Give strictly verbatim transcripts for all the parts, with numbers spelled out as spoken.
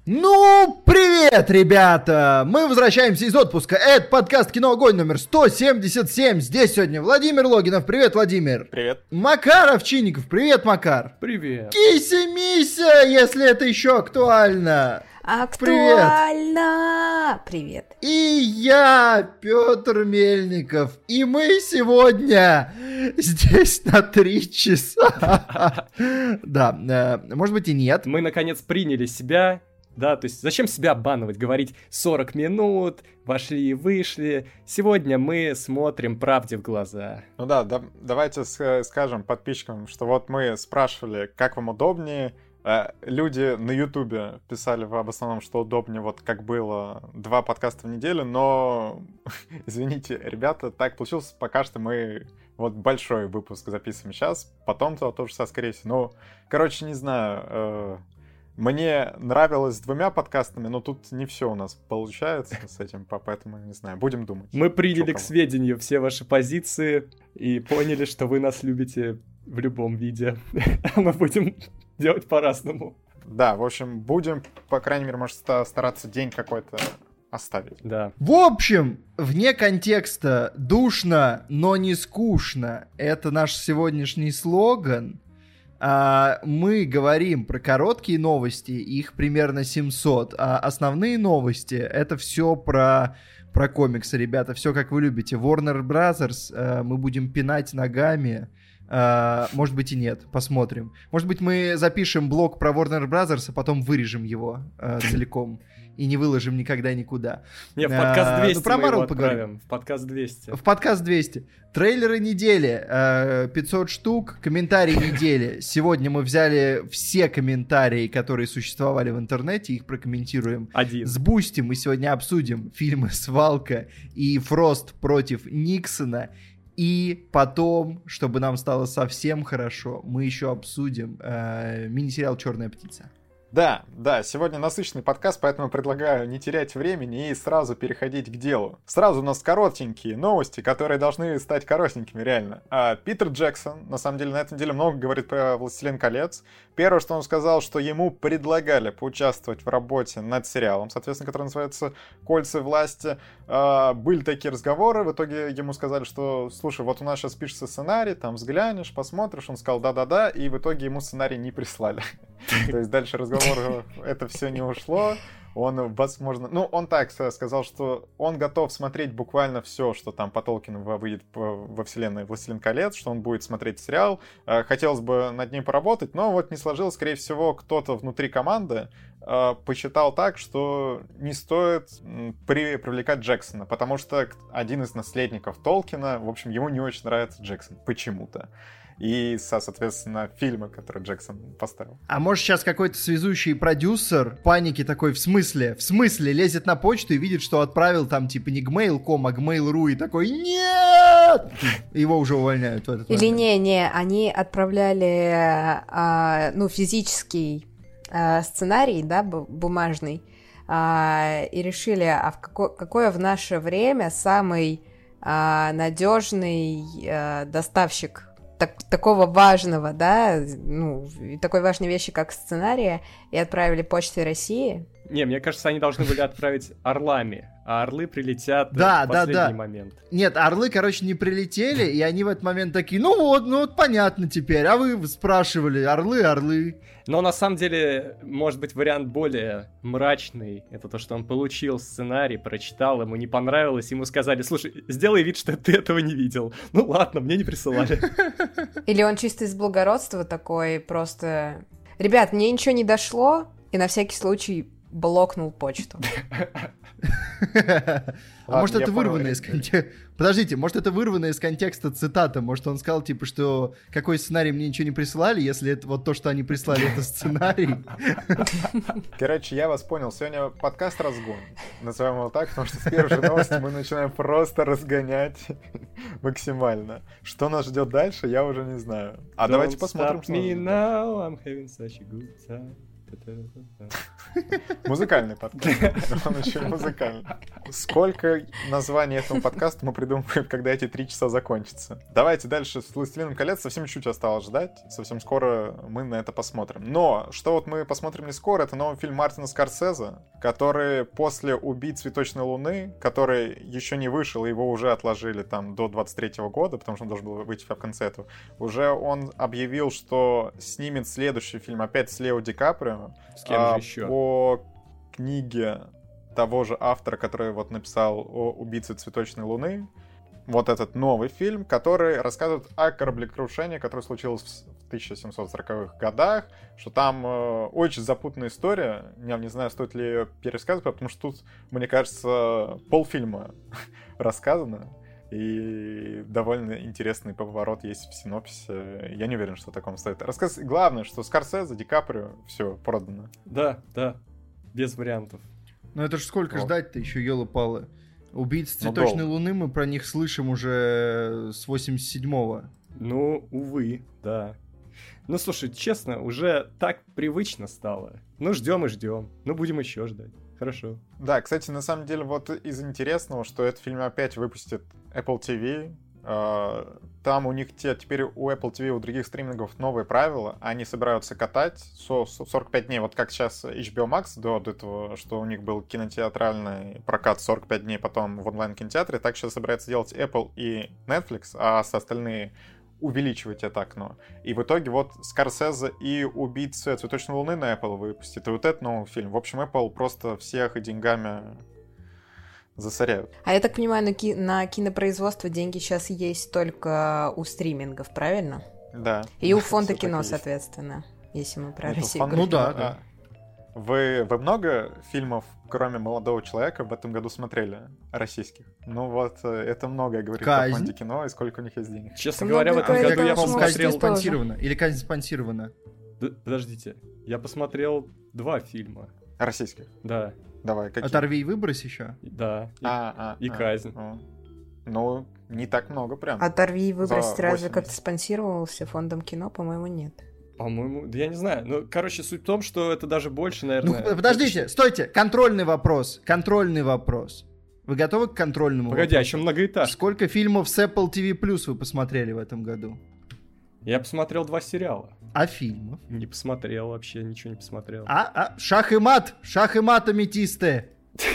Ну, привет, ребята! Мы возвращаемся из отпуска. Это подкаст «Кино Огонь» номер сто семьдесят семь. Здесь сегодня Владимир Логинов. Привет, Владимир. Привет. Макар Овчинников. Привет, Макар. Привет. Кися-мися, если это еще актуально. Актуально! Привет. И я, Петр Мельников. И мы сегодня здесь на три часа. Да, может быть и нет. Мы, наконец, приняли себя. Да, то есть зачем себя обманывать, говорить сорок минут, вошли и вышли. Сегодня мы смотрим правде в глаза. Ну да, да давайте скажем подписчикам, что вот мы спрашивали, как вам удобнее. Люди на Ютубе писали в основном, что удобнее, вот как было, два подкаста в неделю, но, извините, ребята, так получилось, пока что мы вот большой выпуск записываем сейчас, потом-то тоже, скорее всего, ну, короче, не знаю, мне нравилось с двумя подкастами, но тут не все у нас получается с этим, поэтому, не знаю, будем думать. Мы приняли к сведению все ваши позиции и поняли, что вы нас любите в любом виде. Мы будем делать по-разному. Да, в общем, будем, по крайней мере, может, стараться день какой-то оставить. Да. В общем, вне контекста душно, но не скучно. Это наш сегодняшний слоган. А, мы говорим про короткие новости, их примерно семьсот, а основные новости — это все про, про комиксы, ребята, все как вы любите. Warner Brothers, а, мы будем пинать ногами, а, может быть и нет, посмотрим. Может быть мы запишем блог про Warner Brothers, а потом вырежем его а, целиком и не выложим никогда никуда. Не, в подкаст двести а, ну, про мы его Marvel отправим. поговорим. В подкаст двести. В подкаст двести. Трейлеры недели. пятьсот штук. Комментарии недели. Сегодня мы взяли все комментарии, которые существовали в интернете, их прокомментируем. Один. С Бусти мы сегодня обсудим фильмы «Свалка» и «Фрост против Никсона». И потом, чтобы нам стало совсем хорошо, мы еще обсудим э, мини-сериал «Черная птица». Да, да, сегодня насыщенный подкаст, поэтому предлагаю не терять времени и сразу переходить к делу. Сразу у нас коротенькие новости, которые должны стать коротенькими, реально. А, Питер Джексон, на самом деле, на этой неделе много говорит про «Властелин колец». Первое, что он сказал, что ему предлагали поучаствовать в работе над сериалом, соответственно, который называется «Кольца власти». А, были такие разговоры, в итоге ему сказали, что, слушай, вот у нас сейчас пишется сценарий, там взглянешь, посмотришь. Он сказал да-да-да, и в итоге ему сценарий не прислали. То есть дальше разговор это все не ушло. Он, возможно... Ну, он так сказал, что он готов смотреть буквально все, что там по Толкину выйдет во вселенной «Властелин колец», что он будет смотреть сериал. Хотелось бы над ним поработать, но вот не сложилось. Скорее всего, кто-то внутри команды посчитал так, что не стоит при... привлекать Джексона, потому что один из наследников Толкина, в общем, ему не очень нравится Джексон почему-то. И, соответственно, фильмы, которые Джексон поставил. А может сейчас какой-то связующий продюсер паники такой, в смысле, в смысле, лезет на почту и видит, что отправил там типа не gmail точка com, а gmail точка ru и такой «Нет!» Его уже увольняют в этот момент. Или не-не, они отправляли, а, ну, физический а, сценарий, да, бумажный, а, и решили, а в како- какое в наше время самый а, надежный а, доставщик Так, такого важного, да, ну, такой важной вещи, как сценария, и отправили Почтой России. Не, мне кажется, они должны были отправить орлами, а орлы прилетят да, в последний да, да. момент. Нет, орлы, короче, не прилетели, и они в этот момент такие, ну вот, ну вот понятно теперь, а вы спрашивали, орлы, орлы. Но на самом деле, может быть, вариант более мрачный. Это то, что он получил сценарий, прочитал, ему не понравилось, ему сказали, слушай, сделай вид, что ты этого не видел. Ну ладно, мне не присылали. Или он чисто из благородства такой, просто... Ребят, мне ничего не дошло, и на всякий случай блокнул почту. А может это вырвано из контекста... Подождите, может это вырвано из контекста цитата? Может он сказал, типа, что какой сценарий мне ничего не прислали, если это вот то, что они прислали, это сценарий? Короче, я вас понял. Сегодня подкаст «Разгон». Назовем его так, потому что с первой же новости мы начинаем просто разгонять максимально. Что нас ждет дальше, я уже не знаю. А давайте посмотрим, что нас ждет. Музыкальный подкаст. Он еще и музыкальный. Сколько названий этому подкасту мы придумаем, когда эти три часа закончатся? Давайте дальше с «Властелином колец». Совсем чуть осталось ждать. Совсем скоро мы на это посмотрим. Но что вот мы посмотрим не скоро, это новый фильм Мартина Скорсезе, который после «Убийц Цветочной Луны», который еще не вышел, его уже отложили там до двадцать третьего года, потому что он должен был выйти в конце этого, уже он объявил, что снимет следующий фильм опять с Лео Ди Каприо. С кем а, же еще? По книге того же автора, который вот написал о «Убийце Цветочной Луны». Вот этот новый фильм, который рассказывает о кораблекрушении, которое случилось в тысяча семьсот сороковых годах, что там э, очень запутанная история. Я не знаю, стоит ли ее пересказывать, потому что тут, мне кажется, полфильма рассказано. И довольно интересный поворот есть в синопсисе. Я не уверен, что о таком стоит рассказ. Главное, что Скорсезе, Ди Каприо, все, продано. Да, да, без вариантов. Ну это ж сколько Вот. ждать-то еще, ёлы-палы. «Убийц Ну, Цветочной долго. Луны» мы про них слышим уже с восемьдесят седьмого. Ну, увы, да. Ну, слушай, честно, уже так привычно стало. Ну, ждем и ждем. Ну, будем еще ждать. Хорошо. Да, кстати, на самом деле, вот из интересного, что этот фильм опять выпустит Apple ти ви. Э, Там у них те, теперь у Apple ти ви, у других стримингов новые правила. Они собираются катать со- со- сорок пять дней, вот как сейчас эйч би о Max до, до этого, что у них был кинотеатральный прокат сорок пять дней, потом в онлайн-кинотеатре. Так сейчас собирается делать Apple и Netflix, а с остальные увеличивать это окно. И в итоге вот Скорсезе и «Убийцы Цветочной Луны» на Apple выпустит, и вот этот новый фильм. В общем, Apple просто всех деньгами засоряют. А я так понимаю, на, ки- на кинопроизводство деньги сейчас есть только у стримингов, правильно? Да. И у фонда Всё так и кино, есть. соответственно, если мы про Это Россию фон- Ну говорим. да, да. А, Вы, вы много фильмов, кроме «Молодого человека», в этом году смотрели? Российских? Ну вот, э, это многое говорит «Казнь». о фонде кино и сколько у них есть денег. Честно Ну, говоря, в много этом говорит году о я том, что «Казнь посмотрел... Скорсезе тоже. спонсирована» или «Казнь спонсирована». Д- Подождите, я посмотрел два фильма. Российских. Да, Давай, какие? «Оторви и выбрось» еще. да. И- А, а, и а. «Казнь». Ну, ну, не так много прям. «Оторви и выбрось» За разве восемь как-то месяцев. спонсировался фондом кино? По-моему, нет. По-моему, да я не знаю. Ну, короче, суть в том, что это даже больше, Ну, наверное... подождите, стойте, контрольный вопрос, контрольный вопрос. Вы готовы к контрольному Погоди, а вопросу? еще многоэтаж. Сколько фильмов с Apple ти ви Plus вы посмотрели в этом году? Я посмотрел два сериала. А фильмов? Не посмотрел вообще, ничего не посмотрел. А, а, шах и мат, шах и мат, аметисты.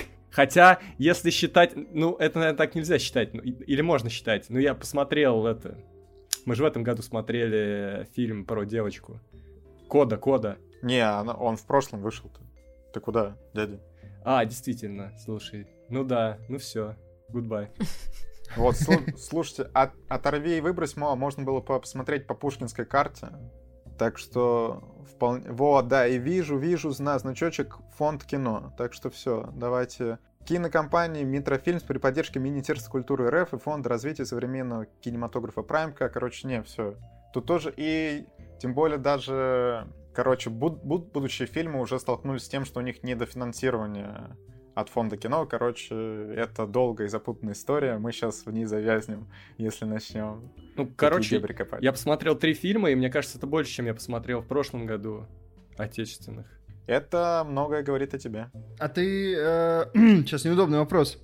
Хотя, если считать... Ну, это, наверное, так нельзя считать. ну, и- Или можно считать. Ну, я посмотрел это... Мы же в этом году смотрели фильм про девочку. Кода, Кода. Не, она- он в прошлом вышел-то. Ты куда, дядя? А, действительно, слушай. Ну да, ну все. Goodbye. Вот, слу- слушайте, от, «Оторви и выбрось» мо- можно было по- посмотреть по пушкинской карте. Так что вполне... Вот, да, и вижу, вижу, знаю, значочек «Фонд кино». Так что все, давайте... Кинокомпании «Митрофильмс» при поддержке Министерства культуры РФ и Фонда развития современного кинематографа Праймка. Короче, не, все. Тут тоже и... Тем более даже... Короче, буд- буд- будущие фильмы уже столкнулись с тем, что у них недофинансирование от Фонда кино. Короче, это долгая и запутанная история. Мы сейчас в ней завязнем, если начнем. Ну, короче, копать. я посмотрел три фильма, и мне кажется, это больше, чем я посмотрел в прошлом году отечественных. Это многое говорит о тебе. А ты... э, сейчас неудобный вопрос.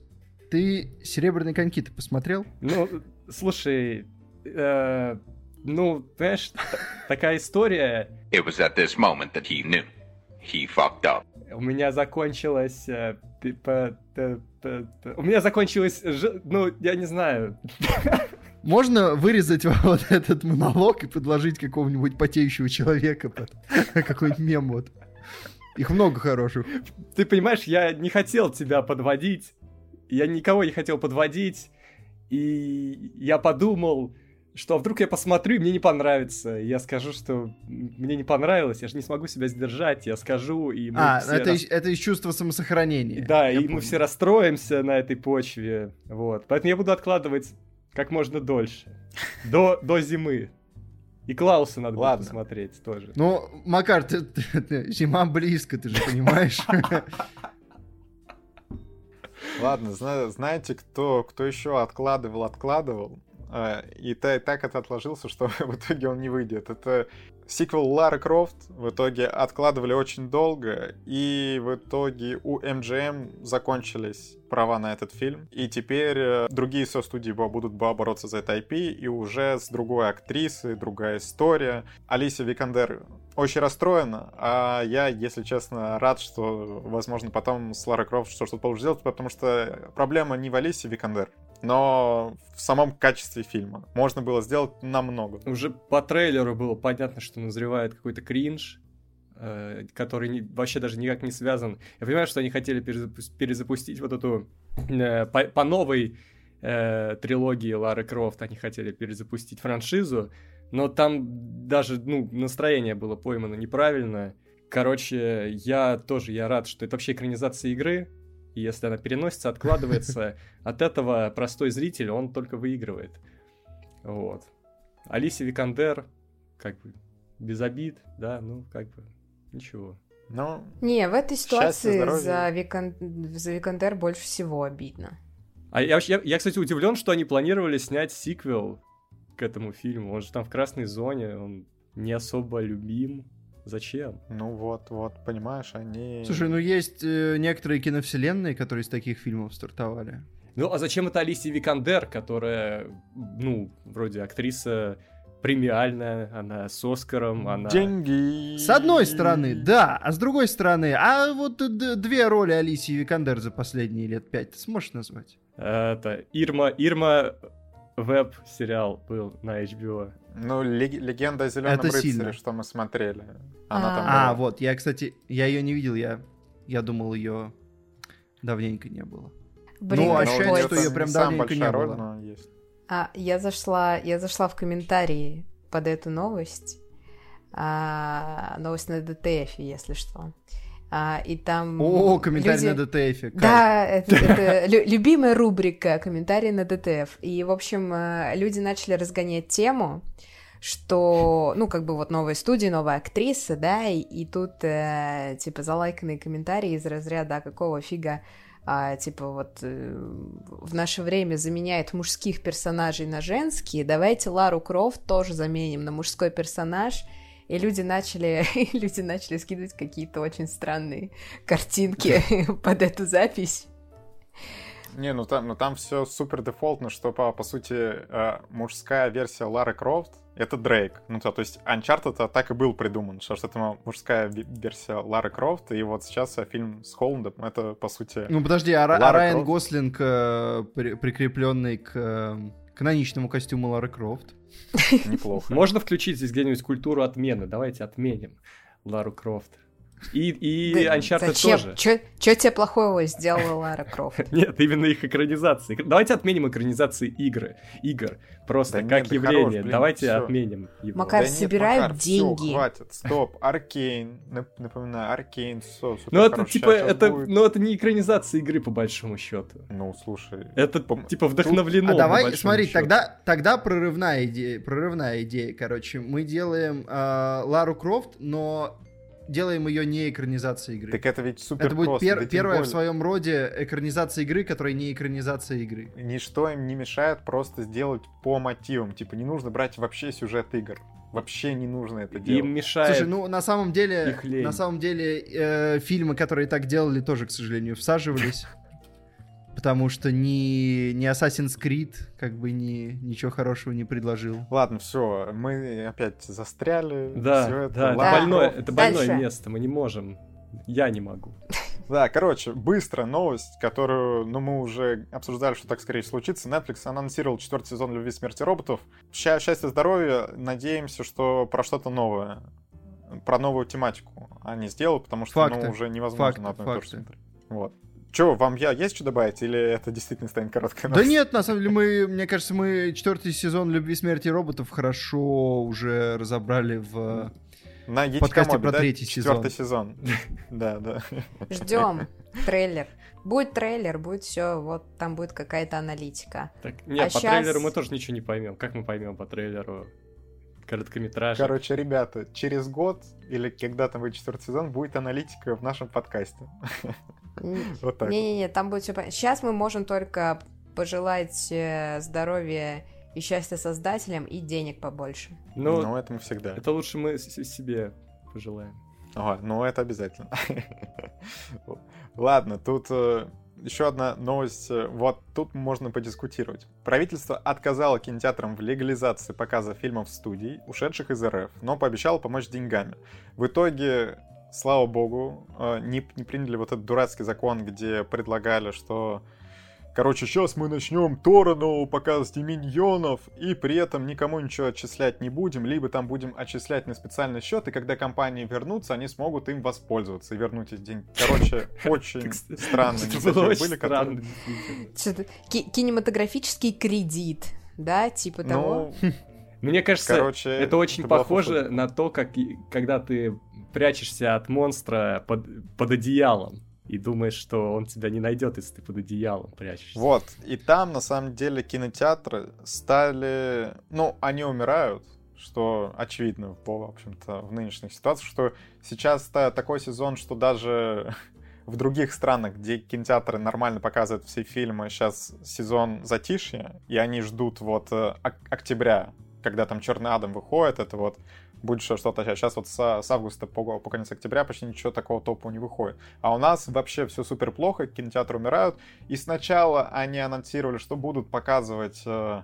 Ты «Серебряные коньки» ты посмотрел? Ну, слушай, э, ну, знаешь, т- такая история. It was at this moment that he knew. He fucked up. У меня закончилась... э, пи- по- т- п- п- У меня закончилась... жи- Ну, я не знаю. Можно вырезать вот этот монолог и подложить какого-нибудь потеющего человека под какой-нибудь мем вот. Их много хороших. Ты понимаешь, я не хотел тебя подводить. Я никого не хотел подводить. И я подумал, что вдруг я посмотрю, и мне не понравится. И я скажу, что мне не понравилось, я же не смогу себя сдержать. Я скажу, и мы А, все это, рас- из, это из чувства самосохранения. Да, Я и мы понял. все расстроимся на этой почве. Вот. Поэтому я буду откладывать как можно дольше. До, до зимы. И Клауса надо будет Ладно. посмотреть тоже. Ну, Макар, ты, ты- ты- зима близко, ты же понимаешь. Ладно, зна- знаете, кто, кто еще откладывал, откладывал, э, и та- так это отложился, что в итоге он не выйдет. Это Сиквел Лары Крофт в итоге откладывали очень долго, и в итоге у эм джи эм закончились права на этот фильм, и теперь другие со-студии будут бороться за это ай пи, и уже с другой актрисой, другая история. Алисия Викандер очень расстроена, а я, если честно, рад, что, возможно, потом с Ларой Крофт что-то получится сделать, потому что проблема не в Алисии Викандер, но в самом качестве фильма. Можно было сделать намного. Уже по трейлеру было понятно, что назревает какой-то кринж, э, который не, вообще даже никак не связан. Я понимаю, что они хотели перезапу- перезапустить вот эту... Э, по, по новой э, трилогии Лары Крофт они хотели перезапустить франшизу, но там даже, ну, настроение было поймано неправильно. Короче, я тоже, я рад, что это вообще экранизация игры. И если она переносится, откладывается, от этого простой зритель, он только выигрывает. Вот. Алисия Викандер, как бы, без обид, да, ну, как бы, ничего. Ну, Не, в этой ситуации здоровья. за, Викан... за Викандер больше всего обидно. А я, я, я, кстати, удивлен, что они планировали снять сиквел к этому фильму. Он же там в красной зоне, он не особо любим. Зачем? Ну вот, вот, понимаешь, они... Слушай, ну есть э, некоторые киновселенные, которые из таких фильмов стартовали. Ну, а зачем это Алисия Викандер, которая, ну, вроде актриса премиальная, она с Оскаром, она... Деньги! С одной стороны, да, а с другой стороны, а вот д- две роли Алисии Викандер за последние лет пять ты сможешь назвать? Это Ирма, Ирма веб-сериал был на эйч би о. Ну, лег- легенда о Зеленом Это рыцаре, сильно. что мы смотрели. Она там А, была. вот, я, кстати, я ее не видел, я, я думал, ее давненько не было. Блин, Ну, как ощущается, хочется. что её прям не самая давненько большая не роль, было. но есть. А, я зашла, я зашла в комментарии под эту новость. А, новость на ди ти эф, если что. А, и там... О, комментарий люди- на ди ти эф. кайф. Да, это, это лю- любимая рубрика «Комментарии на ди ти эф». И, в общем, э, люди начали разгонять тему, что, ну, как бы вот новая студия, новая актриса, да, и, и тут, э, типа, залайканные комментарии из разряда «А какого фига, а, типа, вот э, в наше время заменяют мужских персонажей на женские, давайте Лару Крофт тоже заменим на мужской персонаж». И люди начали, люди начали скидывать какие-то очень странные картинки под эту запись. Не, ну там, ну там все супер дефолтно, что по, по сути э, мужская версия Лары Крофт — это Дрейк. Ну то, то есть Uncharted так и был придуман, что, что это мужская ви- версия Лары Крофт, и вот сейчас э, фильм с Холландом — это по сути... Ну подожди, а, Ра- а Лара Райан Крофт? Гослинг, э, при- прикрепленный к э, каноничному костюму Лары Крофт. Неплохо. Можно включить здесь где-нибудь культуру отмены? Давайте отменим Лару Крофт. И, и Да Uncharted зачем? тоже. Чё, чё тебе плохого сделала Лара Крофт? Нет, именно их экранизации. Давайте отменим экранизации игры, игр. Просто Да как нет, да явление. хорош, блин, Давайте всё. отменим его. Макар, Да нет, собирают Макар, всё, деньги. хватит, стоп, Аркейн, нап- напоминаю, Аркейн, все, Ну это типа, это, ну это не экранизация игры по большому счету. Ну, слушай, Это Пом- типа вдохновлено. А по давай, большому смотри, счету. тогда, тогда прорывная идея, прорывная идея, короче. Мы делаем э, Лару Крофт, но делаем ее не экранизацией игры. так это ведь супер Это будет просто, пер- да тем первая в более. своем роде экранизация игры, которая не экранизация игры. Ничто им не мешает просто сделать по мотивам. Типа, не нужно брать вообще сюжет игр. Вообще не нужно это делать. Им мешает. Слушай, ну на самом деле, их лень. на самом деле э, фильмы, которые так делали, тоже, к сожалению, всаживались. Потому что ни, ни Assassin's Creed как бы ни, ничего хорошего не предложил. Ладно, все, мы опять застряли. Да, всё это, да, это Лара больное, Крофт. это больное Дальше. место, мы не можем. Я не могу. Да, короче, быстро новость, которую, ну, мы уже обсуждали, что так скорее случится. Netflix анонсировал четвертый сезон «Любви, смерти роботов». Ща- счастья, здоровья. Надеемся, что про что-то новое. Про новую тематику они сделают, потому что, Факты. ну, уже невозможно Факты, на одно и то же факты. смотреть. Вот. Че, вам я есть что добавить, или это действительно станет короткой Да новостью? нет, на самом деле, мы, мне кажется, мы четвертый сезон «Любви, смерти роботов» хорошо уже разобрали в... На подкасте Етикомобе, про да? третий Четвертый сезон. Да, да. Ждем трейлер. Будет трейлер, будет все, вот там будет какая-то аналитика. Так, нет, А по щас- трейлеру мы тоже ничего не поймем. Как мы поймем по трейлеру короткометражек? Короче, ребята, через год или когда там будет четвертый сезон, будет аналитика в нашем подкасте. Вот так. Не-не-не, там будет все понятно. Сейчас мы можем только пожелать э, здоровья и счастья создателям, и денег побольше. Ну, Ну, это мы всегда. это лучше мы с- с- себе пожелаем. Ага, ну это обязательно. Ладно, тут э, еще одна новость. э, Вот тут можно подискутировать. Правительство отказало кинотеатрам в легализации показа фильмов студий, ушедших из эр эф, но пообещало помочь деньгами. В итоге, слава богу, э, не, не приняли вот этот дурацкий закон, где предлагали, что... Короче, сейчас мы начнем Торону показывать и Миньонов, и при этом никому ничего отчислять не будем, либо там будем отчислять на специальный счет, и когда компании вернутся, они смогут им воспользоваться и вернуть эти деньги. Короче, очень странные Это инициативы было очень были, которые... странно, действительно. Что-то ки- кинематографический кредит, да, типа того. Ну, Мне кажется, короче, это очень это была похоже фуфу. на то, как и- когда ты прячешься от монстра под, под одеялом и думаешь, что он тебя не найдет, если ты под одеялом прячешься. Вот, и там, на самом деле, кинотеатры стали... Ну, они умирают, что очевидно, в общем-то, в нынешних ситуациях, что сейчас та- такой сезон, что даже в других странах, где кинотеатры нормально показывают все фильмы, сейчас сезон затишья, и они ждут вот э, ок- октября, когда там «Черный Адам» выходит, это вот будет что-то. А сейчас вот с, с августа по, по конец октября почти ничего такого топового не выходит. А у нас вообще все супер плохо, кинотеатры умирают. И сначала они анонсировали, что будут показывать э,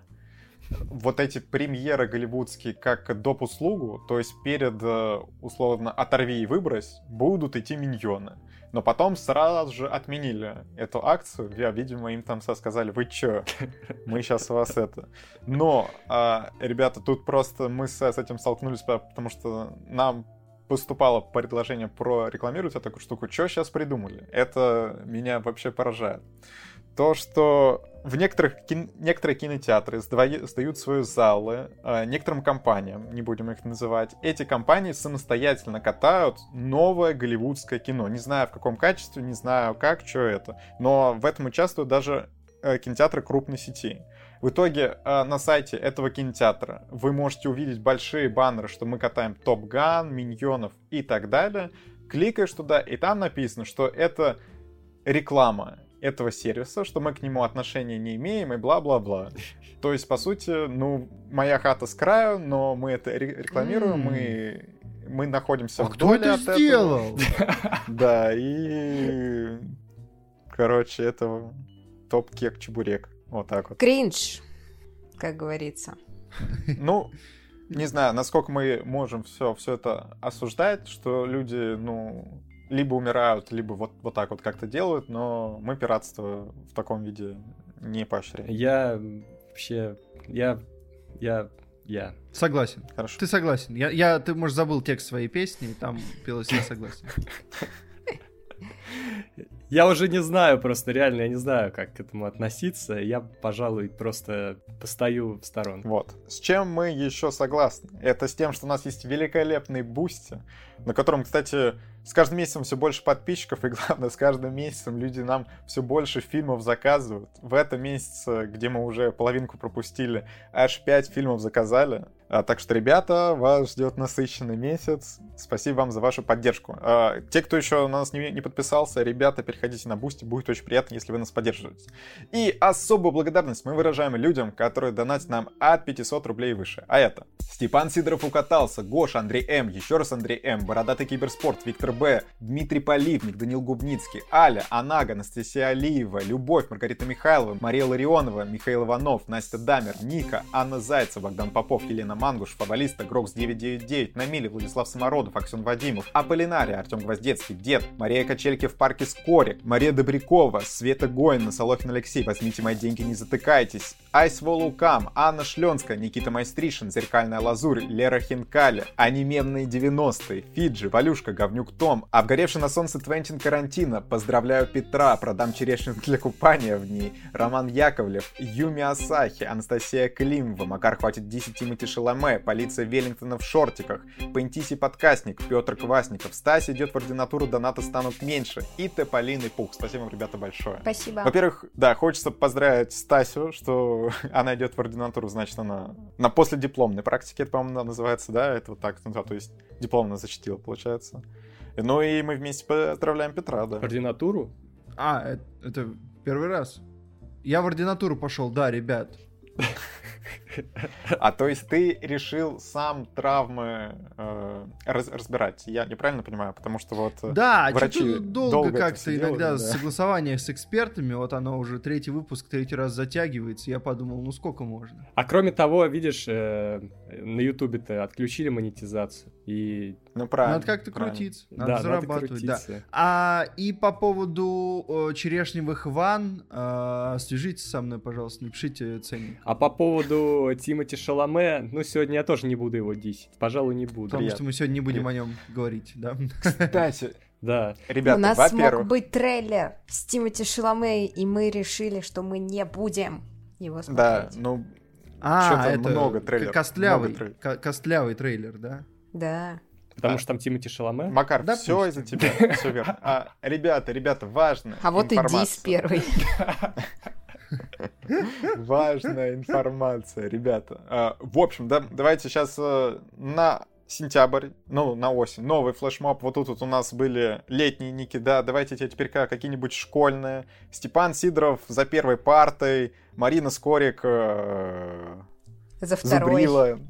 вот эти премьеры голливудские как доп. Услугу, то есть перед, э, условно, «Оторви и выбрось» будут идти «Миньоны». Но потом сразу же отменили эту акцию. Я, видимо, им там сказали: вы чё, мы сейчас вас это... Но, а, ребята, тут просто мы с, с этим столкнулись, потому что нам поступало предложение прорекламировать эту такую штуку. Чё сейчас придумали? Это меня вообще поражает. То, что в некоторых кин... некоторые кинотеатры сдва... сдают свои залы э, некоторым компаниям, не будем их называть. Эти компании самостоятельно катают новое голливудское кино. Не знаю в каком качестве, не знаю как, что это. Но в этом участвуют даже э, кинотеатры крупной сети. В итоге э, на сайте этого кинотеатра вы можете увидеть большие баннеры, что мы катаем Топ Ган, Миньонов и так далее. Кликаешь туда, и там написано, что это реклама этого сервиса, что мы к нему отношения не имеем и бла-бла-бла. То есть, по сути, ну, моя хата с краю, но мы это ре- рекламируем, мы, мы находимся А в кто доле это от этого. сделал? Да, и... Короче, это топ-кек-чебурек. Вот так вот. Кринж, как говорится. Ну, не знаю, насколько мы можем все, все это осуждать, что люди, ну, либо умирают, либо вот, вот так вот как-то делают, но мы пиратство в таком виде не поощряем. Я вообще... Я... Я... Я... Согласен. Хорошо. Ты согласен. Я, я, ты, может, забыл текст своей песни, и там пелось «Я согласен». Я уже не знаю, просто реально, я не знаю, как к этому относиться. Я, пожалуй, просто постою в сторонке. Вот. С чем мы еще согласны? Это с тем, что у нас есть великолепный Бусти, на котором, кстати, с каждым месяцем все больше подписчиков, и главное, с каждым месяцем люди нам все больше фильмов заказывают. В этом месяце, где мы уже половинку пропустили, аж пять фильмов заказали. А, так что, ребята, вас ждет насыщенный месяц. Спасибо вам за вашу поддержку. А, те, кто еще на нас не, не подписался, ребята, переходите на Бусти, будет очень приятно, если вы нас поддерживаете. И особую благодарность мы выражаем людям, которые донатят нам от пятисот рублей и выше. А это: Степан Сидоров укатался, Гоша, Андрей М, еще раз Андрей М, Бородатый Киберспорт, Виктор Б, Дмитрий Поливник, Данил Губницкий, Аля, Анага, Анастасия Алиева, Любовь, Маргарита Михайлова, Мария Ларионова, Михаил Иванов, Настя Дамер, Ника, Анна Зайцева, Богдан Попов, Елена Мангуш, Фабалиста, Грокс девятьсот девяносто девять, Намили, Владислав Самородов, Аксен Вадимов, Аполлинарий, Артем Гвоздецкий, Дед, Мария Качельки в парке Скорик, Мария Добрякова, Света Гоина, Солохин Алексей, Возьмите мои деньги, не затыкайтесь, Айс Волукам, Анна Шленская, Никита Майстришин, Зеркальная Лазурь, Лера Хинкали, Анимемные девяностые, Фиджи, Валюшка, Говнюк Том, Обгоревший на солнце Твентин Карантина, Поздравляю Петра, Продам черешню для купания в ней, Роман Яковлев, Юми Асахи, Анастасия Климова, Макар Хватит десять, Тимати Шаломе, Полиция Веллингтона в шортиках, Пентиси Подкастник, Петр Квасников, Стась идет в ординатуру, донаты станут меньше, и Тополин и Пух. Спасибо вам, ребята, большое. Спасибо. Во-первых, да, хочется поздравить Стасю, что она идет в ординатуру, значит, она на последипломной практике, это, по-моему, называется, да, это вот так, ну, то есть дипломно защитила, получается. Ну и мы вместе поздравляем Петра, да. Ординатуру? А, это, это первый раз. Я в ординатуру пошел, да, ребят. А то есть ты решил сам травмы э, раз, разбирать? Я неправильно понимаю? Потому что вот да, врачи что-то долго, долго как-то делали, иногда да. согласование с экспертами, вот оно уже третий выпуск, третий раз затягивается, я подумал, ну сколько можно? А кроме того, видишь, э, на Ютубе-то отключили монетизацию, и... Ну, правильно. Надо как-то правильно. крутиться, надо Да, зарабатывать, надо да. крутиться. А и по поводу э, черешневых ванн, э, свяжитесь со мной, пожалуйста, напишите ценник. А по поводу Тимоти Шаломе, ну, сегодня я тоже не буду его десять. Пожалуй, не буду. Потому Приятно. что мы сегодня не будем о нем говорить, да? Кстати, Да. ребята, У нас во-первых... мог быть трейлер с Тимоти Шаломе, и мы решили, что мы не будем его смотреть. Да, ну, А, Чё-то это много к- трейлеров, костлявый, много трейлеров. ко- костлявый трейлер, да? Да. Потому А. что там Тимоти Шаломе. Макар, Да все пусть. из-за тебя, все верно. А, ребята, ребята, важно. А вот и Дис первый. Важная информация, ребята. А, в общем, да, давайте сейчас э, на сентябрь, ну, на осень, новый флешмоб. Вот тут вот у нас были летние ники, да, давайте теперь как, какие-нибудь школьные. Степан Сидоров за первой партой, Марина Скорик э, За второй. зубрила.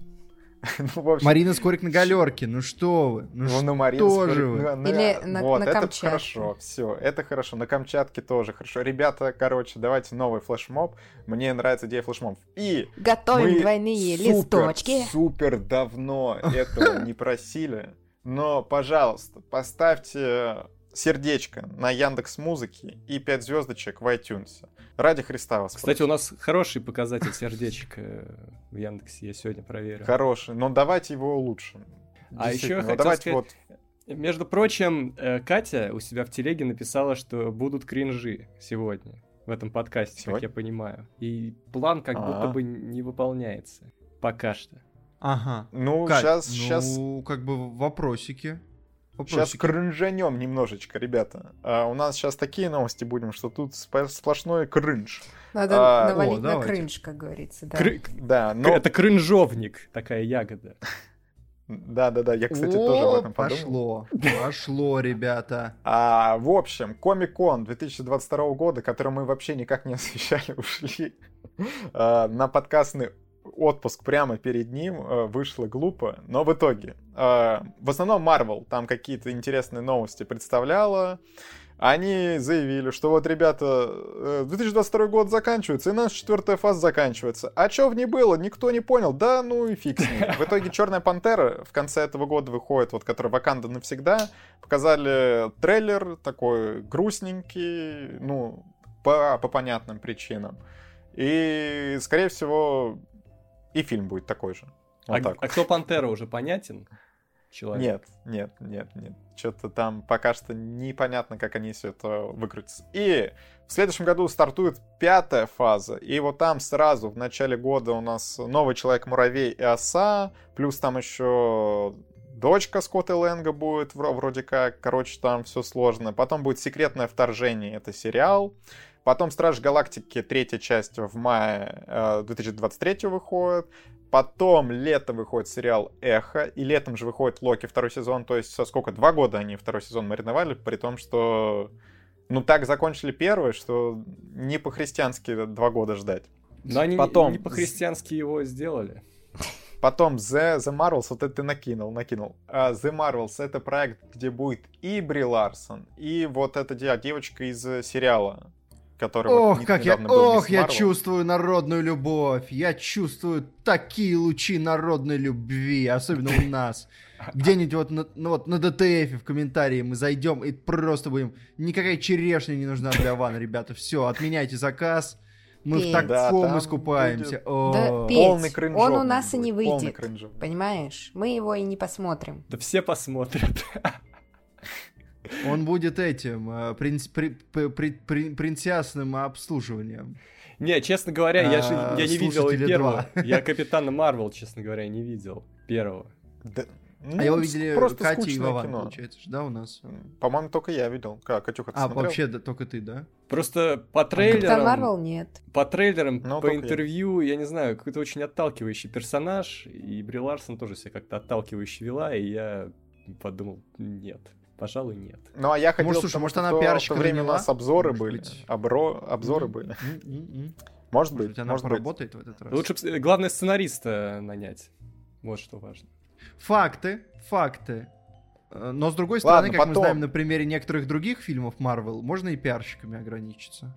Ну, в общем, Марина Скорик на галерке, ну что вы? Ну Ну, на Марина что Скорик, же вы? на- на- Или на- вот, на это Камчатке. хорошо, все, это хорошо. На Камчатке тоже хорошо. Ребята, короче, давайте новый флешмоб. Мне нравится идея флешмобов. И Готовим мы двойные супер, листочки. супер давно этого не просили. Но, пожалуйста, поставьте сердечко на Яндекс.Музыке и пять звездочек в iTunes. Ради Христа вас Кстати, прошу. у нас хороший показатель сердечек э, в Яндексе, я сегодня проверил. Хороший, но давайте его улучшим. А еще я Действительно, хотел давайте сказать, вот Между прочим, э, Катя у себя в телеге написала, что будут кринжи сегодня в этом подкасте, как Сегодня? я понимаю. И план как будто А-а. бы не выполняется. Пока что. Ага. Ну, Кать, сейчас, сейчас, ну, как бы вопросики. сейчас Вопросики. кринжанем немножечко, ребята. А у нас сейчас такие новости будем, что тут спа- сплошной кринж. Надо А, навалить о, на давайте. кринж, как говорится, да. Кры- Да, но... Это кринжовник, такая ягода. Да-да-да, я, кстати, О, тоже об этом подумал. пошло. Пошло, ребята. А, в общем, Комик-кон две тысячи двадцать второго года, который мы вообще никак не освещали, ушли а, на подкастный отпуск прямо перед ним. а, Вышло глупо, но в итоге. а, В основном Marvel там какие-то интересные новости представляла. Они заявили, что вот, ребята, э, две тысячи двадцать второй год заканчивается, и наша четвертая фаза заканчивается. А что в ней было, никто не понял. Да, ну и фиг с ней. В итоге Черная Пантера в конце этого года выходит, вот, который Ваканда навсегда. Показали трейлер такой грустненький, ну, по, по понятным причинам. И, скорее всего, и фильм будет такой же. Вот А, так а вот. кто Пантера уже понятен? Человек. Нет, нет, нет, нет. Что-то там пока что непонятно, как они все это выкрутятся. И в следующем году стартует пятая фаза. И вот там сразу в начале года у нас новый Человек-муравей и Оса. Плюс там еще дочка Скотта Лэнга будет вро- вроде как. Короче, там все сложно. Потом будет Секретное вторжение. Это сериал. Потом Стражи Галактики, третья часть в мае э, две тысячи двадцать третьего выходит. Потом летом выходит сериал «Эхо», и летом же выходит «Локи» второй сезон, то есть со сколько? Два года они второй сезон мариновали, при том, что ну так закончили первый, что не по-христиански два года ждать. Но они Потом- не по-христиански его сделали. Потом The, The Marvels, вот это ты накинул, накинул. А The Marvels — это проект, где будет и Бри Ларсон, и вот эта де- девочка из э, сериала, который вот Ох, не- как я, недавно был ох, Мисс я Марвел. чувствую народную любовь. Я чувствую такие лучи народной любви, особенно у нас. Где-нибудь вот на, ну вот на ДТФе в комментарии мы зайдем и просто будем... Никакая черешня не нужна для ван, ребята. Все, отменяйте заказ. Мы в Петь. таком Да, там искупаемся. будет- О. Да, Петь, Полный кринжовник он у нас и не будет, полный выйдет. кринжовник. Понимаешь? Мы его и не посмотрим. Да все посмотрят. Он будет этим, э, принц- при- при- при- при- принцессным обслуживанием. Не, честно говоря, я же А, я не видел и слушатели первого. два. Я Капитана Марвел, честно говоря, не видел первого. Да, А ну, его с- видели просто Катя и скучное Вован, кино. получается, ж, да, у нас? По-моему, только я видел. Как, Катюха, ты А, смотрел? вообще, да, только ты, да? Просто по Капитан трейлерам, Марвел нет. по трейлерам, Ну, по только я. интервью, я не знаю, какой-то очень отталкивающий персонаж, и Бри Ларсон тоже себя как-то отталкивающе вела, и я подумал, нет, пожалуй, нет. Ну, а я ходил, Может, слушай, потому может, что она в то- в пиарщика то время у наняла? нас обзоры Может были. быть. Обро... Обзоры были. М-м-м. Может Может быть, быть, она может быть. поработает в этот раз. Лучше б- главное сценариста нанять. Вот что важно. Факты, факты. Э, Но, с другой стороны, Ладно, как мы потом. знаем на примере некоторых других фильмов Marvel, можно и пиарщиками ограничиться.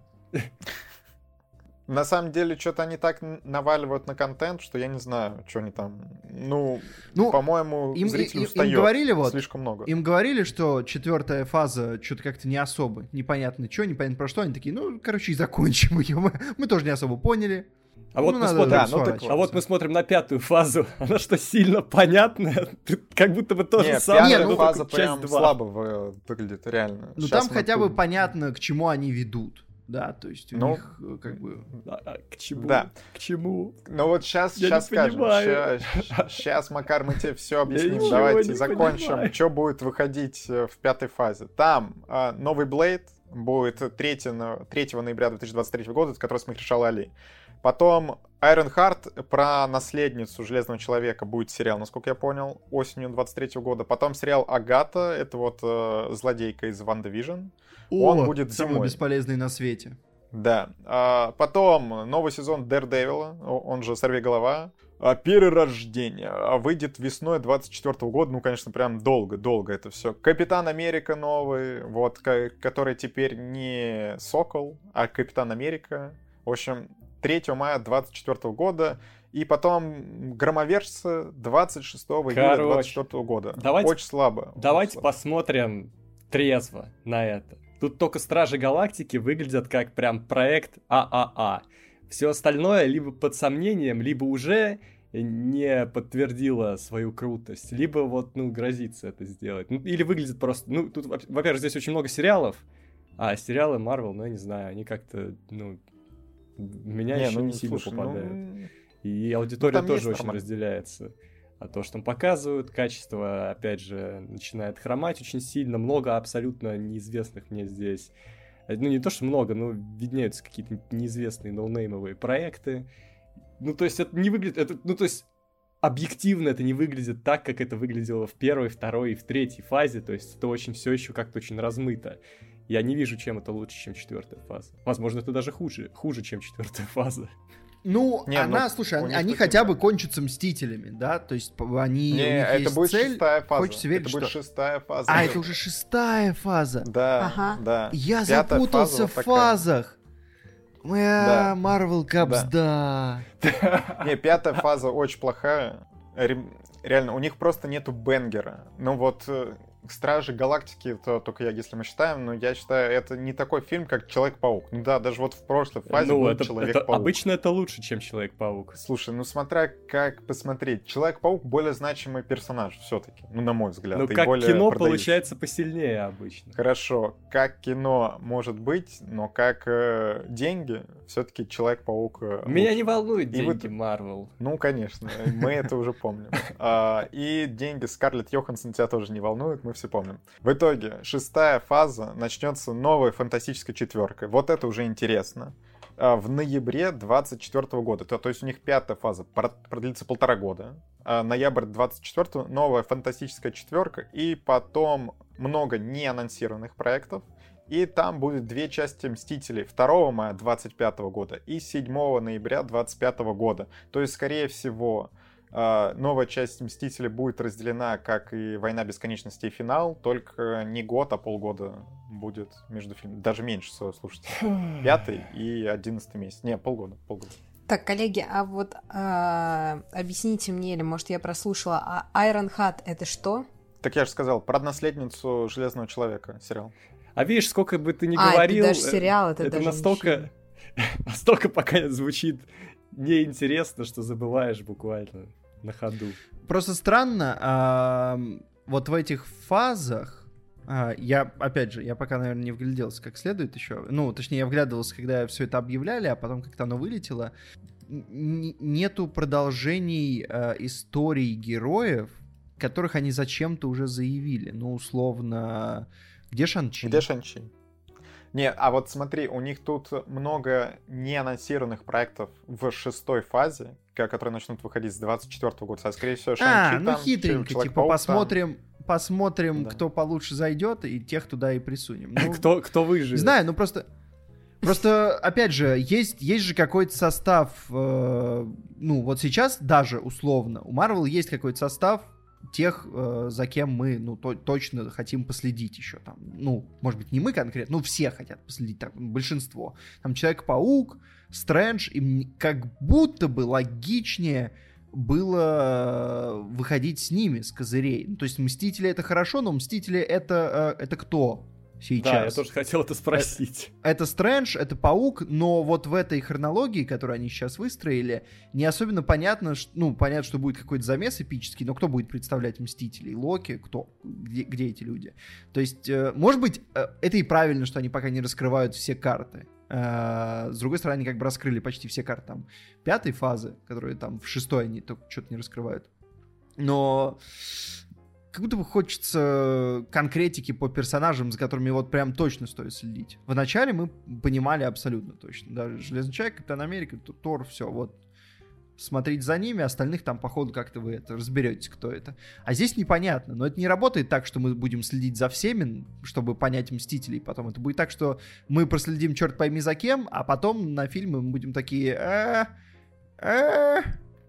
На самом деле, что-то они так н- наваливают на контент, что я не знаю, что они там... Ну, Ну, по-моему, им, зритель им- им устает. говорили вот, Слишком много. им говорили, что четвертая фаза что-то как-то не особо, непонятно что, непонятно про что, они такие, ну, короче, и закончим ее, мы, мы тоже не особо поняли. А вот, Ну, мы надо смотрим, Да, ну так сворачиваться. а вот мы смотрим на пятую фазу. Она что, сильно понятная? Тут как будто бы то же Не, самое, пятая ну, фаза только часть прям два. слабо вы- выглядит, реально. Ну, Щас там мы хотя бы тут- понятно, к чему они ведут, да, то есть у Ну, них э, как бы... А, а к чему? Да. К чему? Ну вот сейчас, Я сейчас не скажем. понимаю. Сейчас, Макар, мы тебе все объясним. ничего Давайте не закончим, понимаю. что будет выходить э, в пятой фазе. Там а, новый Блейд будет третьего ноября две тысячи двадцать третьего года, который Махершала Али. Потом Айронхарт про наследницу Железного Человека будет сериал, насколько я понял, осенью двадцать третьего года. Потом сериал Агата, это вот э, злодейка из Ванда Вижн. Он О, будет самый зимой. бесполезный на свете. Да. А, потом новый сезон Daredevil, о- он же Сорвиголова. А, Перерождение. А, выйдет весной двадцать четвёртого года. Ну, конечно, прям долго-долго это все. Капитан Америка новый, вот, ко- который теперь не Сокол, а Капитан Америка. В общем, третьего мая двадцать четвёртого года. И потом Громовержцы двадцать шестого июля Короче, двадцать четвёртого года. давайте- Очень слабо. Давайте очень слабо. посмотрим трезво на это. Тут только Стражи Галактики выглядят как прям проект ААА. Все остальное либо под сомнением, либо уже не подтвердило свою крутость, либо вот, ну, грозится это сделать. Ну, или выглядит просто... Ну, тут, во- во-первых, здесь очень много сериалов, а сериалы Marvel, ну, я не знаю, они как-то, ну, в меня Не, еще ну, не сильно слушай, попадают. ну, И аудитория там тоже есть очень нормально. разделяется. А то, что там показывают, качество, опять же, начинает хромать очень сильно. Много абсолютно неизвестных мне здесь. э, Ну, не то, что много, но виднеются какие-то неизвестные ноунеймовые проекты. Ну, то есть, это не выглядит... Это, ну, то есть, объективно это не выглядит так, как это выглядело в первой, второй и в третьей фазе. То есть, это очень все еще как-то очень размыто. Я не вижу, чем это лучше, чем четвертая фаза. Возможно, это даже хуже, хуже, чем четвертая фаза. Ну, Не, она, ну, слушай, у они, них они тут хотя типа- бы кончатся Мстителями, да? То есть п- они, у Не, них это есть будет цель. шестая фаза. Хочется верить, это будет что- шестая фаза. А, это уже шестая фаза. Да, Ага. да. Я Пятая запутался фаза в вот такая. фазах. Моя Да. Marvel Cups, да. Не, пятая фаза очень плохая. Ре- Реально, у них просто нету бенгера. Ну вот, э, Стражи Галактики, то только я, если мы считаем, но я считаю, это не такой фильм, как Человек-паук. Ну да, даже вот в прошлой фазе Ну, был это, это Человек-паук. обычно это лучше, чем Человек-паук. Слушай, ну смотря как посмотреть. Человек-паук более значимый персонаж все-таки, ну на мой взгляд. Ну, и как более кино продающий. получается посильнее обычно. Хорошо, как кино может быть, но как э, деньги, все-таки Человек-паук э, Меня лучше. не волнуют И вы деньги тут- Марвел. Ну, конечно, мы это уже помним. А, И деньги Скарлетт Йоханссон тебя тоже не волнуют, мы все помним. В итоге, шестая фаза начнется новой фантастической четверкой. Вот это уже интересно. А, В ноябре двадцать четвёртого года. То, то есть у них пятая фаза про- продлится полтора года. А ноябрь двадцать четвёртого новая фантастическая четверка. И потом много неанонсированных проектов. И там будет две части Мстителей второго мая двадцать пятого года и седьмого ноября двадцать пятого года. То есть, скорее всего, э, новая часть Мстителей будет разделена, как и Война Бесконечности и Финал, только не год, а полгода будет между фильмами. Даже меньше, слушайте. Пятый и одиннадцатый месяц. Не, полгода, полгода. Так, коллеги, а вот а, объясните мне, или может я прослушала, а Iron Heart это что? Так я же сказал, про наследницу Железного Человека сериал. А видишь, сколько бы ты ни А, это говорил, даже сериал, это это даже настолько, настолько пока звучит неинтересно, что забываешь буквально на ходу. Просто странно, а, вот в этих фазах, а, я, опять же, я пока, наверное, не вгляделся как следует еще, ну, точнее, я вглядывался, когда все это объявляли, а потом как-то оно вылетело, Н- нету продолжений а, историй героев, которых они зачем-то уже заявили, ну, условно, где Шан-Чи? Где Шан-Чи? Не, а вот смотри, у них тут много неанонсированных проектов в шестой фазе, ка- которые начнут выходить с двадцать четвёртого года. А скорее всего, Шан-Чи А, ну там, хитренько, типа Человек-паук там. посмотрим, посмотрим, Да. кто получше зайдет, и тех туда и присунем. Ну, Кто, кто выживет? не знаю, ну просто Просто, опять же, есть, есть же какой-то состав, э, ну, вот сейчас даже условно у Marvel есть какой-то состав тех, э, за кем мы, ну, то, точно хотим последить еще там. Ну, может быть, не мы конкретно, но все хотят последить, так, большинство. Там Человек-паук, Стрэндж, им как будто бы логичнее было выходить с ними, с козырей. Ну, то есть Мстители — это хорошо, но Мстители — это, э, это кто сейчас? Да, я тоже хотел это спросить. Это, это Стрэндж, это Паук, но вот в этой хронологии, которую они сейчас выстроили, не особенно понятно, что, ну, понятно, что будет какой-то замес эпический, но кто будет представлять Мстителей? Локи? Кто? Где, где эти люди? То есть, э, может быть, э, это и правильно, что они пока не раскрывают все карты. С другой стороны, они как бы раскрыли почти все карты там пятой фазы, которые там в шестой они только что-то не раскрывают. Но как будто бы хочется конкретики по персонажам, за которыми вот прям точно стоит следить. Вначале мы понимали абсолютно точно. Даже Железный Человек, Капитан Америка, Тор, все, вот. Смотрите за ними, остальных там, походу, как-то вы это разберетесь, кто это. А здесь непонятно, но это не работает так, что мы будем следить за всеми, чтобы понять Мстителей потом. Это будет так, что мы проследим черт пойми за кем, а потом на фильмы мы будем такие... «Э, э,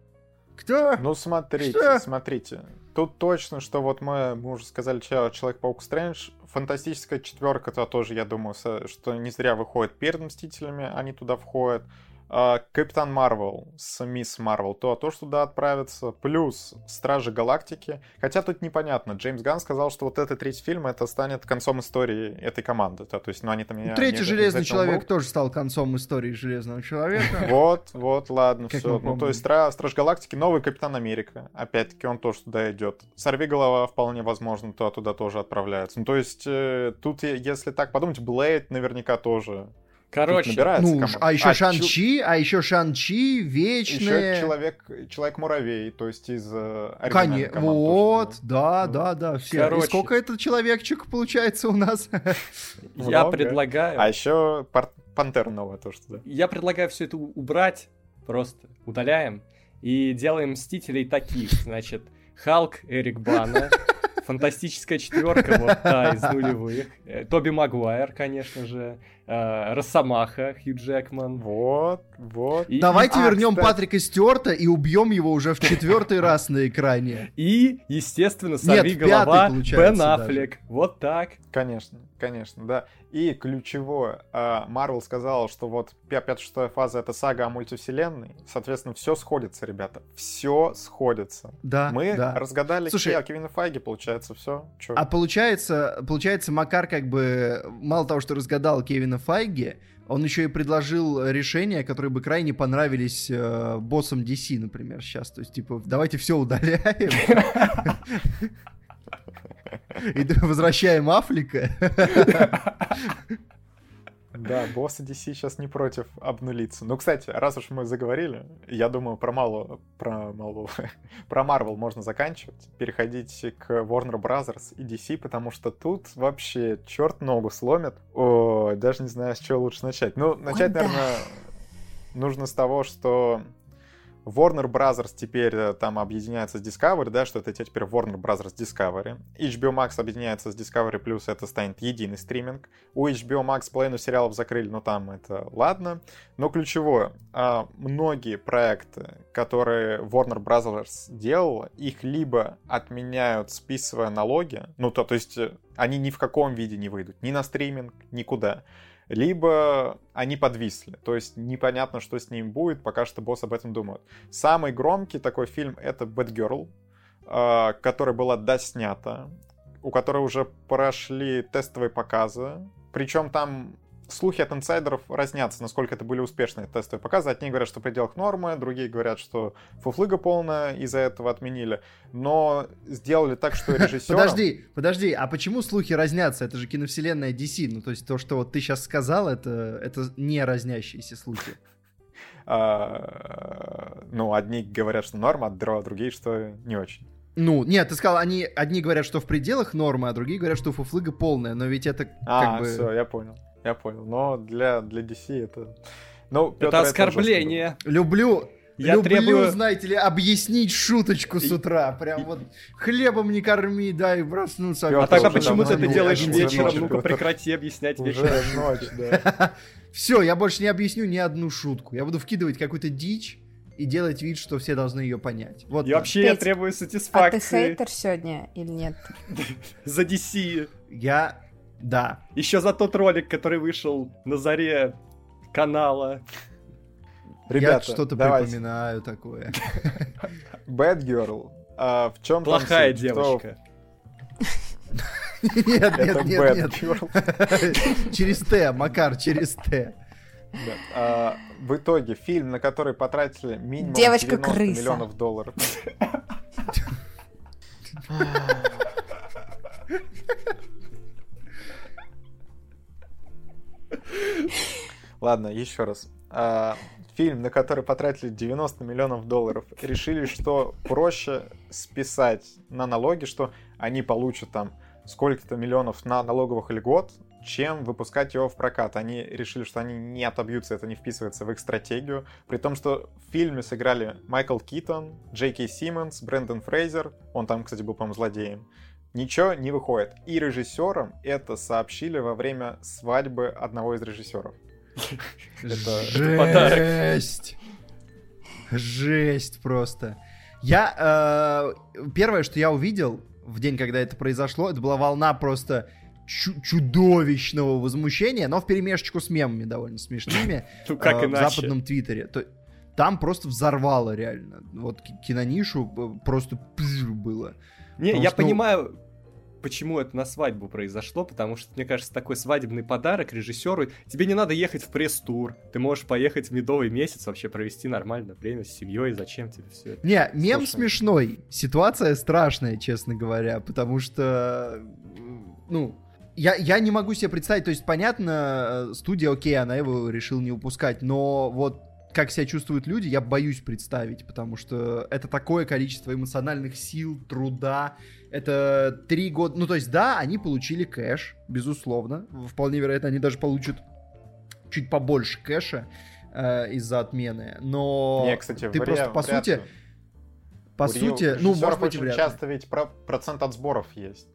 кто? Ну, смотрите, Что?» смотрите. Тут точно, что вот мы, мы уже сказали, Человек-паук, Стрэндж. Фантастическая четверка-то тоже, я думаю, что не зря выходит перед Мстителями, они туда входят. Капитан Марвел с Мисс Марвел, то тоже туда отправится, плюс Стражи Галактики. Хотя тут непонятно, Джеймс Ганн сказал, что вот этот третий фильм, это станет концом истории этой команды. То, то есть, ну, они там... Ну, третий Железный Человек умрут. Тоже стал концом истории Железного Человека. Вот, вот, ладно, все. Ну, то есть, Страж Галактики, новый Капитан Америка. Опять-таки, он тоже туда идет. Сорвиголова, вполне возможно, то туда тоже отправляется. Ну, то есть, тут, если так подумать, Блейд наверняка тоже... Короче, ну, а еще а, Шан-Чи, чу... а еще Шан-Чи, Вечные... Еще человек, Человек-муравей, то есть из э, Кон... Вот, да, да, да, все. Короче. И сколько этот человечек получается у нас? Я предлагаю... А еще Пантера новая тоже туда. Я предлагаю все это убрать, просто удаляем, и делаем Мстителей таких, значит, Халк, Эрик Бана, Фантастическая четверка, вот та из нулевых. Тоби Магуайр, конечно же. Э, Росомаха, Хью Джекман. Вот, вот. И, Давайте и, вернем а, Патрика Стюарта и убьем его уже в четвертый раз на экране. И, естественно, сорвиголова Бен Аффлек. Вот так. Конечно, конечно, да. И ключевое. Марвел сказал, что вот пятая-шестая фаза — это сага о мультивселенной. Соответственно, все сходится, ребята. Все сходится. Да, Мы да. разгадали Слушай, Кевина Файги, получается, все. Чё? А получается, получается, Макар как бы мало того, что разгадал Кевина Файги, он еще и предложил решения, которые бы крайне понравились э, боссам ди си, например, сейчас. То есть, типа, давайте все удаляем. И возвращаем Аффлека. Да, боссы ди си сейчас не против обнулиться. Ну, кстати, раз уж мы заговорили, я думаю, про Малу, про Малу, про Marvel можно заканчивать, переходить к Warner Brothers и ди си, потому что тут вообще черт ногу сломит. О, даже не знаю, с чего лучше начать. Ну, начать, Ой, наверное, да. нужно с того, что Warner Brothers теперь там объединяется с Discovery, да, что это теперь Warner Brothers Discovery. эйч би о Max объединяется с Discovery+, это станет единый стриминг. У эйч би о Max половину сериалов закрыли, но там это ладно. Но ключевое, многие проекты, которые Warner Brothers делала, их либо отменяют, списывая налоги, ну то, то есть они ни в каком виде не выйдут, ни на стриминг, никуда. Либо они подвисли, то есть непонятно, что с ним будет, пока что босс об этом думает. Самый громкий такой фильм — это Batgirl, э, которая была доснята, у которой уже прошли тестовые показы, причем там слухи от инсайдеров разнятся, насколько это были успешные тестовые показы. Одни говорят, что в пределах нормы, другие говорят, что фуфлыга полная, из-за этого отменили. Но сделали так, что режиссером... Подожди, подожди, а почему слухи разнятся? Это же киновселенная ди си. Ну, то есть то, что вот ты сейчас сказал, это, это не разнящиеся слухи. А, ну, одни говорят, что норма, а другие, что не очень. Ну, нет, ты сказал, они одни говорят, что в пределах нормы, а другие говорят, что фуфлыга полная. Но ведь это как а, бы... А, все, я понял. Я понял, но для, для ди си это... Ну, это оскорбление. Люблю, Я Люблю, требую... знаете ли, объяснить шуточку с утра. Прям вот хлебом не корми, дай проснуться. А тогда уже почему ты давно это не делаешь было. вечером? Уже Ну-ка ночь. прекрати объяснять Уже вечером. ночь, да. Все, я больше не объясню ни одну шутку. Я буду вкидывать какую-то дичь и делать вид, что все должны ее понять. Вот И так. вообще я Петь, требую А ты сатисфакции хейтер сегодня или нет? за ди си. Я... Да. Еще за тот ролик, который вышел на заре канала. Ребята, я что-то давайте. припоминаю такое. Bad Girl. А, в чем Плохая там суть? Что- девочка. Нет, Это нет, нет, Bad нет. Girl. Через Т, Макар, через Т. Да. А, в итоге фильм, на который потратили минимум девяносто Девочка-крыса. миллионов долларов. Ладно, еще раз. А, фильм, на который потратили девяносто миллионов долларов, решили, что проще списать на налоги, что они получат там сколько-то миллионов на налоговых льгот, чем выпускать его в прокат. Они решили, что они не отобьются, это не вписывается в их стратегию. При том, что в фильме сыграли Майкл Китон, Джей Кей Симмонс, Брэндон Фрейзер. Он там, кстати, был, по-моему, злодеем. Ничего не выходит. И режиссерам это сообщили во время свадьбы одного из режиссеров. Жесть! Жесть просто. Я... э, Первое, что я увидел в день, когда это произошло, это была волна просто чу- чудовищного возмущения, но вперемешечку с мемами довольно смешными. Ну как э, в иначе? западном твиттере. То- Там просто взорвало реально. Вот ки- кинонишу э, просто пзж было. Не, Потому я что, ну- понимаю, почему это на свадьбу произошло, потому что, мне кажется, такой свадебный подарок режиссеру. Тебе не надо ехать в пресс-тур. Ты можешь поехать в медовый месяц, вообще провести нормальное время с семьей. Зачем тебе все это? Не, мем Слушай. смешной. Ситуация страшная, честно говоря, потому что, ну, я, я не могу себе представить, то есть, понятно, студия, окей, она его решила не выпускать, но вот как себя чувствуют люди, я боюсь представить, потому что это такое количество эмоциональных сил, труда, это три года, ну, то есть, да, они получили кэш, безусловно, вполне вероятно, они даже получат чуть побольше кэша э, из-за отмены, но Не, кстати, ты вря- просто, по вряд сути, ли. по У сути, режиссеров ну, может быть, очень вряд ли. часто ведь про- процент от сборов есть.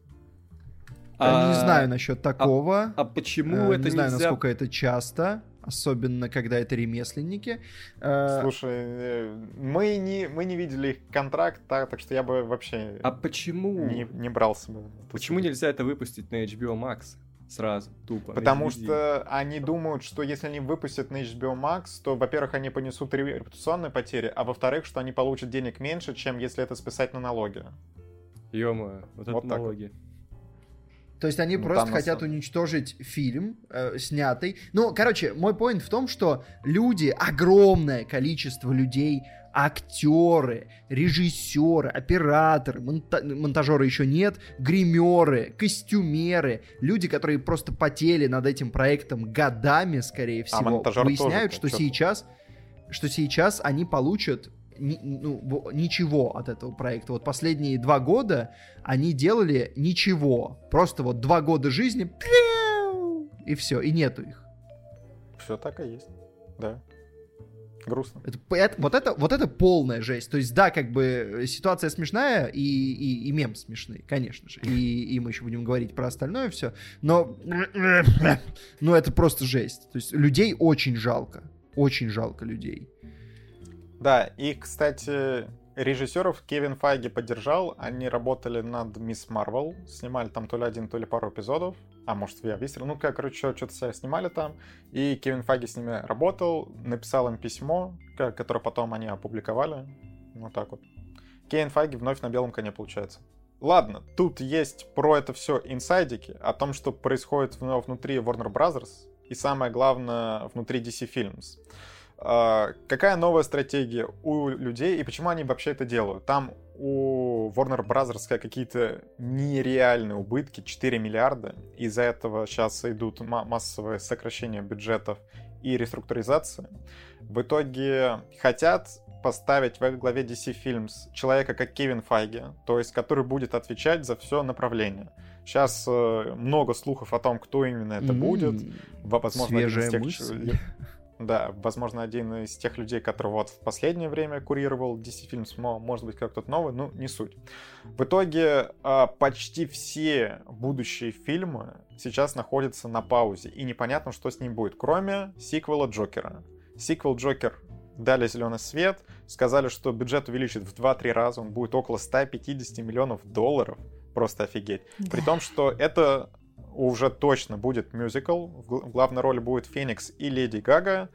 Я не А- знаю насчет такого. А почему Э, это не знаю, нельзя? насколько это часто, особенно когда это ремесленники. Э, Слушай, э, мы не, мы не видели их контракт, так, так что я бы вообще А почему? не, не брался бы. в эту Почему судьбу. нельзя это выпустить на эйч би о Max сразу, тупо? на Потому ди ви ди? что они думают, что если они выпустят на эйч би о Max, то, во-первых, они понесут репутационные потери, а во-вторых, что они получат денег меньше, чем если это списать на налоги. Ё-моё, вот это Вот так вот. налоги. То есть они Ну, просто там на хотят самом- уничтожить фильм, э, снятый. Ну, короче, мой поинт в том, что люди, огромное количество людей, актеры, режиссеры, операторы, монта- монтажеры еще нет, гримеры, костюмеры, люди, которые просто потели над этим проектом годами, скорее всего, монтажер выясняют, тоже-то, что чё ты? сейчас, что сейчас они получат ни- ну, во- ничего от этого проекта. Вот последние два года они делали ничего. Просто вот два года жизни, пиу, и все, и нету их. Все так и есть. Да. Грустно. Это, это- вот, это, вот это полная жесть. То есть, да, как бы ситуация смешная, и, и, и мем смешный, конечно же. И, и мы еще будем говорить про остальное все. Но, ну, это просто жесть. То есть, людей очень жалко. Очень жалко людей. Да, и, кстати, режиссеров Кевин Файги поддержал. Они работали над Мисс Марвел. Снимали там то ли один, то ли пару эпизодов. А может, я выстрел. Ну, как, короче, что-то снимали там. И Кевин Файги с ними работал. Написал им письмо, ка- которое потом они опубликовали. Вот так вот. Кевин Файги вновь на белом коне получается. Ладно, тут есть про это все инсайдики. О том, что происходит вну- внутри Warner Brothers. И самое главное, внутри ди си Films. Uh, какая новая стратегия у людей и почему они вообще это делают? Там у Warner Bros. Какие-то нереальные убытки, четыре миллиарда. Из-за этого сейчас идут ма- массовые сокращения бюджетов и реструктуризации. В итоге хотят поставить во главе ди си Films человека, как Кевин Файги, то есть который будет отвечать за все направление. Сейчас э, много слухов о том, кто именно это М, будет. Возможно, один из свежая тех мысль. ч- Да, возможно, один из тех людей, который вот в последнее время курировал ди си Films, может быть, как кто-то новый, ну, не суть. В итоге почти все будущие фильмы сейчас находятся на паузе, и непонятно, что с ним будет, кроме сиквела Джокера. Сиквел Джокер дали зеленый свет, сказали, что бюджет увеличит в два-три раза, он будет около сто пятьдесят миллионов долларов, просто офигеть. Да. При том, что это уже точно будет мюзикл, в главной роли будет Феникс и Леди Гага,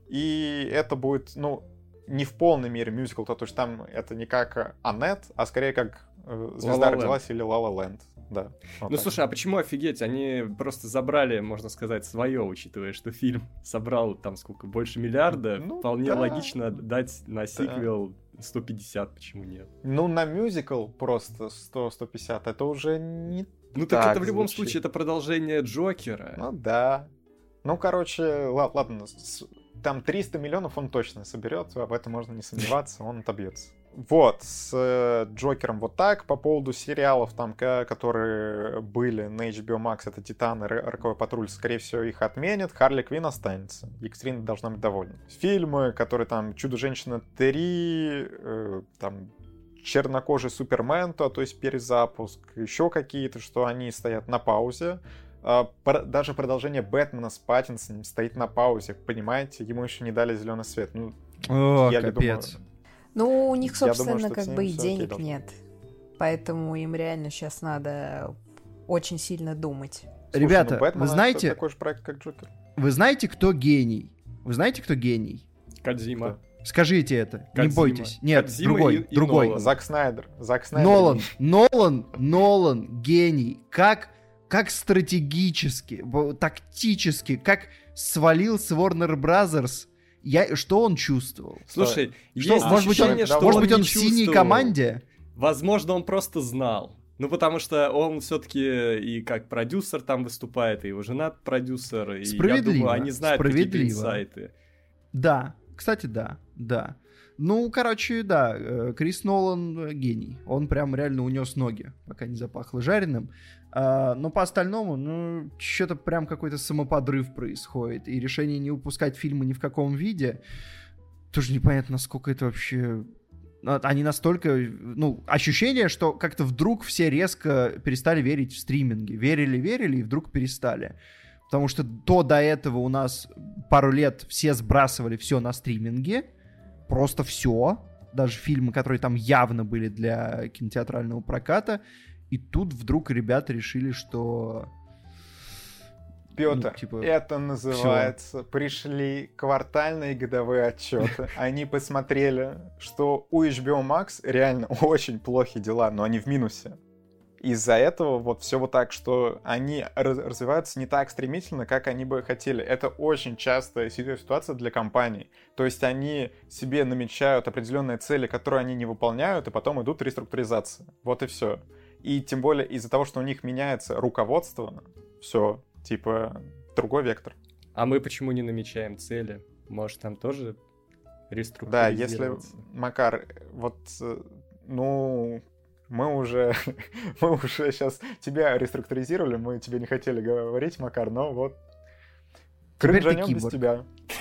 и это будет, ну, не в полной мере мюзикл, то есть там это не как Аннет, а скорее как «Звезда родилась» или «Ла Ла Ленд». Да, вот ну, так. Слушай, а почему офигеть? Они просто забрали, можно сказать, свое, учитывая, что фильм собрал там сколько, больше миллиарда. Ну, Вполне да. логично дать на сиквел да. сто пятьдесят, почему нет? Ну, на мюзикл просто сто - сто пятьдесят, это уже не Ну, так, так это в любом звучит. случае, это продолжение Джокера. Ну, да. Ну, короче, ладно, там триста миллионов он точно соберет, об этом можно не сомневаться, он отобьется. Вот, с э, Джокером вот так. По поводу сериалов, там, которые были на эйч би о Max, это «Титаны», «Роковой патруль», скорее всего, их отменят. «Харли Квинн» останется. Екатерина должна быть довольна. Фильмы, которые там «Чудо-женщина три», э, там, «Чернокожий Супермен», то, то есть перезапуск, еще какие-то, что они стоят на паузе. А, про, даже продолжение «Бэтмена» с Паттинсоном стоит на паузе, понимаете? Ему еще не дали зеленый свет. Ну, О, я капец. Думаю, ну, у них, собственно, думаю, как бы и денег нет. Поэтому им реально сейчас надо очень сильно думать. Слушай, ребята, ну, вы знаете... такой же проект, как Джокер. Вы знаете, кто гений? Вы знаете, кто гений? Кодзима. Кто? Скажите это, Кодзима. не бойтесь. Нет, Кодзима другой, и, и другой. Нолан. Зак Снайдер. Зак Снайдер. Нолан, Нолан, Нолан, гений. Как, как стратегически, тактически, как свалил с Warner Brothers. Я, что он чувствовал? Слушай, что, есть может быть, ощущение, он, что может он быть, он не в синей чувствовал. команде? Возможно, он просто знал. Ну, потому что он все-таки и как продюсер там выступает, и его жена продюсер, и я думаю, они знают какие-то инсайты. Да, кстати, да, да. Ну, короче, да, Крис Нолан гений. Он прям реально унес ноги, пока не запахло жареным. А, но по остальному, ну, что-то прям какой-то самоподрыв происходит. И решение не выпускать фильмы ни в каком виде, тоже непонятно, насколько это вообще... Они настолько... Ну, ощущение, что как-то вдруг все резко перестали верить в стриминги. Верили-верили и вдруг перестали. Потому что до до этого у нас пару лет все сбрасывали все на стриминге. Просто все. Даже фильмы, которые там явно были для кинотеатрального проката. И тут вдруг ребята решили, что... Петр, ну, типа, это называется всё. Пришли квартальные годовые отчеты. Они посмотрели, что у эйч би о Max реально очень плохие дела, но они в минусе. Из-за этого вот все вот так, что они развиваются не так стремительно, как они бы хотели. Это очень частая ситуация для компаний. То есть они себе намечают определенные цели, которые они не выполняют, и потом идут реструктуризация. Вот и все. И тем более из-за того, что у них меняется руководство, все, типа, другой вектор. А мы почему не намечаем цели? Может, там тоже реструктуризироваться? Да, если, Макар, вот, ну... Мы уже, мы уже сейчас тебя реструктуризировали, мы тебе не хотели говорить, Макар, но вот кринжанем без тебя.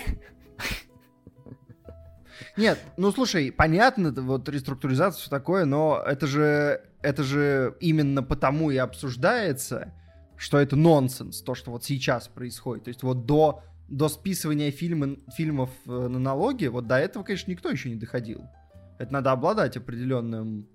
Нет, ну слушай, понятно, вот реструктуризация, все такое, но это же, это же именно потому и обсуждается, что это нонсенс, то, что вот сейчас происходит. То есть вот до, до списывания фильма, фильмов на налоги, вот до этого, конечно, никто еще не доходил. Это надо обладать определенным...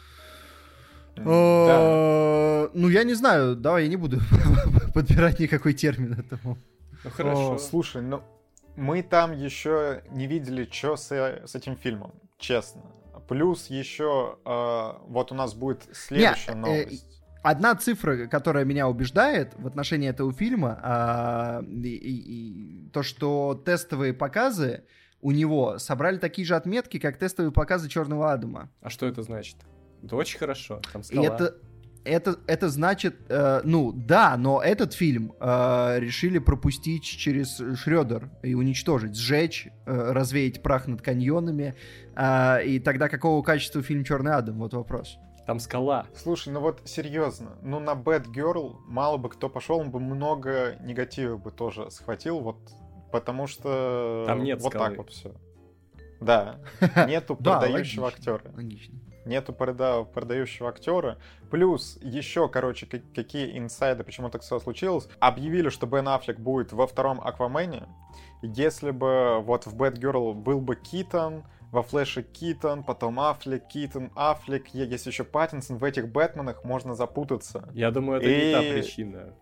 Да. Ну, я не знаю, давай я не буду подбирать никакой термин этому. Ну, хорошо. О, слушай, ну, мы там еще не видели, что с, с этим фильмом, честно. Плюс еще, э, вот у нас будет следующая Нет, новость. Э, одна цифра, которая меня убеждает в отношении этого фильма, э, и, и, и, то, что тестовые показы у него собрали такие же отметки, как тестовые показы «Черного Адама». А что это значит? Это очень хорошо. Там скала. И это, это, это значит, э, ну да, но этот фильм э, решили пропустить через Шрёдер и уничтожить, сжечь, э, развеять прах над каньонами. Э, и тогда какого качества фильм «Черный Адам»? Вот вопрос. Там скала. Слушай, ну вот серьезно, ну на Bad Girl мало бы кто пошел, он бы много негатива бы тоже схватил, вот потому что Там нет вот скалы. так вот все. Да, нету Да, продающего логично, актера. логично. Нету прода- продающего актера. Плюс еще, короче, к- какие инсайды, почему так все случилось. Объявили, что Бен Аффлек будет во втором Аквамене. Если бы вот в Бэтгерл был бы Китон, во Флэше Китон, потом Аффлек, Китон, Аффлек, е- есть еще Паттинсон, в этих Бэтменах можно запутаться. Я думаю, это не та И- причина.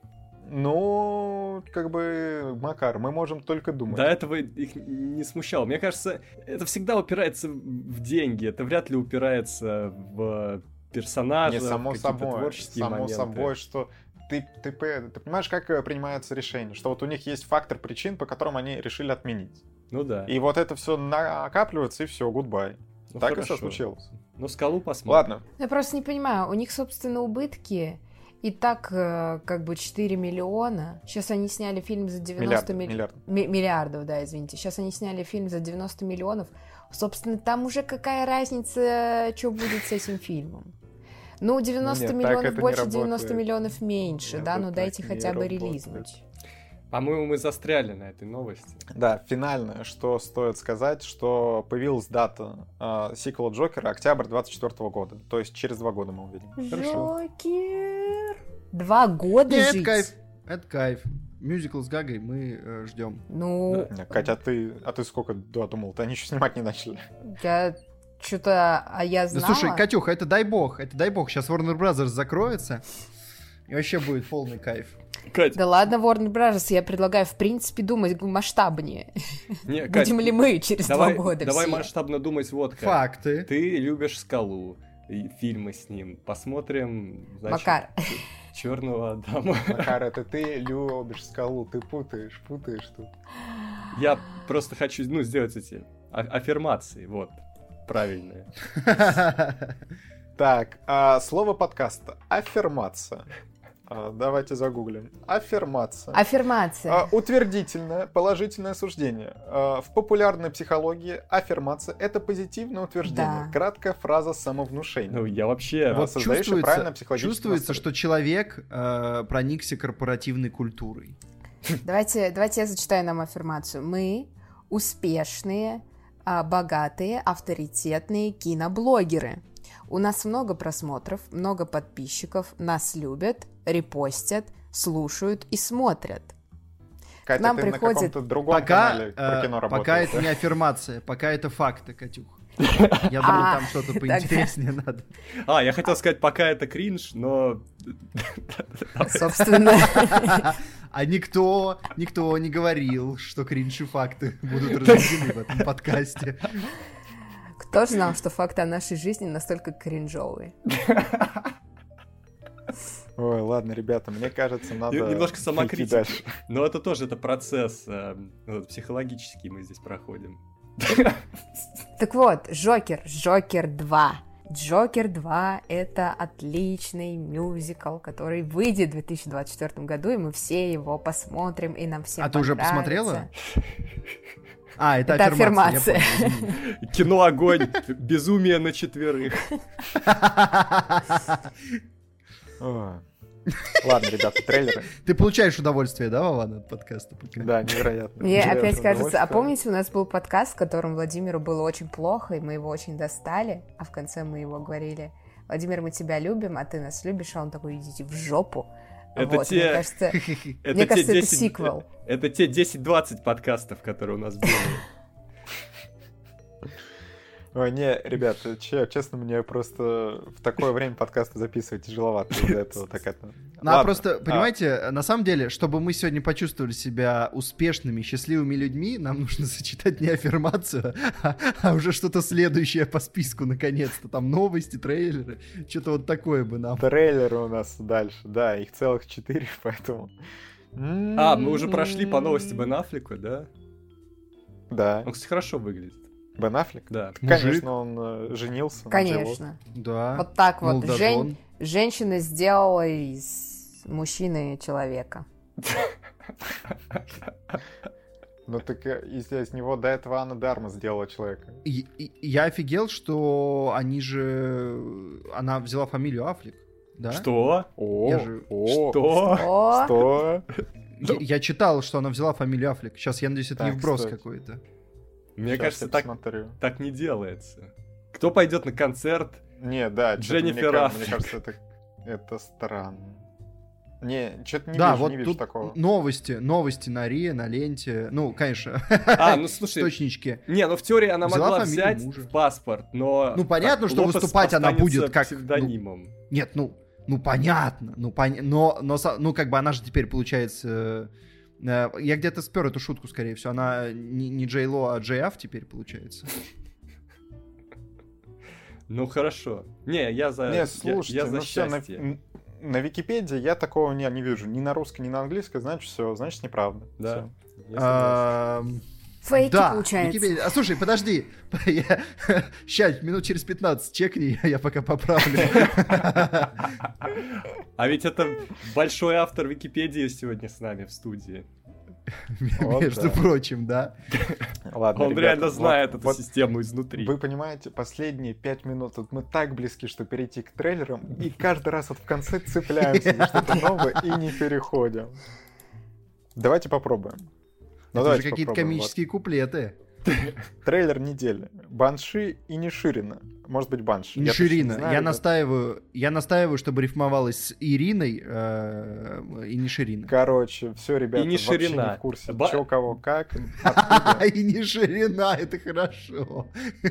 Ну, как бы, Макар, мы можем только думать. До этого их не смущало. Мне кажется, это всегда упирается в деньги. Это вряд ли упирается в персонажа, Не, само в какие-то собой, творческие само моменты. собой, что ты, ты, п- ты понимаешь, как э, принимаются решения, что вот у них есть фактор причин, по которым они решили отменить. Ну да. И вот это все накапливается, и все, гудбай. Ну, так хорошо. и все случилось. Ну, скалу посмотрим. Ладно, Я просто не понимаю, у них, собственно, убытки и так э, как бы четыре миллиона. Сейчас они сняли фильм за девяносто миллиарды, милли- миллиарды. ми- миллиардов, да, извините. Сейчас они сняли фильм за девяносто миллионов. Собственно, там уже какая разница, что будет с этим фильмом? Ну, девяносто Нет, так миллионов это не больше, работает. девяносто миллионов меньше, Нет, да, это ну дайте так не хотя бы работает. релизнуть. По-моему, мы застряли на этой новости. Да, финальное, что стоит сказать, что появилась дата э, сиквела Джокера, октябрь двадцать четвёртого года. То есть через два года мы увидим. Джокер. Два года Нет, жить? кайф. Это кайф. Мюзикл с Гагой мы э, ждем. Ну, Не, Катя, а ты, а ты сколько да, думал-то? Они еще снимать не начали. я что-то, а я Да знала. слушай, Катюха, это дай бог, это дай бог. Сейчас Warner Brothers закроется, и вообще будет полный кайф. Кать, Да ладно, Warner Bros., я предлагаю, в принципе, думать масштабнее. не, Кать, Будем ли мы через давай, два года давай все? масштабно думать вот как. Факты. Ты любишь «Скалу», и фильмы с ним. Посмотрим, значит, Макар. «Черного Адама». Макар, это ты любишь скалу, ты путаешь, путаешь тут. Я просто хочу, ну, сделать эти а- аффирмации, вот, правильные. Так, а, слово подкаста. Аффирмация. А, давайте загуглим. Аффирмация. Аффирмация. А, утвердительное, положительное суждение. А, в популярной психологии аффирмация — это позитивное утверждение. Да. Краткая фраза самовнушения. Ну, я вообще... Вот. Вот создающий правильное чувствуется, психологическое чувствуется, настрой. что человек э, проникся корпоративной культурой. Давайте, давайте я зачитаю нам аффирмацию. Мы успешные, а, богатые, авторитетные киноблогеры. У нас много просмотров, много подписчиков, нас любят, репостят, слушают и смотрят. Катя, нам ты приходит- на каком-то другом Пока, канале про э, кино пока работаешь, это да? не аффирмация, пока это факты, Катюх. Я думаю, А, там что-то поинтереснее надо. А, я хотел сказать, пока это кринж, но... Собственно, А никто, никто не говорил, что кринж и факты будут разделены в этом подкасте. кто же знал, что факты о нашей жизни настолько кринжовые? Ой, ладно, ребята, мне кажется, надо Немножко идти самокритики. дальше. Но это тоже это процесс э, вот, психологический мы здесь проходим. Так вот, Джокер, Джокер два. Джокер два — это отличный мюзикл, который выйдет в две тысячи двадцать четвёртом году, и мы все его посмотрим, и нам всем А ты уже понравится. посмотрела? А, это, Это аффирмация. аффирмация. я понял, извини. Кино «Огонь», безумие на четверых. Ой. Ладно, ребята, трейлеры. Ты получаешь удовольствие, да, Вован, от подкаста? пока? Да, невероятно. Мне Невероятное опять кажется, а удовольствие. помните, у нас был подкаст, в котором Владимиру было очень плохо, и мы его очень достали, а в конце мы его говорили: Владимир, мы тебя любим, а ты нас любишь, а он такой: идите в жопу. Это Вот, те- мне кажется, Это мне те кажется, это десять сиквел. Это те десять-двадцать подкастов, которые у нас были. Ой, не, ребята, че- честно, мне просто в такое время подкасты записывать тяжеловато из-за этого. Так это... Ну, а Ладно. просто, А, понимаете, на самом деле, чтобы мы сегодня почувствовали себя успешными, счастливыми людьми, нам нужно сочетать не аффирмацию, а, а уже что-то следующее по списку, наконец-то. Там новости, трейлеры, что-то вот такое бы нам. трейлеры у нас дальше, да, их целых четыре, поэтому... А, мы уже прошли по новости Бен Аффлека, да? Да, Он, кстати, хорошо выглядит. Бен Аффлек? Да. Мужик. Конечно, он э, женился. начал. Конечно. Да. Вот так вот. молодожен. Жень- женщина сделала из мужчины человека. Ну так э, из, из него до этого Анна Дарма сделала человека. И- и- Я офигел, что они же... Она взяла фамилию Аффлек, да? Что? О, Я же- о, Что? О, Что? я, я читал, что она взяла фамилию Аффлек. Сейчас, я надеюсь, это Так, не вброс кстати. какой-то. Мне Щас кажется, я так, посмотрю. так не делается. Кто пойдет на концерт? Не, да, чё-то Дженнифер мне, ка- Аффлек. мне кажется, это, это странно. Не, что-то не да, вижу, вот не вижу тут такого. новости, новости на Риа, на ленте. Ну, конечно, А, ну слушай, источнички. не, ну в теории она Взяла могла фамилию взять мужа. в паспорт, но... Ну, понятно, что Лопес выступать она останется будет как, ну, псевдонимом. Нет, ну, ну понятно, ну пон... но, но, со- ну как бы она же теперь получается, э, э, я где-то спер эту шутку, скорее всего, она не, не Джей Ло, а Джей Аф теперь получается. Ну хорошо. Не, я за, Не, я- слушайте, я, за ну все, на, счастье. н- на Википедии я такого не, не вижу. Ни на русской, ни на английской, значит все, значит неправда. Да. Всё. Я согласен. А, Фейки, да, получается. Википедия. А слушай, подожди, сейчас минут через пятнадцать чекни, я пока поправлю. А ведь это большой автор Википедии сегодня с нами в студии. Вот Между да. прочим, да. Ладно, Он ребята, реально вот- знает эту вот систему изнутри. Вы понимаете, последние пять минут вот мы так близки, что перейти к трейлерам, и каждый раз вот в конце цепляемся за что-то новое и не переходим. Давайте попробуем. Ну, Это же давайте какие-то попробуем. комические куплеты. Вот. Трейлер недели. Банши и Ниширина. Может быть, Банши. Не Я точно Ширина. знаю, Я да. настаиваю, я настаиваю, чтобы рифмовалось с Ириной э, и не Ширина. Короче, все, ребята, И не вообще Ширина. не в курсе. Ба- Чё, кого, как, откуда. И не Ширина, это хорошо.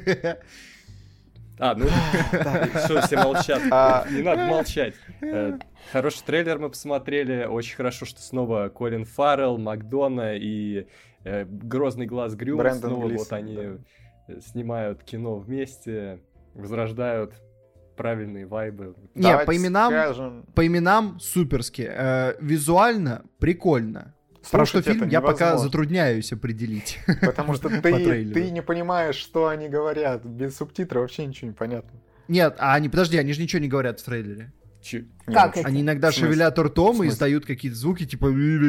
А, ну, что все молчат? А- Не надо молчать. Э, Хороший трейлер мы посмотрели. Очень хорошо, что снова Колин Фаррелл, Макдона и э, Грозный глаз Грюм. Брэндон Снова вот Глисон, они э, снимают кино вместе, возрождают правильные вайбы. Не, Давайте по именам, скажем, по именам суперски. Э, визуально прикольно. Про что слушать фильм это я пока невозможно, затрудняюсь определить. Потому что по ты, трейлеру. ты не понимаешь, что они говорят. Без субтитров вообще ничего не понятно. Нет, а они, подожди, они же ничего не говорят в трейлере. Чё- Не, Как ну, это? Они иногда В смысле? шевелят В ртом и смысле? издают какие-то звуки, типа...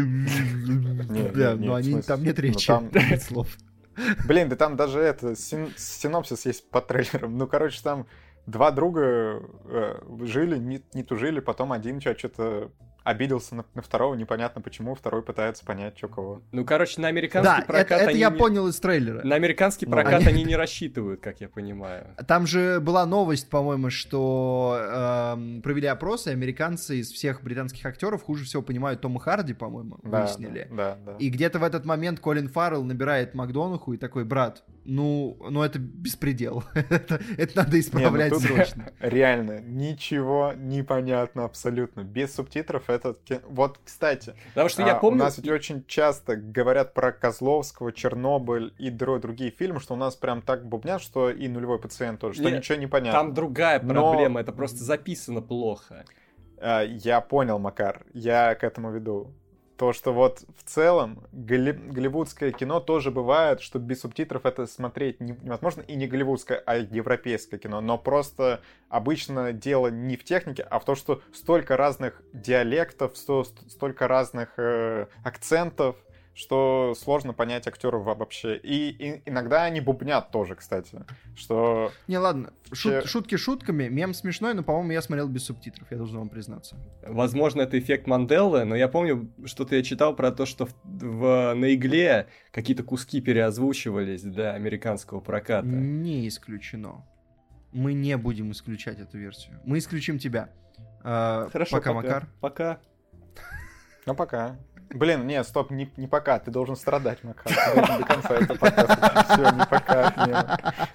Не, Да, не, не, но в они, смысле? там нет Ну, речи, там- нет слов. Блин, да там даже это, син- синопсис есть по трейлерам. Ну, короче, там два друга э, жили, не, не тужили, потом один что-то обиделся на, на второго, непонятно почему, второй пытается понять, что кого. Ну, короче, на американский Да, это, прокат это они я не- понял из трейлера. На американский Ну, прокат они- они не рассчитывают, как я понимаю. Там же была новость, по-моему, что эм, провели опросы, и американцы из всех британских актеров хуже всего понимают Тома Харди, по-моему, Да, выяснили. Да, да. И где-то в этот момент Колин Фаррелл набирает Макдонаху и такой: брат, ну, ну это беспредел. это, это надо исправлять Не, ну тут срочно. Реально, ничего не понятно абсолютно. Без субтитров этот... ки- Вот, кстати, Потому что я а, помню... у нас ведь очень часто говорят про Козловского, Чернобыль и дро- другие фильмы, что у нас прям так бубнят, что и «Нулевой пациент» тоже, что Не, ничего не понятно. Там другая Но- проблема, это просто записано плохо. А, Я понял, Макар, я к этому веду. То, что вот в целом голли- голливудское кино тоже бывает, что без субтитров это смотреть не- невозможно, и не голливудское, а европейское кино. Но просто обычно дело не в технике, а в том, что столько разных диалектов, сто- столько разных э, акцентов, что сложно понять актеров вообще. И, и иногда они бубнят тоже, кстати. Что Не, ладно, шут- Че- шутки шутками, мем смешной, но, по-моему, я смотрел без субтитров, я должен вам признаться. Возможно, это эффект Манделы, но я помню, что-то я читал про то, что в, в- на игле какие-то куски переозвучивались для американского проката. Не исключено. Мы не будем исключать эту версию. Мы исключим тебя. А, Хорошо, пока, Макар. Пока. ну пока. Блин, нет, стоп, не, не пока, ты должен страдать, Макар. Ты должен до конца этого подкаста. Все, не пока.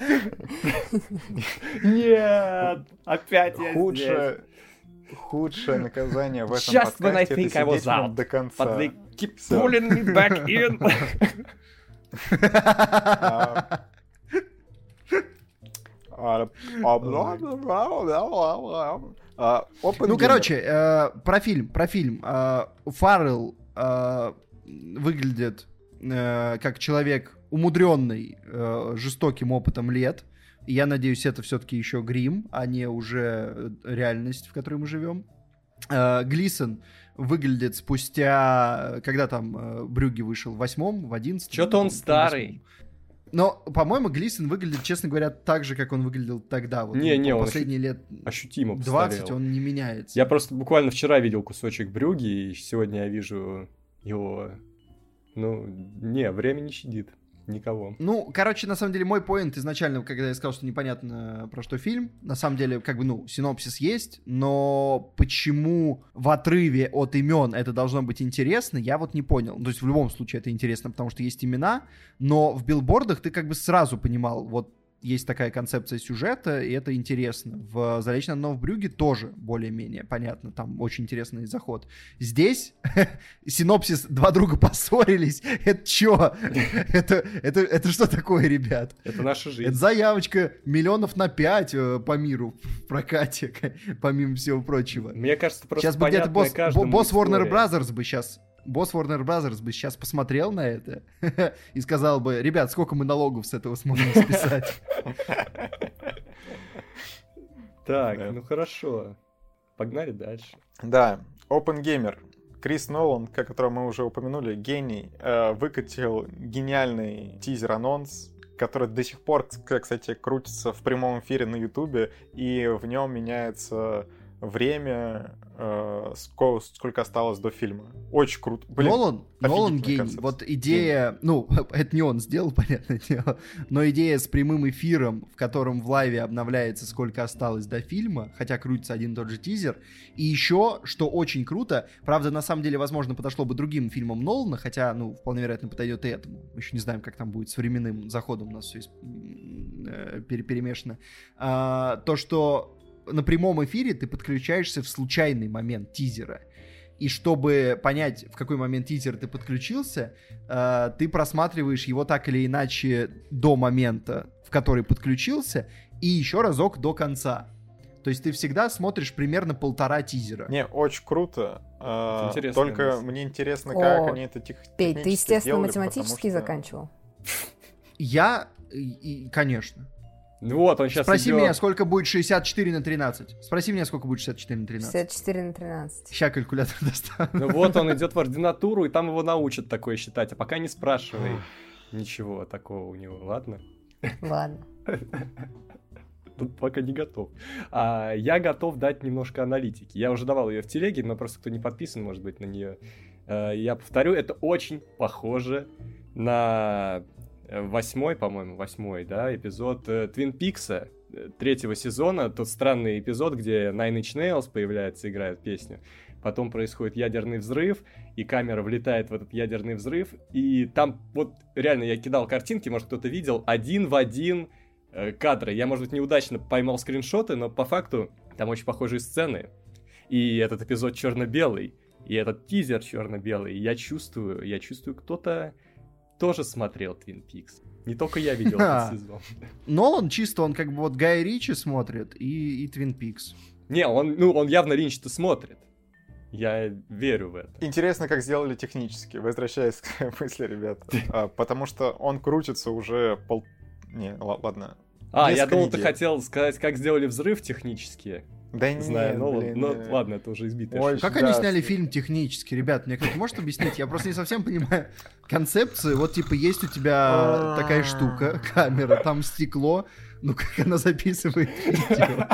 Нет. Нет, опять я Худшее, худшее наказание в этом Just when I подкасте think это I was сидеть в нем out, до конца. But they keep Всё. pulling me back in. А, а, а, Ну, Oppenheimer. короче, э, про фильм, про фильм. Э, Фаррелл э, выглядит э, как человек, умудренный э, жестоким опытом лет. И я надеюсь, это все-таки еще грим, а не уже реальность, в которой мы живем. Э, Глисон выглядит спустя... Когда там э, Брюгге вышел? В восьмом? В одиннадцатом? Чё-то он В старый. восьмом. Но, по-моему, Глисон выглядит, честно говоря, так же, как он выглядел тогда. Вот, Не, ну, не, он последние лет Ощутимо двадцать постарел. он не меняется. Я просто буквально вчера видел кусочек Брюги, и сегодня я вижу его... Ну, не, время не щадит никого. Ну, короче, на самом деле, мой поинт изначально, когда я сказал, что непонятно про что фильм, на самом деле, как бы, ну, синопсис есть, но почему в отрыве от имен это должно быть интересно, я вот не понял. То есть в любом случае это интересно, потому что есть имена, но в билбордах ты как бы сразу понимал, вот есть такая концепция сюжета, и это интересно. В «Залечь на дно в брюгге» тоже более-менее понятно, там очень интересный заход. Здесь синопсис «Два друга поссорились», это чё? это, это, это что такое, ребят? Это наша жизнь. Это заявочка миллионов на пять э, по миру в прокате, помимо всего прочего. Мне кажется, просто сейчас бы где-то босс, босс Warner история. Brothers бы сейчас... Босс Warner Brothers бы сейчас посмотрел на это и сказал бы: ребят, сколько мы налогов с этого сможем списать? Так, ну хорошо. Погнали дальше. Да, OpenGamer. Крис Нолан, которого мы уже упомянули, гений, выкатил гениальный тизер-анонс, который до сих пор, кстати, крутится в прямом эфире на Ютубе, и в нем меняется время, э, сколько, сколько осталось до фильма. Очень круто. Блин, Нолан, Нолан гений. концепция. Вот идея, гений. Ну, это не он сделал, понятное дело, но идея с прямым эфиром, в котором в лайве обновляется, сколько осталось до фильма, хотя крутится один и тот же тизер. И еще, что очень круто, правда, на самом деле, возможно, подошло бы другим фильмам Нолана, хотя, ну, вполне вероятно, подойдет и этому. Мы еще не знаем, как там будет с временным заходом, у нас все перемешано. А, то, что на прямом эфире ты подключаешься в случайный момент тизера. И чтобы понять, в какой момент тизера ты подключился, э, ты просматриваешь его так или иначе до момента, в который подключился, и еще разок до конца. То есть ты всегда смотришь примерно полтора тизера. Не, очень круто. А, только мысль. Мне интересно, как О, они это тех, Петь, ты, естественно, сделали, математический что... заканчивал? Я, и, и, конечно. Ну вот, он сейчас Спроси идет... меня, сколько будет шестьдесят четыре на тринадцать. Спроси меня, сколько будет шестьдесят четыре на тринадцать. шестьдесят четыре на тринадцать. Ща калькулятор достану. Ну вот, он идет в ординатуру, и там его научат такое считать. А пока не спрашивай. Ничего такого у него, ладно? Ладно. Тут пока не готов. А, я готов дать немножко аналитики. Я уже давал ее в телеге, но просто кто не подписан, может быть, на нее. А, я повторю, это очень похоже на восьмой, по-моему, восьмой, да, эпизод э, Твин Пикса э, третьего сезона. Тот странный эпизод, где Nine Inch Nails появляется, играет песню. Потом происходит ядерный взрыв, и камера влетает в этот ядерный взрыв. И там вот реально я кидал картинки, может кто-то видел, один в один э, кадры. Я, может быть, неудачно поймал скриншоты, но по факту там очень похожие сцены. И этот эпизод черно-белый, и этот тизер черно-белый. И я чувствую, я чувствую, кто-то тоже смотрел Twin Peaks. Не только я видел этот сезон. Нолан чисто, он как бы вот Гай Ричи смотрит и, и Twin Peaks. Не, он, ну, он явно Линч-то смотрит. Я верю в это. Интересно, как сделали технически, возвращаясь к мысли, ребята. а, потому что он крутится уже пол... Не, л- ладно. А, Несколько я думал, ты недель. хотел сказать, как сделали взрыв технически. Да не, Знаю Нолан. блин, Ну, э, ладно, это уже избитая Ой, шутка. Как они Да, сняли с- фильм технически, ребят? Мне кто-то может объяснить? Я просто не совсем понимаю концепцию. Вот, типа, есть у тебя такая штука, камера, там стекло. Ну, как она записывает видео?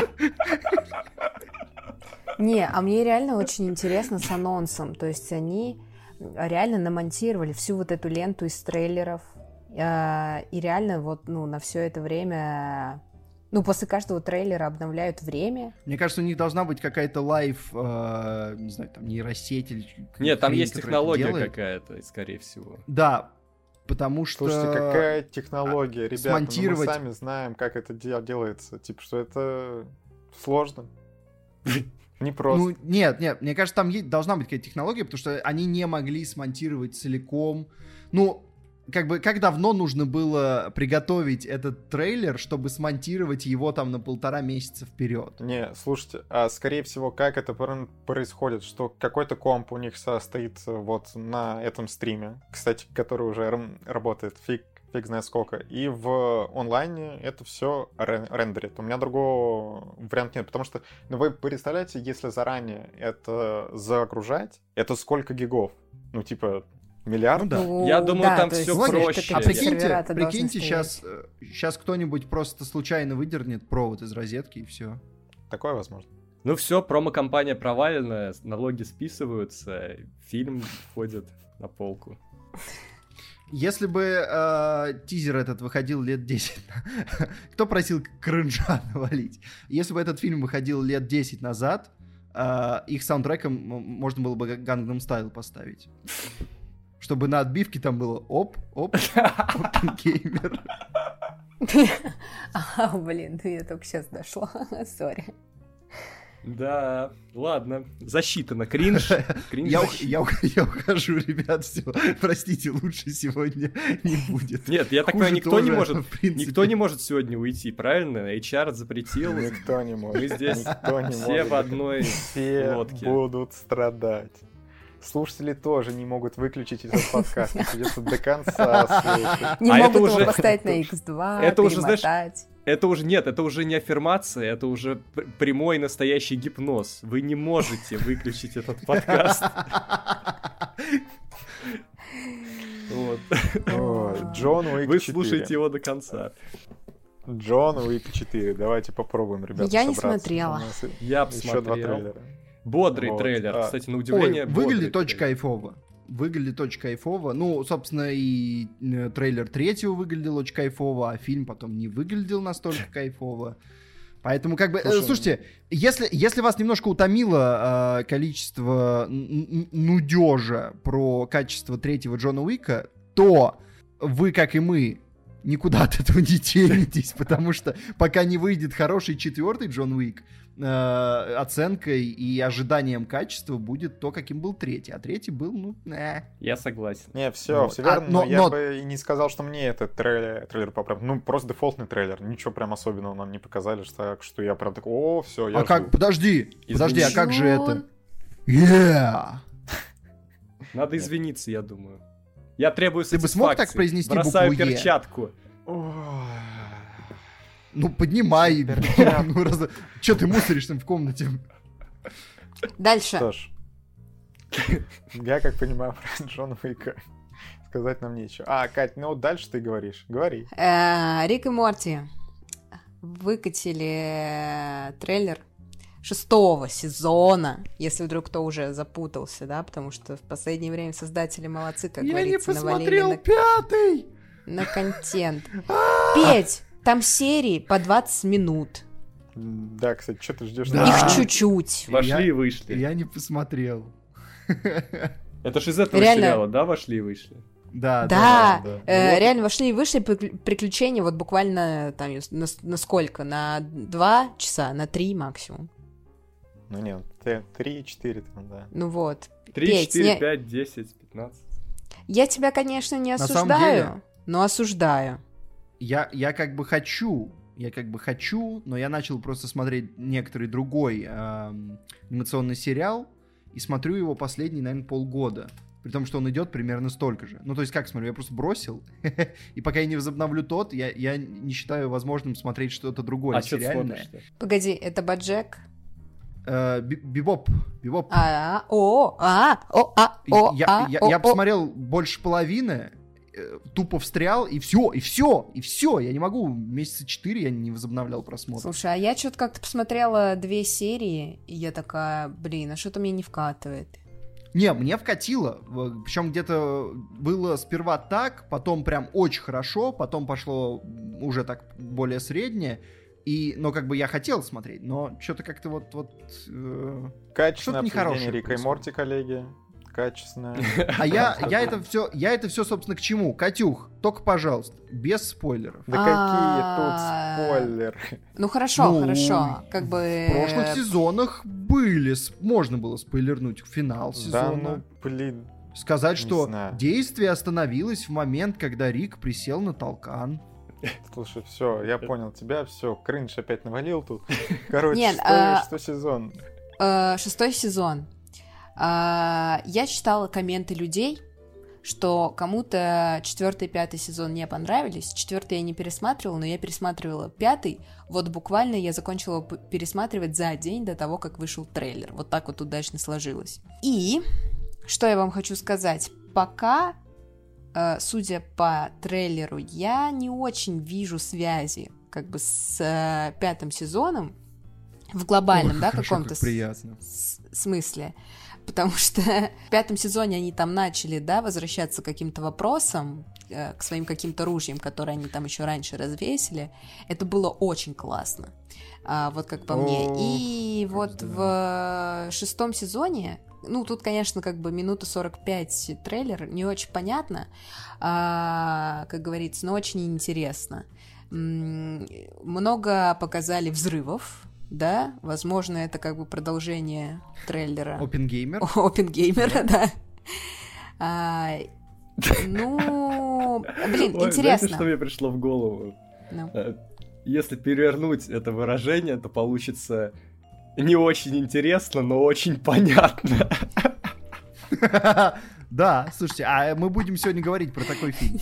Не, а мне реально очень интересно с анонсом. То есть они реально намонтировали всю вот эту ленту из трейлеров. э, И реально вот, ну, на все это время... Ну, после каждого трейлера обновляют время. Мне кажется, у них должна быть какая-то лайв, э, не знаю, там, нейросеть или... Нет, там хрень, есть которая это технология делает. какая-то, скорее всего. Да, потому что... Слушайте, какая технология, ребята, ну, смонтировать- мы сами знаем, как это де- делается. Типа, что это сложно. Не просто. Ну, нет, нет, мне кажется, там есть, должна быть какая-то технология, потому что они не могли смонтировать целиком. Ну, как бы, как давно нужно было приготовить этот трейлер, чтобы смонтировать его там на полтора месяца вперед? Не, слушайте, а скорее всего, как это пр- происходит, что какой-то комп у них состоит вот на этом стриме, кстати, который уже р- работает, фиг, фиг знает сколько, и в онлайне это все рендерит. У меня другого варианта нет, потому что, ну, вы представляете, если заранее это загружать, это сколько гигов? Ну, типа, миллиард? Ну да. Ну, Я думаю, там то есть всё логично, проще. А какие прикиньте, сервера-то должны прикиньте стоять. сейчас, сейчас кто-нибудь просто случайно выдернет провод из розетки и все. Такое возможно. Ну все, промо-компания провалена, налоги списываются, фильм входит на полку. Если бы э, тизер этот выходил лет десять... Кто просил кринжа навалить? Если бы этот фильм выходил лет десять назад, э, их саундтреком можно было бы Gangnam Style поставить. Чтобы на отбивке там было оп, оп, Оппенгеймер. А, блин, ну я только сейчас дошла. Сори. Да, ладно, засчитано. Кринж. Кринж Я, засчитано. я, я ухожу, ребят, все. Простите, лучше сегодня не будет. Нет, я так Хуже понимаю, никто тоже, не может, в принципе. никто не может сегодня уйти, правильно? эйч ар запретил. Никто не может. Мы здесь Никто не все может. в одной Все лодке. будут страдать. Слушатели тоже не могут выключить этот подкаст. Придется до конца слушать. Не А могут это его уже- поставить на икс два, это уже, знаешь, перемотать. Это уже нет, это уже не аффирмация, это уже пр- прямой настоящий гипноз. Вы не можете выключить этот подкаст. Вот. Ой, Джон Уик Вы четыре. слушаете его до конца. Джон Уик четыре. Давайте попробуем, ребята, Я не собраться. смотрела. У нас и- Я Еще два посмотрел. трейлера. Бодрый Вот, трейлер, а. кстати, на удивление. Ой, выглядит бодрый очень трейлер. кайфово. Выглядит очень кайфово. Ну, собственно, и э, трейлер третьего выглядел очень кайфово, а фильм потом не выглядел настолько кайфово. Поэтому, как бы, э, Слушай, слушайте, если, если вас немножко утомило э, количество н- н- нудежа про качество третьего Джона Уика, то вы, как и мы, никуда от этого не тянетесь, потому что пока не выйдет хороший четвертый Джон Уик, э, оценкой и ожиданием качества будет то, каким был третий. А третий был, ну, э. Я согласен. Не, все, Вот. все А, верно, но- но, я но- бы и не сказал, что мне этот трейлер, трейлер поправил. Ну, просто дефолтный трейлер. Ничего прям особенного нам не показали, что, так что я прям такой, о, все, я А как, жду. подожди, подожди, а как же это? Джон. Yeah! Надо извиниться, я думаю. Я требую Ты бы смог так сатисфакции. произнести Бросаю букву «Е»? перчатку. Ой. Ну, поднимай. Перчатку. Ну, раз... Че ты мусоришь там в комнате? Дальше. Что ж, я как понимаю про Джона Уика сказать нам нечего. А, Кать, ну дальше ты говоришь. Говори. Э, Рик и Морти выкатили э, трейлер шестого сезона, если вдруг кто уже запутался, да, потому что в последнее время создатели молодцы, как Я не говорится, навалили посмотрел на, пятый! на контент. Петь, там серии по двадцать минут. М, Да, кстати, что ты ждешь? Да. Их чуть-чуть. Вошли Я- и вышли. Я не посмотрел. Это ж из этого Реально. сериала, да, вошли и вышли? Да, Да, да. э, Вот. реально вошли и вышли прикл- приключения вот буквально там на, на сколько? На два часа, на три максимум. Ну нет, т- три-четыре там, да. Ну вот. три, Петь, четыре, не- пять, десять, пятнадцать. Я тебя, конечно, не самом осуждаю, деле- но осуждаю. Я, я как бы хочу, я как бы хочу, но я начал просто смотреть некоторый другой эм, анимационный сериал, и смотрю его последние, наверное, полгода. При том, что он идет примерно столько же. Ну, то есть, как смотрю, я просто бросил, и пока я не возобновлю тот, я, я не считаю возможным смотреть что-то другое А что ты сериальное. смотришь-то? Погоди, это Баджек? Э, би- Бибоп, Бибоп. А, о, а, о, а, о, я, а, я, о, я о. посмотрел больше половины, э, тупо встрял, и все, и все, и все. Я не могу, месяца четыре я не возобновлял просмотр. Слушай, а я что-то как-то посмотрела две серии, и я такая, блин, а что-то мне не вкатывает. Не, мне вкатило. Причем где-то было сперва так, потом прям очень хорошо, потом пошло уже так более среднее. И, но как бы я хотел смотреть, но что-то как-то вот... вот э, Качественное Что-то нехорошее обсуждение Рика и происходит. Морти, коллеги. Качественное. А я, я это все, я это все, собственно, к чему? Катюх, только, пожалуйста, без спойлеров. Да А, какие тут спойлеры. Ну хорошо, Ну, хорошо, как бы... В прошлых сезонах были, с- можно было спойлернуть финал Да, сезона. ну, блин. Сказать, не что знаю. действие остановилось в момент, когда Рик присел на толкан. Слушай, все, я понял тебя, все, кринж опять навалил тут. Короче, Нет, шестой, а- шестой сезон. Э, шестой сезон. А, я читала комменты людей, что кому-то четвертый и пятый сезон не понравились. Четвертый я не пересматривала, но я пересматривала пятый. Вот буквально я закончила п- пересматривать за день до того, как вышел трейлер. Вот так вот удачно сложилось. И что я вам хочу сказать? Пока, э, судя по трейлеру, я не очень вижу связи как бы с э, пятым сезоном в глобальном, Ой, да, хорошо, каком-то как с- приятно. с- смысле. потому что в пятом сезоне они там начали, да, возвращаться к каким-то вопросам, э, к своим каким-то ружьям, которые они там еще раньше развесили. Это было очень классно, а, вот как по мне. И вот в шестом сезоне, ну, тут, конечно, как бы минута сорок пять трейлер, не очень понятно, а, как говорится, но очень интересно. М- много показали взрывов, да, возможно, это как бы продолжение трейлера. Опенгеймер. Опенгеймера, да. А, ну, блин, Ой, интересно. Знаете, что мне пришло в голову? Ну. Если перевернуть это выражение, то получится не очень интересно, но очень понятно. Да, слушайте, а мы будем сегодня говорить про такой фильм.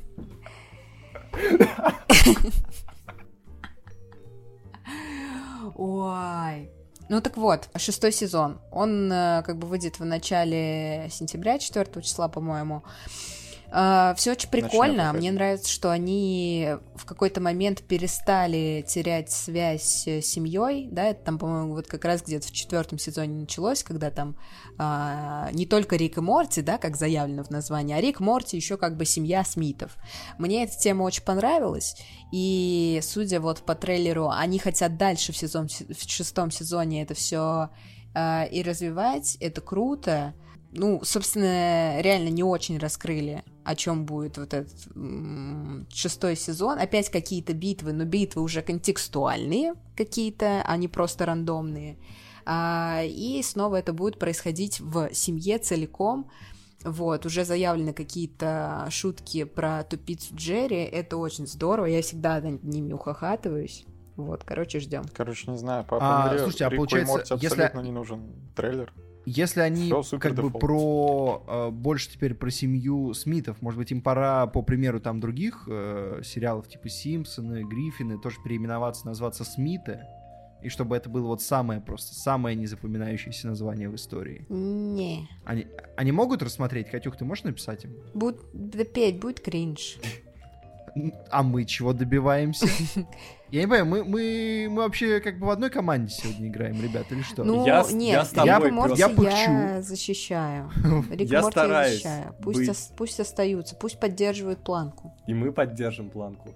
Ой. Ну так вот, шестой сезон. Он э, как бы выйдет в начале сентября, четвёртого числа, по-моему. Э, все очень прикольно. Начнёт Мне нравится, что они в какой-то момент перестали терять связь с семьей. Да, это там, по-моему, вот как раз где-то в четвертом сезоне началось, когда там э, не только Рик и Морти, да, как заявлено в названии, а Рик, Морти, еще как бы семья Смитов. Мне эта тема очень понравилась. И, судя вот по трейлеру, они хотят дальше в, сезон, в шестом сезоне это все э, и развивать. Это круто. Ну, собственно, реально не очень раскрыли, о чем будет вот этот м- шестой сезон. Опять какие-то битвы, но битвы уже контекстуальные какие-то, а не просто рандомные. А, и снова это будет происходить в семье целиком. Вот, уже заявлены какие-то шутки про тупицу Джерри, это очень здорово, я всегда над ними ухахатываюсь. Вот, короче, ждем. Короче, не знаю, папа А, Андрея, слушайте, а Рику и получается, Морти если- абсолютно не нужен трейлер. Если они Всё, супер как бы дефолт. про э, больше теперь про семью Смитов, может быть, им пора, по примеру там других э, сериалов типа Симпсоны, Гриффины, тоже переименоваться, назваться Смиты, и чтобы это было вот самое просто, самое незапоминающееся название в истории. Не, Они, они могут рассмотреть? Катюх, ты можешь написать им? будет, да петь, будет кринж. Н- А мы чего добиваемся? Я не понимаю, мы, мы, мы вообще как бы в одной команде сегодня играем, ребят, или что? Ну, Я с- нет, я с Рик тобой и Морти просто- я, я пыхчу. защищаю. Рик и Я Морти я стараюсь защищаю. Пусть, быть. ос- пусть остаются, пусть поддерживают планку. И мы поддержим планку.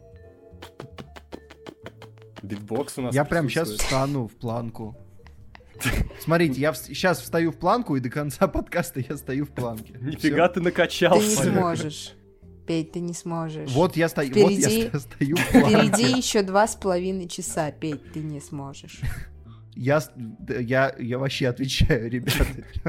Битбокс у нас Я прям сейчас присутствует. встану в планку. Смотрите, я сейчас встаю в планку, и до конца подкаста я стою в планке. Нифига ты Ты накачался. не понятно. сможешь. Петь, ты не сможешь. Вот я стою, вот я Впереди- ст- стою в планке. Впереди еще два с половиной часа. Петь, ты не сможешь. Я, с- да, я, я вообще отвечаю, ребята.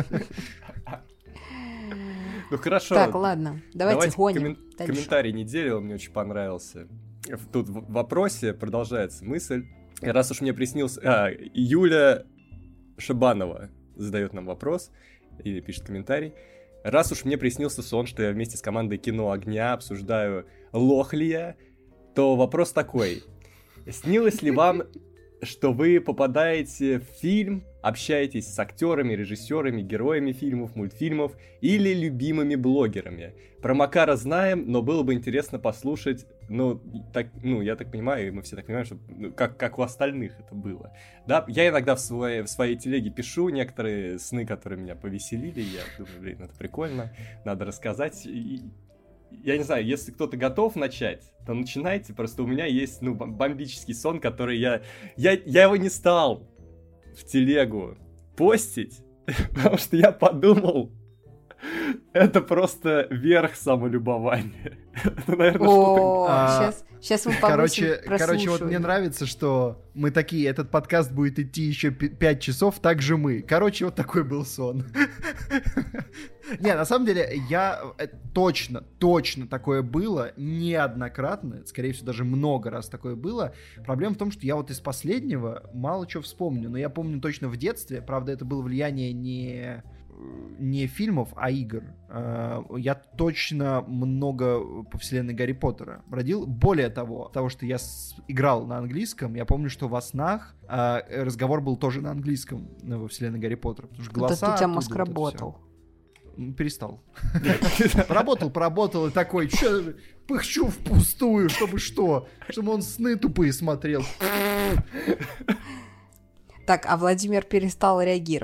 Ну хорошо. Так, ладно, давайте, гоним. коммен- дальше. комментарий недели, он мне очень понравился. В- Тут в вопросе продолжается мысль. Раз уж мне приснился... А, Юля Шабанова задает нам вопрос или пишет комментарий. Раз уж мне приснился сон, что я вместе с командой Кино Огня обсуждаю лох ли я, то вопрос такой. Снилось ли вам, что вы попадаете в фильм, общаетесь с актерами, режиссерами, героями фильмов, мультфильмов или любимыми блогерами? Про Макара знаем, но было бы интересно послушать, ну, так, ну я так понимаю, и мы все так понимаем, что, ну, как, как у остальных это было. Да, я иногда в своей, в своей телеге пишу некоторые сны, которые меня повеселили, я думаю, блин, это прикольно, надо рассказать. И, я не знаю, если кто-то готов начать, то начинайте, просто у меня есть, ну, бом- бомбический сон, который я, я, я его не стал в телегу постить, потому что я подумал, это просто верх самолюбования. Это, наверное, что-то... О, А, сейчас, сейчас мы повысим Короче, короче, вот мне прослушивание. нравится, что мы такие, этот подкаст будет идти еще пять часов, так же мы. Короче, вот такой был сон. Не, на самом деле, я э, точно, точно такое было неоднократно, скорее всего, даже много раз такое было. Проблема в том, что я вот из последнего мало чего вспомню, но я помню точно в детстве, правда, это было влияние не... не фильмов, а игр. Э, Я точно много по вселенной Гарри Поттера бродил. Более того, того, что я с- играл на английском, я помню, что во снах э, разговор был тоже на английском э, во вселенной Гарри Поттера. Потому что Вот это голоса у тебя оттуда, мозг вот это работал. всё. М, Перестал. Поработал, поработал и такой, чё, пыхчу впустую, чтобы что? Чтобы он сны тупые смотрел. Так, а Владимир перестал реагировать.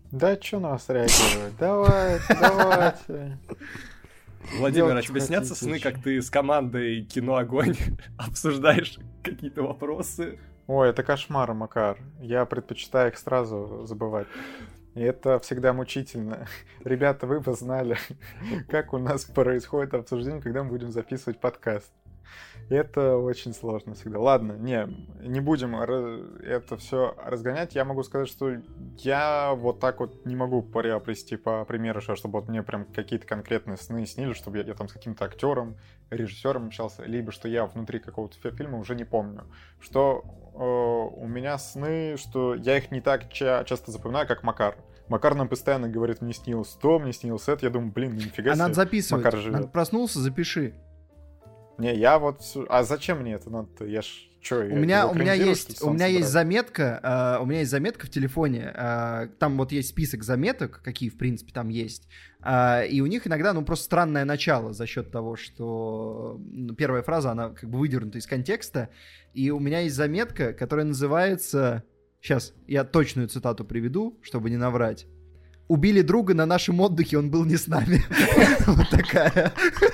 Да чё на вас реагировать? Давайте, давайте. Владимир, а тебе снятся сны, как ты с командой «Кино Огонь» обсуждаешь какие-то вопросы? Ой, это кошмар, Макар. Я предпочитаю их сразу забывать. И это всегда мучительно. Ребята, вы бы знали, как у нас происходит обсуждение, когда мы будем записывать подкаст. Это очень сложно всегда. Ладно, не, не будем это все разгонять. Я могу сказать, что я вот так вот не могу приобрести по примеру, чтобы вот мне прям какие-то конкретные сны снились, чтобы я, я там с каким-то актером, режиссером общался, либо что я внутри какого-то фильма уже не помню. Что э, у меня сны, что я их не так ча- часто запоминаю, как Макар. Макар нам постоянно говорит, мне снилось то, мне снилось это. Я думаю, блин, нифига себе. А надо записывать. Макар живет. Надо проснулся, запиши. Не, я вот... А зачем мне это надо-то? Я ж... Чё, у я меня, у меня экранизирую, есть, что ли, у меня сам есть собрал? заметка, э, у меня есть заметка в телефоне, э, там вот есть список заметок, какие, в принципе, там есть, э, и у них иногда, ну, просто странное начало за счет того, что ну, первая фраза, она как бы выдернута из контекста, и у меня есть заметка, которая называется... Сейчас, я точную цитату приведу, чтобы не наврать. «Убили друга на нашем отдыхе, он был не с нами». Вот такая.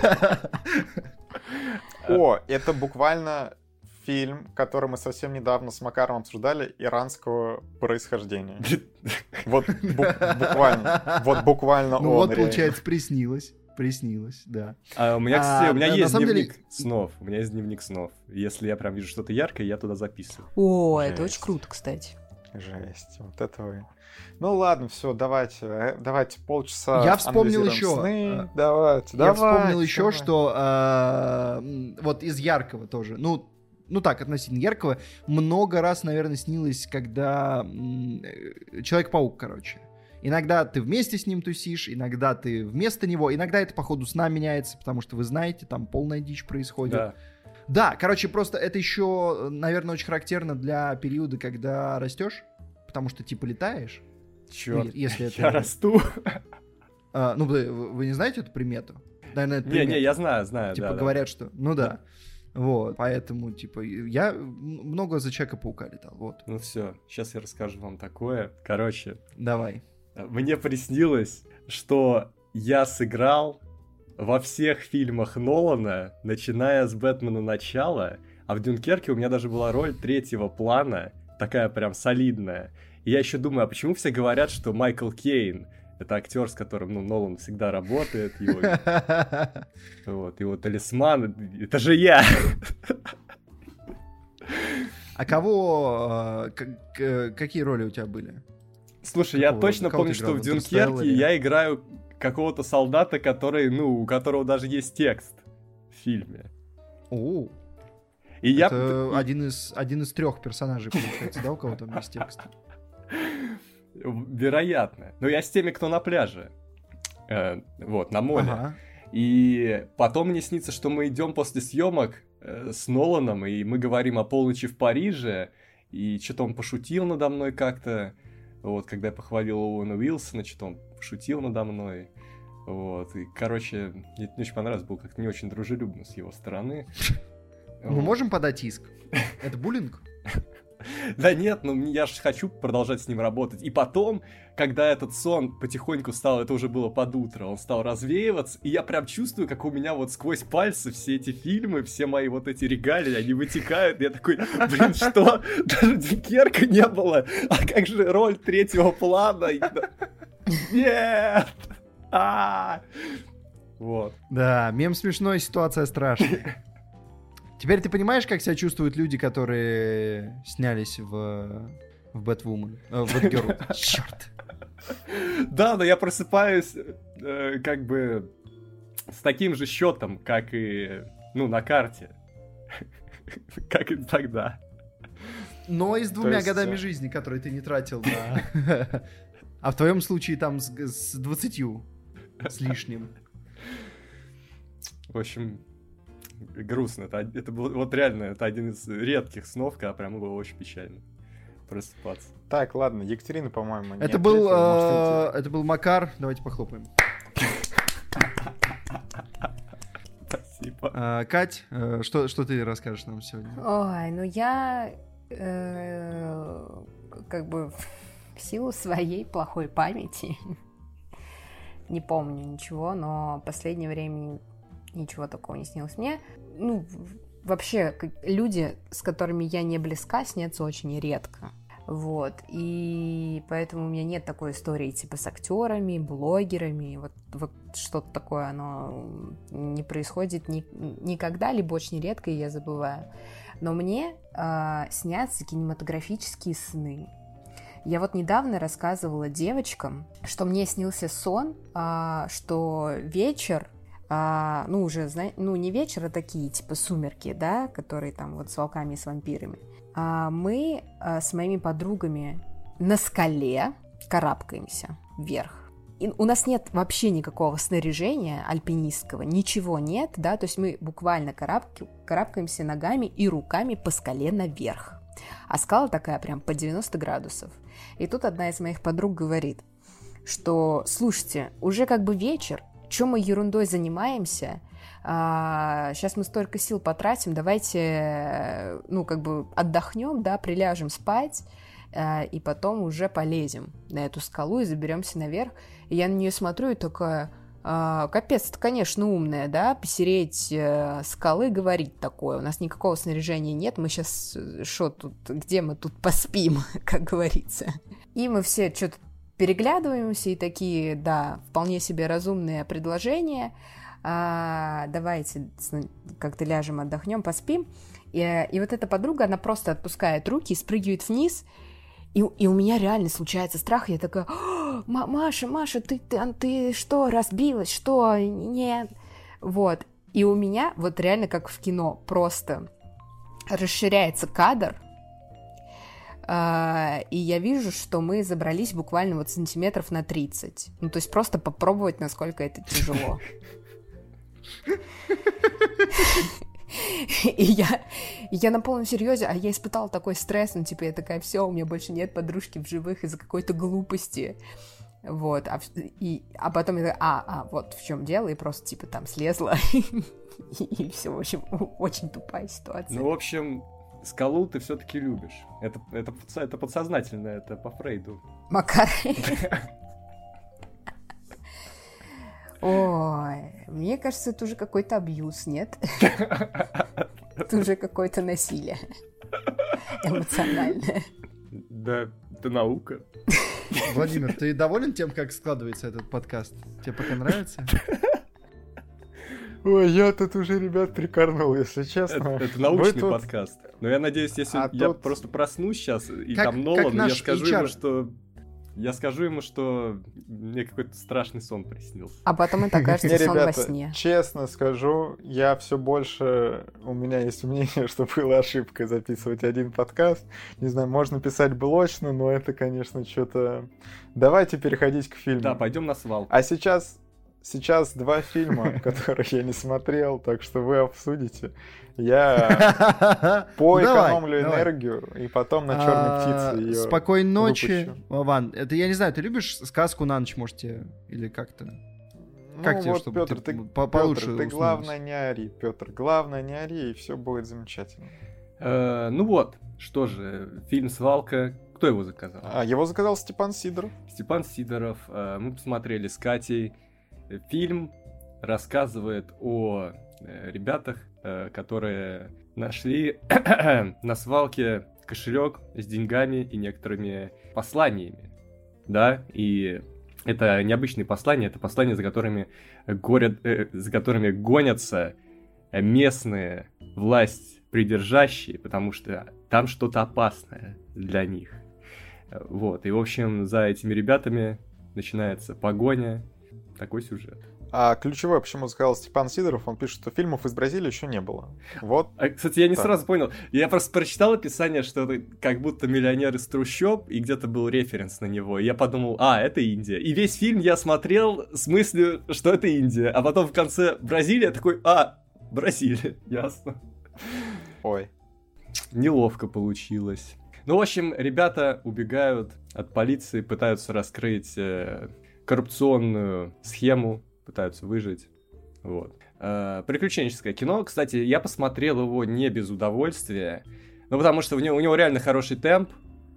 О, это буквально фильм, который мы совсем недавно с Макаром обсуждали, иранского происхождения. Вот буквально. Вот буквально он. Ну вот, получается, приснилось. Приснилось, да. А у меня, кстати, А, у меня на- есть на самом дневник деле- снов. У меня есть дневник снов. Если я прям вижу что-то яркое, я туда записываю. О, это Жесть. очень круто, кстати. Жесть, вот это вы. Ну ладно, все, давайте, э, давайте полчаса. Я вспомнил анализируем еще, сны. э, Давайте, Я давайте, вспомнил еще, давайте. что э, м, вот из яркого тоже, ну, ну так, относительно яркого, много раз, наверное, снилось, когда м, э, Человек-паук, короче. Иногда ты вместе с ним тусишь, иногда ты вместо него, иногда это по ходу сна меняется, потому что вы знаете, там полная дичь происходит. Да. Да, короче, просто это еще, наверное, очень характерно для периода, когда растешь, потому что типа летаешь. Черт, Ну, если это- я расту. А, ну, вы, вы не знаете эту примету? Наверное, это примета. Не-не, я знаю, знаю, Типа да, да. говорят, что... Ну да. Вот, поэтому, типа, я много за Человека-паука летал, вот. Ну все, сейчас я расскажу вам такое. Короче, Давай. мне приснилось, что я сыграл во всех фильмах Нолана, начиная с «Бэтмена. Начала», а в «Дюнкерке» у меня даже была роль третьего плана, такая прям солидная. И я еще думаю, а почему все говорят, что Майкл Кейн — это актер, с которым, ну, Нолан всегда работает, его, вот, его талисман, это же я! А кого... э, к- к- какие роли у тебя были? Слушай, я Какого- точно кого помню, ты что играл в в Дюнкерке «Интерстелларе»? я играю какого-то солдата, который, ну, у которого даже есть текст в фильме. О, И я... это один из, один из трех персонажей, получается, да, у кого там есть текст? Вероятно. Но я с теми, кто на пляже. Э, вот, на море. Ага. И потом мне снится, что мы идем после съемок э, с Ноланом, и мы говорим о полночи в Париже, и что-то он пошутил надо мной как-то. Вот, когда я похвалил Оуэна Уилсона, что-то он шутил надо мной. Вот, и, короче, мне это не очень понравилось, было как-то не очень дружелюбно с его стороны. Мы Вот. можем подать иск? Это буллинг? Да нет, ну я же хочу продолжать с ним работать. И потом, когда этот сон потихоньку стал, это уже было под утро, он стал развеиваться, и я прям чувствую, как у меня вот сквозь пальцы все эти фильмы, все мои вот эти регалии, они вытекают. Я такой, блин, что? Даже Дюнкерка не было. А как же роль третьего плана? Нет! А! Вот. Да, мем смешной, ситуация страшная. Теперь ты понимаешь, как себя чувствуют люди, которые снялись в, в Бэтвумен? Э, в Бэтгерл. Черт. Да, но я просыпаюсь э, как бы с таким же счетом, как и, ну, на карте. Как и тогда. Но и с двумя есть, годами э, жизни, которые ты не тратил на... А в твоем случае там с, с двадцатью с лишним. В общем, грустно. Это, это был, вот реально, это один из редких снов, когда прям было очень печально просыпаться. Так, ладно, Екатерина, по-моему, не Это был, ответила, может, э, это был Макар. Давайте похлопаем. Спасибо. А, Кать, э, что, что ты расскажешь нам сегодня? Ой, ну я э, как бы в силу своей плохой памяти не помню ничего, но в последнее время ничего такого не снилось мне. Ну, вообще, люди, с которыми я не близка, снятся очень редко. Вот, и поэтому у меня нет такой истории типа с актерами, блогерами, вот, вот что-то такое, оно не происходит ни, никогда, либо очень редко, и я забываю. Но мне э, снятся кинематографические сны. Я вот недавно рассказывала девочкам, что мне снился сон, э, что вечер, э, ну уже, знаете, ну не вечер, а такие типа сумерки, да, которые там вот с волками и с вампирами. Мы с моими подругами на скале карабкаемся вверх. И у нас нет вообще никакого снаряжения альпинистского, ничего нет, да, то есть мы буквально карабки, карабкаемся ногами и руками по скале наверх. А скала такая прям по девяносто градусов. И тут одна из моих подруг говорит, что, слушайте, уже как бы вечер, чё мы ерундой занимаемся? А, сейчас мы столько сил потратим, давайте, ну, как бы отдохнем, да, приляжем спать, а, и потом уже полезем на эту скалу и заберемся наверх. И я на нее смотрю и такая, а, капец, ты, конечно, умная, да, посереть а, скалы, говорить такое. У нас никакого снаряжения нет, мы сейчас, что тут, где мы тут поспим, как говорится. И мы все что-то переглядываемся и такие, да, вполне себе разумные предложения. А, давайте как-то ляжем, отдохнем, поспим. И, и вот эта подруга, она просто отпускает руки и спрыгивает вниз. И, и у меня реально случается страх. Я такая, Маша, Маша, ты, ты, ты что, разбилась? Что? Нет. Вот. И у меня вот реально как в кино просто расширяется кадр. Uh, и я вижу, что мы забрались буквально вот сантиметров на тридцать. Ну, то есть просто попробовать, насколько это тяжело. И я, я на полном серьезе, а я испытала такой стресс, ну, типа, я такая, все, у меня больше нет подружки в живых из-за какой-то глупости. Вот, а, и, а потом я такая, а, а, вот в чем дело, и просто, типа, там слезла. И все, в общем, очень тупая ситуация. Ну, в общем... Скалу ты все-таки любишь. Это, это, это подсознательно, это по Фрейду. Макар. Ой, мне кажется, это уже какой-то абьюз, нет? Это уже какое-то насилие эмоциональное. Да, это наука. Владимир, ты доволен тем, как складывается этот подкаст? Тебе пока нравится? Ой, я тут уже, ребят, прикорнул, если честно. Это, это научный тут... подкаст. Но я надеюсь, если а я тут... просто проснусь сейчас, и как, там Нолан, я скажу эйч ар. ему, что... Я скажу ему, что мне какой-то страшный сон приснился. А потом это окажется Не, сон ребята, во сне. Честно скажу, я все больше... У меня есть мнение, что была ошибкой записывать один подкаст. Не знаю, можно писать блочно, но это, конечно, что-то... Давайте переходить к фильму. Да, пойдем на свалку. А сейчас... Сейчас два фильма, которые я не смотрел, так что вы обсудите. Я поэкономлю энергию, и потом на черной птице ее Спокойной ночи, Вован. Это, я не знаю, ты любишь сказку на ночь, можете, или как-то? Как тебе, чтобы Петр, ты, получше Петр, ты главное не ори, Петр, главное не ори, и все будет замечательно. Ну вот, что же, фильм «Свалка», кто его заказал? А, его заказал Степан Сидоров. Степан Сидоров, мы посмотрели с Катей. Фильм рассказывает о э, ребятах, э, которые нашли на свалке кошелек с деньгами и некоторыми посланиями, да, и это необычные послания, это послания, за которыми, горят, э, за которыми гонятся местные власть придержащие, потому что там что-то опасное для них, вот, и, в общем, за этими ребятами начинается погоня. Такой сюжет. А ключевое, почему сказал Степан Сидоров, он пишет, что фильмов из Бразилии еще не было. Вот. А, кстати, я не так. сразу понял. Я просто прочитал описание, что это как будто миллионер из трущоб, и где-то был референс на него. И я подумал, а, это Индия. И весь фильм я смотрел с мыслью, что это Индия. А потом в конце Бразилия такой, а, Бразилия, ясно. Ой. Неловко получилось. Ну, в общем, ребята убегают от полиции, пытаются раскрыть... Э, коррупционную схему, пытаются выжить. Вот. Э, приключенческое кино. Кстати, я посмотрел его не без удовольствия, ну, потому что у него, у него реально хороший темп.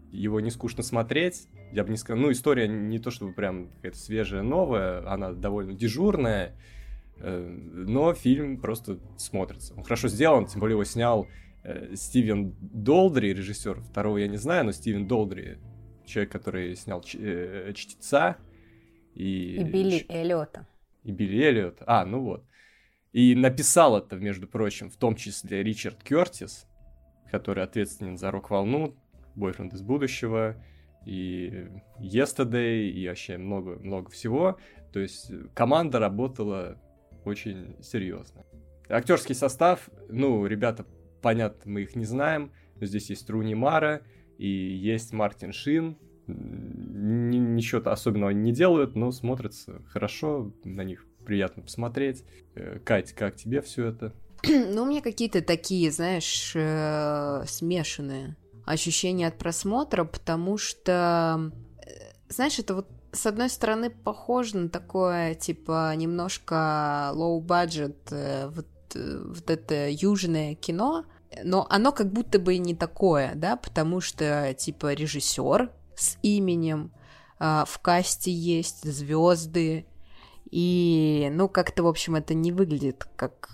его не скучно смотреть. Я бы не сказал, ну, история не то чтобы прям какая-то свежая, новая, она довольно дежурная, но фильм просто смотрится. Он хорошо сделан, тем более его снял Стивен Долдри, режиссер. Второго я не знаю, но Стивен Долдри, человек, который снял «Чтеца». И, и Билли Эллиота. И Билли Эллиота. А, ну вот. И написал это, между прочим, в том числе Ричард Кёртис, который ответственен за «Рок-волну», «Бойфренд из будущего», и «Yesterday», и вообще много-много всего. То есть команда работала очень серьезно. Актерский состав, ну, ребята, понятно, мы их не знаем, но здесь есть Руни Мара и есть Мартин Шин. Н- ничего особенного не делают, но смотрятся хорошо, на них приятно посмотреть. Кать, как тебе все это? Ну, у меня какие-то такие, знаешь, э- смешанные ощущения от просмотра, потому что, э- знаешь, это вот с одной стороны похоже на такое, типа, немножко low-budget, э- вот, э- вот это южное кино, но оно как будто бы и не такое, да, потому что, типа, режиссер с именем, э- в касте есть звезды, и, ну, как-то, в общем, это не выглядит как...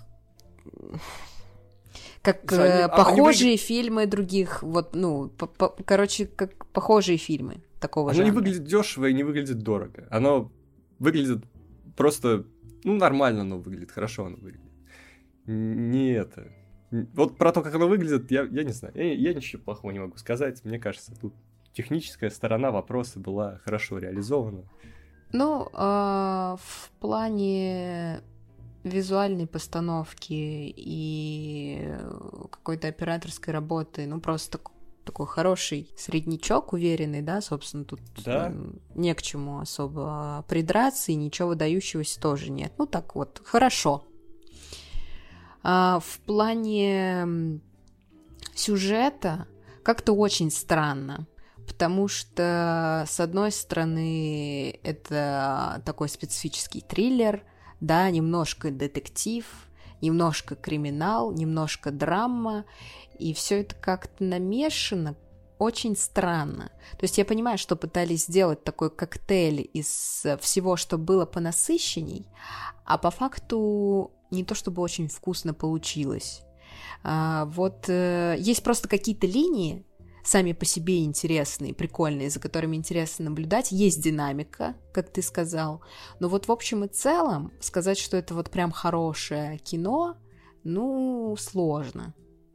Как э, похожие выгля... фильмы других, вот, ну, по- по- короче, как похожие фильмы такого оно жанра. Оно не выглядит дешево и не выглядит дорого. Оно выглядит просто, ну, нормально оно выглядит, хорошо оно выглядит. Не это... Вот про то, как оно выглядит, я, я не знаю. Я, я ничего плохого не могу сказать. Мне кажется, тут техническая сторона вопроса была хорошо реализована. Ну, э, в плане визуальной постановки и какой-то операторской работы, ну, просто так, такой хороший среднячок, уверенный, да, собственно, тут да? не к чему особо придраться, и ничего выдающегося тоже нет. Ну, так вот, хорошо. А в плане сюжета как-то очень странно. Потому что, с одной стороны, это такой специфический триллер, да, немножко детектив, немножко криминал, немножко драма, и все это как-то намешано очень странно. То есть я понимаю, что пытались сделать такой коктейль из всего, что было понасыщенней, а по факту не то чтобы очень вкусно получилось. А, вот э, есть просто какие-то линии, сами по себе интересные, прикольные, за которыми интересно наблюдать. Есть динамика, как ты сказал. Но вот в общем и целом сказать, что это вот прям хорошее кино, ну, сложно.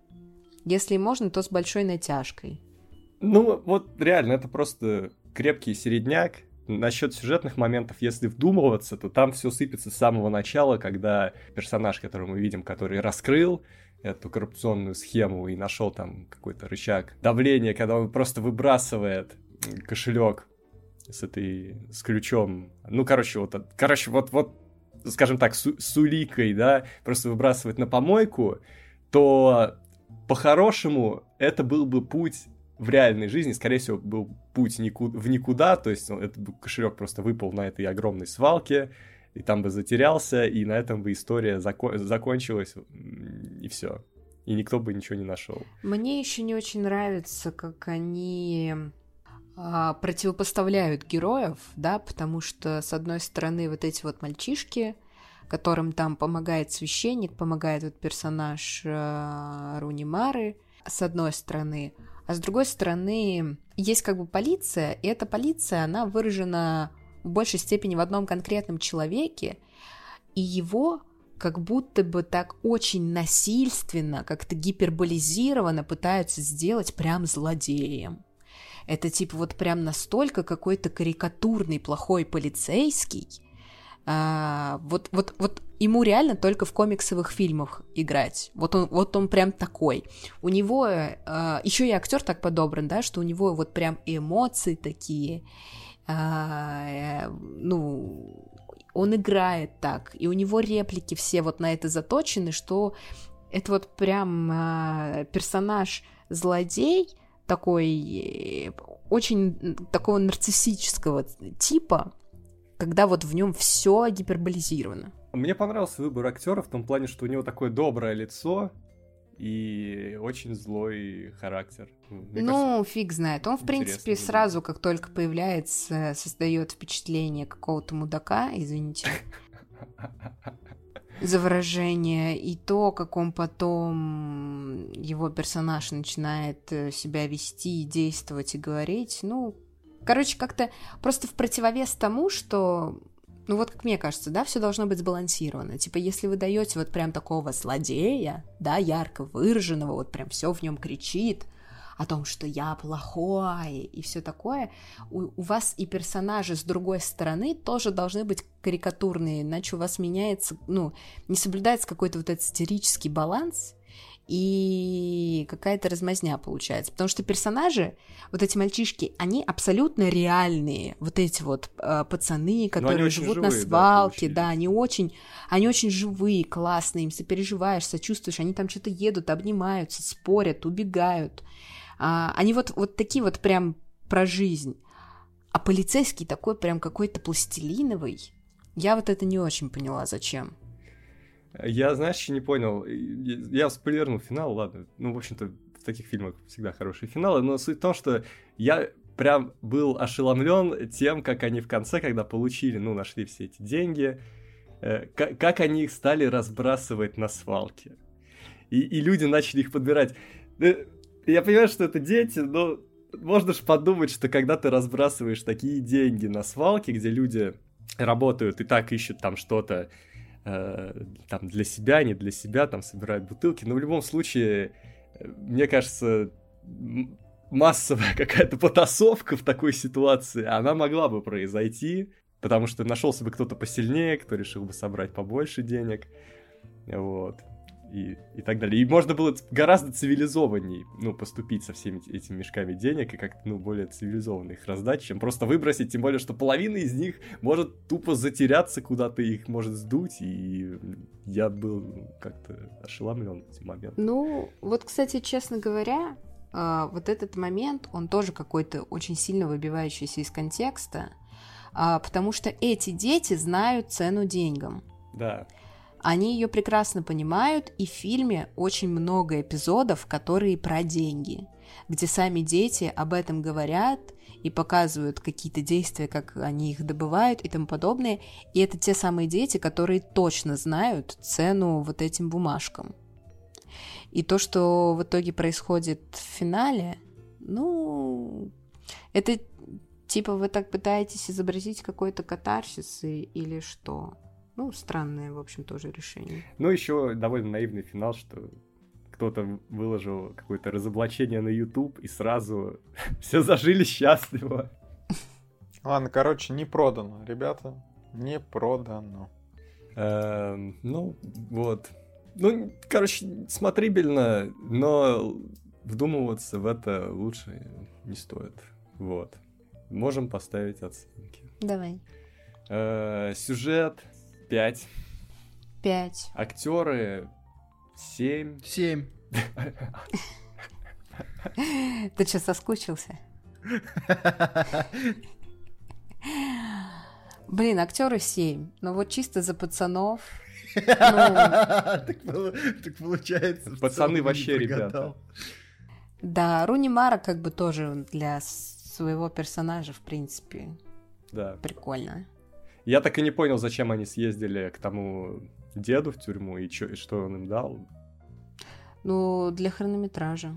Если можно, то с большой натяжкой. Ну, вот реально, это просто крепкий середняк. Насчет сюжетных моментов, если вдумываться, то там все сыпется с самого начала, когда персонаж, который мы видим, который раскрыл эту коррупционную схему и нашел там какой-то рычаг давления, когда он просто выбрасывает кошелек с этой, с ключом, ну, короче, вот, короче, вот, вот, скажем так, с, с уликой, да, просто выбрасывает на помойку, то по-хорошему это был бы путь в реальной жизни, скорее всего, был путь никуда, в никуда, то есть он, этот кошелек просто выпал на этой огромной свалке, и там бы затерялся, и на этом бы история зако- закончилась, и все. И никто бы ничего не нашел. Мне еще не очень нравится, как они а, противопоставляют героев, да, потому что, с одной стороны, вот эти вот мальчишки, которым там помогает священник, помогает вот персонаж а, Руни Мары, с одной стороны, а с другой стороны, есть как бы полиция, и эта полиция, она выражена в большей степени в одном конкретном человеке, и его как будто бы так очень насильственно, как-то гиперболизированно пытаются сделать прям злодеем. Это типа вот прям настолько какой-то карикатурный плохой полицейский. А, вот, вот, вот ему реально только в комиксовых фильмах играть. Вот он, вот он прям такой. У него а, еще и актер так подобран, да, что у него вот прям эмоции такие. А, ну, он играет так, и у него реплики все вот на это заточены, что это вот прям а, персонаж злодей такой, очень такого нарциссического типа, когда вот в нем все гиперболизировано. Мне понравился выбор актера в том плане, что у него такое доброе лицо, и очень злой характер. Мне ну, кажется, фиг знает. Он, в принципе, интересно сразу, как только появляется, создает впечатление какого-то мудака, извините, за выражение, и то, как он потом, его персонаж начинает себя вести, действовать и говорить, ну, короче, как-то просто в противовес тому, что, ну вот как мне кажется, да, все должно быть сбалансировано. Типа, если вы даете вот прям такого злодея, да, ярко выраженного, вот прям все в нем кричит о том, что я плохой и все такое, у, у вас и персонажи с другой стороны тоже должны быть карикатурные, иначе у вас меняется, ну, не соблюдается какой-то вот этот сатирический баланс, и какая-то размазня получается. Потому что персонажи, вот эти мальчишки, они абсолютно реальные. Вот эти вот э, пацаны, которые живут живые, на свалке, да, да, они очень, они очень живые, классные, им сопереживаешь, сочувствуешь, они там что-то едут, обнимаются, спорят, убегают. А, они вот, вот такие вот прям про жизнь. А полицейский такой прям какой-то пластилиновый. Я вот это не очень поняла, зачем. Я, знаешь, еще не понял. Я спойлернул финал, ладно. Ну, в общем-то, в таких фильмах всегда хорошие финалы. Но суть в том, что я прям был ошеломлен тем, как они в конце, когда получили, ну, нашли все эти деньги, э, как, как они их стали разбрасывать на свалке. И, и люди начали их подбирать. Я понимаю, что это дети, но можно же подумать, что когда ты разбрасываешь такие деньги на свалке, где люди работают и так ищут там что-то, там для себя, не для себя, там собирают бутылки, но в любом случае, мне кажется, массовая какая-то потасовка в такой ситуации, она могла бы произойти, потому что нашелся бы кто-то посильнее, кто решил бы собрать побольше денег, вот, и, и так далее. И можно было гораздо цивилизованней, ну, поступить со всеми этими мешками денег и как-то, ну, более цивилизованно их раздать, чем просто выбросить, тем более, что половина из них может тупо затеряться куда-то, их может сдуть, и я был как-то ошеломлен этим моментом. Ну, вот, кстати, честно говоря, вот этот момент, он тоже какой-то очень сильно выбивающийся из контекста, потому что эти дети знают цену деньгам. Да. Они ее прекрасно понимают, и в фильме очень много эпизодов, которые про деньги, где сами дети об этом говорят и показывают какие-то действия, как они их добывают и тому подобное. И это те самые дети, которые точно знают цену вот этим бумажкам. И то, что в итоге происходит в финале, ну, это типа вы так пытаетесь изобразить какой-то катарсис и, или что? Ну, странное, в общем, тоже решение. Ну, еще довольно наивный финал, что кто-то выложил какое-то разоблачение на YouTube, и сразу все зажили счастливо. Ладно, короче, не продано, ребята. Не продано. Эм, ну, вот. Ну, короче, смотрибельно, но вдумываться в это лучше не стоит. Вот. Можем поставить оценки. Давай. Э, сюжет пять. Пять. Актеры семь. Семь. Ты что, соскучился? Блин, актеры семь. Но вот чисто за пацанов. Так получается. Пацаны вообще, ребята. Да, Руни Мара как бы тоже для своего персонажа, в принципе, да, прикольно. Я так и не понял, зачем они съездили к тому деду в тюрьму и, чё, и что он им дал. Ну, для хронометража.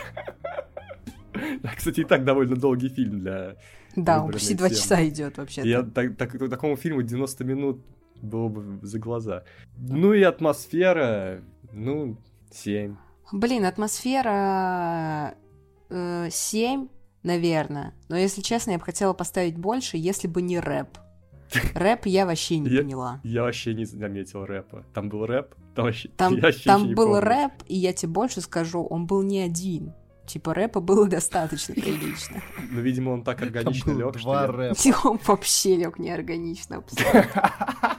Кстати, и так довольно долгий фильм для... Да, он почти два часа идет вообще-то. Я так, так, такому фильму девяносто минут было бы за глаза. Ну и атмосфера, ну, семь. Блин, атмосфера э, семь, наверное. Но, если честно, я бы хотела поставить больше, если бы не рэп. Рэп я вообще не я, поняла. Я вообще не заметил рэпа. Там был рэп? Там, вообще, там, я там был рэп, и я тебе больше скажу, он был не один. Типа рэпа было достаточно прилично. Ну, видимо, он так органично лег, что два рэпа. Он вообще лег неорганично абсолютно.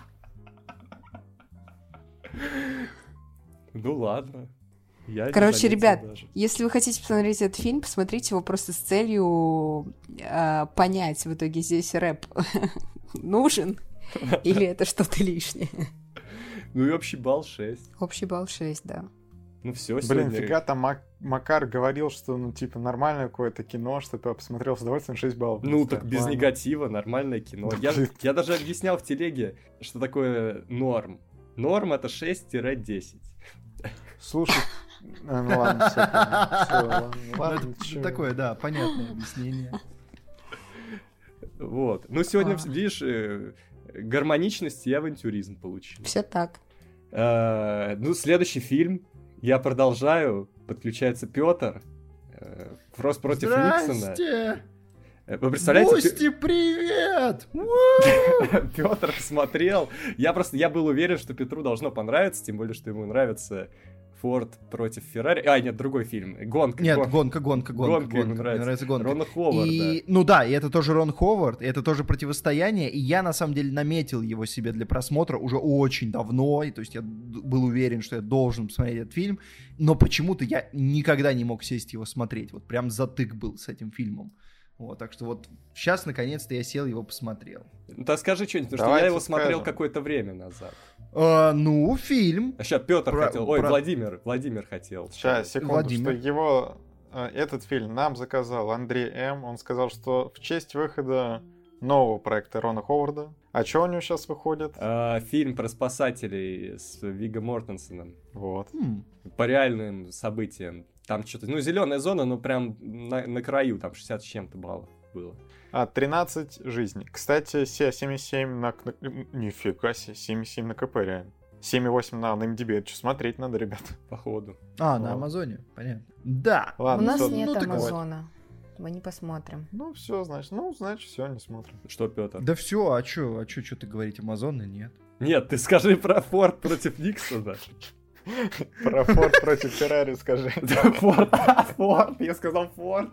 Ну ладно. Я Короче, ребят, даже. Если вы хотите посмотреть этот фильм, посмотрите его просто с целью э, понять, в итоге здесь рэп нужен или это что-то лишнее. Ну и общий балл шесть. Общий балл шесть, да. Ну все, Блин, сегодня... фига там Мак- Макар говорил, что, ну, типа, нормальное какое-то кино, что ты посмотрел с удовольствием, шесть баллов. Ну, так без Ладно. негатива, нормальное кино. Я, я даже объяснял в телеге, что такое норм. Норм — это шесть-десять. Слушай, а, ну ладно, все, ладно, ладно, Это чё. такое, да, понятное объяснение. Вот. Ну, сегодня, А. видишь, э, гармоничность и авантюризм получил. Все так. Э, Ну, следующий фильм. Я продолжаю. Подключается Петр. Фрост против Никсона. Здрасте! Э, Вы представляете, Бусти, привет! Петр смотрел. Я просто, я был уверен, что Петру должно понравиться, тем более, что ему нравится Форд против Феррари. А, нет, другой фильм. Гонка. Нет, гонка. гонка, гонка, гонка. Гонка ему Мне нравится. нравится гонка. Рона Ховарда. И, ну да, и это тоже Рон Ховард, и это тоже противостояние, и я на самом деле наметил его себе для просмотра уже очень давно, и то есть я д- был уверен, что я должен посмотреть этот фильм, но почему-то я никогда не мог сесть его смотреть, вот прям затык был с этим фильмом. Вот, так что вот сейчас наконец-то я сел его посмотрел. Ну, так скажи что-нибудь, потому что Давайте я его смотрел скажем. какое-то время назад. А, ну, фильм. А сейчас Петр Про- хотел. Ой, про- Владимир. Владимир хотел. Сейчас, секунду, Владимир. что его, э, этот фильм нам заказал Андрей М. Он сказал, что в честь выхода нового проекта Рона Ховарда. А что у него сейчас выходит? А, фильм про спасателей с Вигго Мортенсеном. Вот. М, По реальным событиям. Там что-то, ну, зеленая зона, но прям на, на краю, там шестьдесят с чем-то баллов было. А, тринадцать жизней. Кстати, се- семьдесят семь на... к- Нифига себе, семьдесят семь на КП, реально. семь и восемь на, на эм ди би. Это что, смотреть надо, ребят. Походу. А, на Вот. Амазоне, понятно. Да. Ладно, У нас всё, нет ну так вот. Амазона. Мы не посмотрим. Ну, все, значит, ну, значит, все, не смотрим. Что, Петр? Да все, а чё, а чё, чё ты говорить, Амазона нет? Нет, ты скажи про Форд против Никсона. Про Форд против Феррари скажи. Да, Форд, а, Форд, я сказал Форд.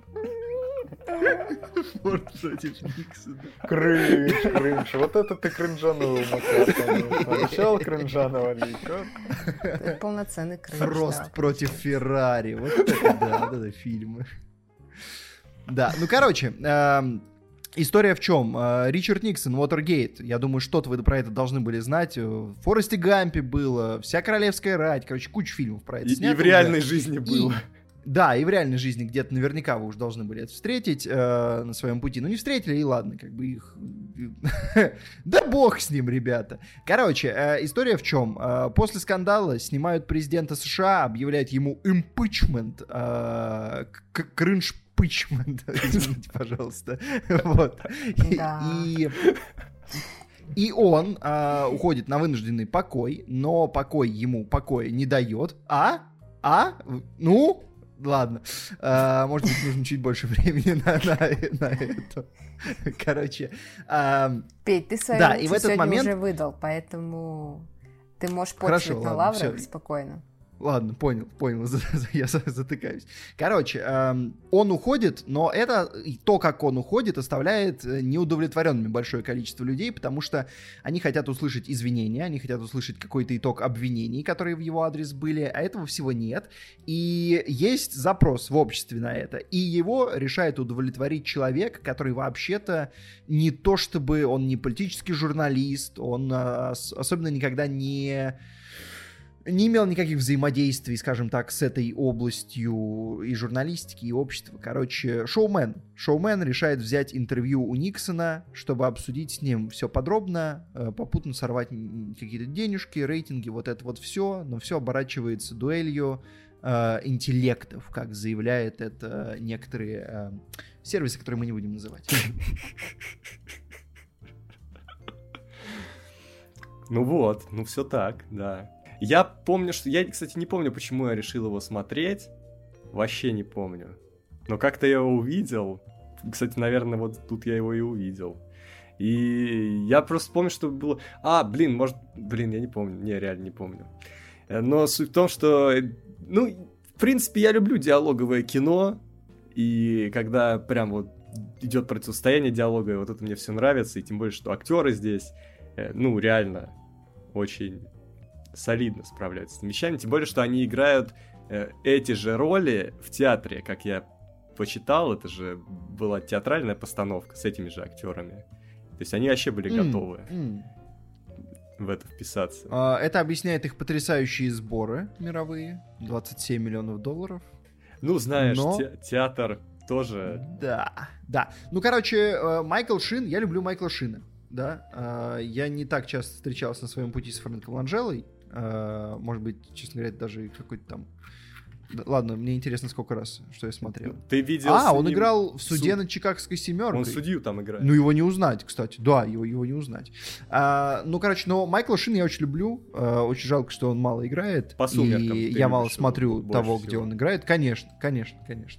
Форд против Никсона. Крынж, крынж. Вот это ты кринжанул, Макар, конечно. Обещал кринжа навалить. вот. Это полноценный крыш. Фрост против Феррари. Вот это да, вот это фильмы. Да, ну короче, эм, история в чем? Э, Ричард Никсон, Уотергейт. Я думаю, что-то вы про это должны были знать. Э, В Форесте Гампе было, вся королевская рать. Короче, куча фильмов про это И, и снято в уже. реальной жизни И- было. Да, и в реальной жизни где-то наверняка вы уже должны были это встретить э, на своем пути. Ну, не встретили, и ладно, как бы их... Да бог с ним, ребята. Короче, э, история в чем? Э, после скандала снимают президента США, объявляют ему импичмент, э, к- кринж-пичмент, извините, пожалуйста. Вот. И- Да. И... И он а, уходит на вынужденный покой, но покой ему покоя не дает. А? А? Ну? Ладно. А, может быть, нужно чуть больше времени на, на- на это. Короче. а, Петь, ты свою Да, лекцию и в этот сегодня момент- уже выдал, поэтому ты можешь Хорошо, почивать на ладно, лаврах всё. спокойно. Ладно, понял, понял, за- за- я за- затыкаюсь. Короче, эм, он уходит, но это и то, как он уходит, оставляет э, неудовлетворенными большое количество людей, потому что они хотят услышать извинения, они хотят услышать какой-то итог обвинений, которые в его адрес были, а этого всего нет. И есть запрос в обществе на это, и его решает удовлетворить человек, который вообще-то не то чтобы он не политический журналист, он а, ос- особенно никогда не... не имел никаких взаимодействий, скажем так, с этой областью и журналистики, и общества. Короче, шоумен. Шоумен решает взять интервью у Никсона, чтобы обсудить с ним все подробно, э, попутно сорвать м, какие-то денежки, рейтинги, вот это вот все, но все оборачивается дуэлью э, интеллектов, как заявляет это некоторые э, сервисы, которые мы не будем называть. Ну вот, ну все так, да. Я помню, что... Я, кстати, не помню, почему я решил его смотреть. Вообще не помню. Но как-то я его увидел. Кстати, наверное, вот тут я его и увидел. И я просто помню, что было... А, блин, может... Блин, я не помню. Не, реально не помню. Но суть в том, что... Ну, в принципе, я люблю диалоговое кино. И когда прям вот идет противостояние диалога, вот это мне все нравится. И тем более, что актеры здесь, ну, реально очень... солидно справляются с этими вещами, тем более, что они играют э, эти же роли в театре, как я почитал, это же была театральная постановка с этими же актерами. То есть они вообще были М, готовы. м. в это вписаться. А, это объясняет их потрясающие сборы мировые. двадцать семь миллионов долларов. Ну, знаешь, Но... те- театр тоже... Да, да. Ну, короче, э, Майкл Шин, я люблю Майкла Шина. Да, э, я не так часто встречался на своем пути с Фрэнком Ланджеллой. Э, может быть, честно говоря, даже какой-то там... Да, ладно, мне интересно, сколько раз, что я смотрел. Ты видел А, с он ним играл в суде суд- над Чикагской семеркой. Он судью там играет. Ну, его не узнать, кстати. Да, его, его не узнать. А, ну, короче, но Майкла Шина я очень люблю. А, очень жалко, что он мало играет. По «Сумеркам» И ты я мало любишь смотрю его больше того, всего. где он играет. Конечно, конечно, конечно.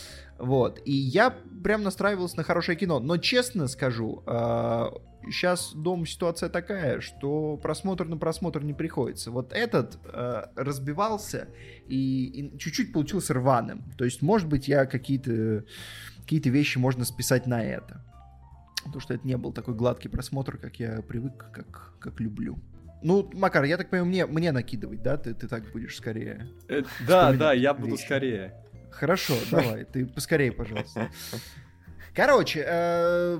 Вот. И я прям настраивался на хорошее кино. Но честно скажу, а, сейчас дома ситуация такая, что просмотр на просмотр не приходится. Вот этот а, разбивался и, и чуть-чуть получился рваным. То есть, может быть, я какие-то, какие-то вещи можно списать на это. Потому что это не был такой гладкий просмотр, как я привык, как, как люблю. Ну, Макар, я так понимаю, мне, мне накидывать, да? Ты, ты так будешь скорее. Э, да, вспоминать да, я буду вещи. скорее. Хорошо, давай, ты поскорее, пожалуйста. Короче, э,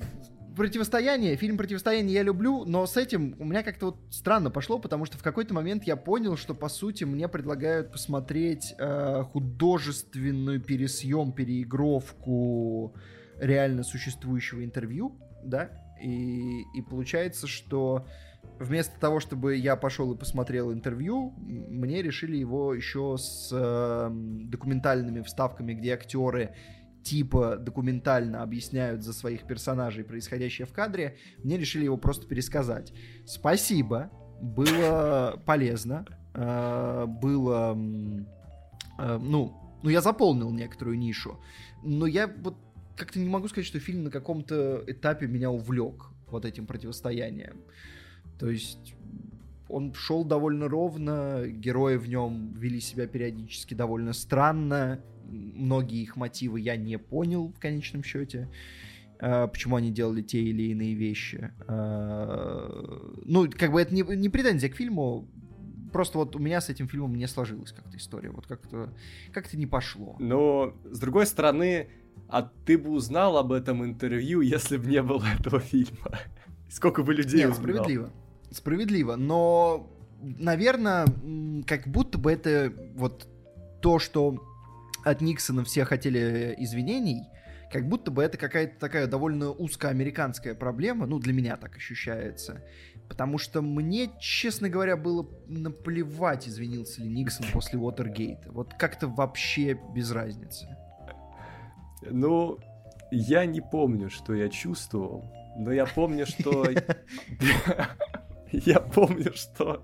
в- противостояние, фильм «Противостояние» я люблю, но с этим у меня как-то вот странно пошло, потому что в какой-то момент я понял, что, по сути, мне предлагают посмотреть э, художественную пересъем, переигровку реально существующего интервью, да, и, и получается, что вместо того, чтобы я пошел и посмотрел интервью, м, мне решили его еще с э, документальными вставками, где актеры типа документально объясняют за своих персонажей происходящее в кадре, мне решили его просто пересказать. Спасибо, было полезно, э, было, м, э, ну, ну, я заполнил некоторую нишу, но я вот как-то не могу сказать, что фильм на каком-то этапе меня увлек вот этим противостоянием. То есть он шел довольно ровно, герои в нем вели себя периодически довольно странно, многие их мотивы я не понял в конечном счете, э, почему они делали те или иные вещи. Э, ну, как бы это не, не претензия к фильму, просто вот у меня с этим фильмом не сложилась как-то история, вот как-то, как-то не пошло. Но, с другой стороны, а ты бы узнал об этом интервью, если бы не было этого фильма? Сколько бы людей Нет, узнал? справедливо. Справедливо, но, наверное, м, как будто бы это вот то, что от Никсона все хотели извинений, как будто бы это какая-то такая довольно узкоамериканская проблема, ну, для меня так ощущается, потому что мне, честно говоря, было наплевать, извинился ли Никсон после Уотергейта. Вот как-то вообще без разницы. Ну, я не помню, что я чувствовал, но я помню, что... Я помню, что...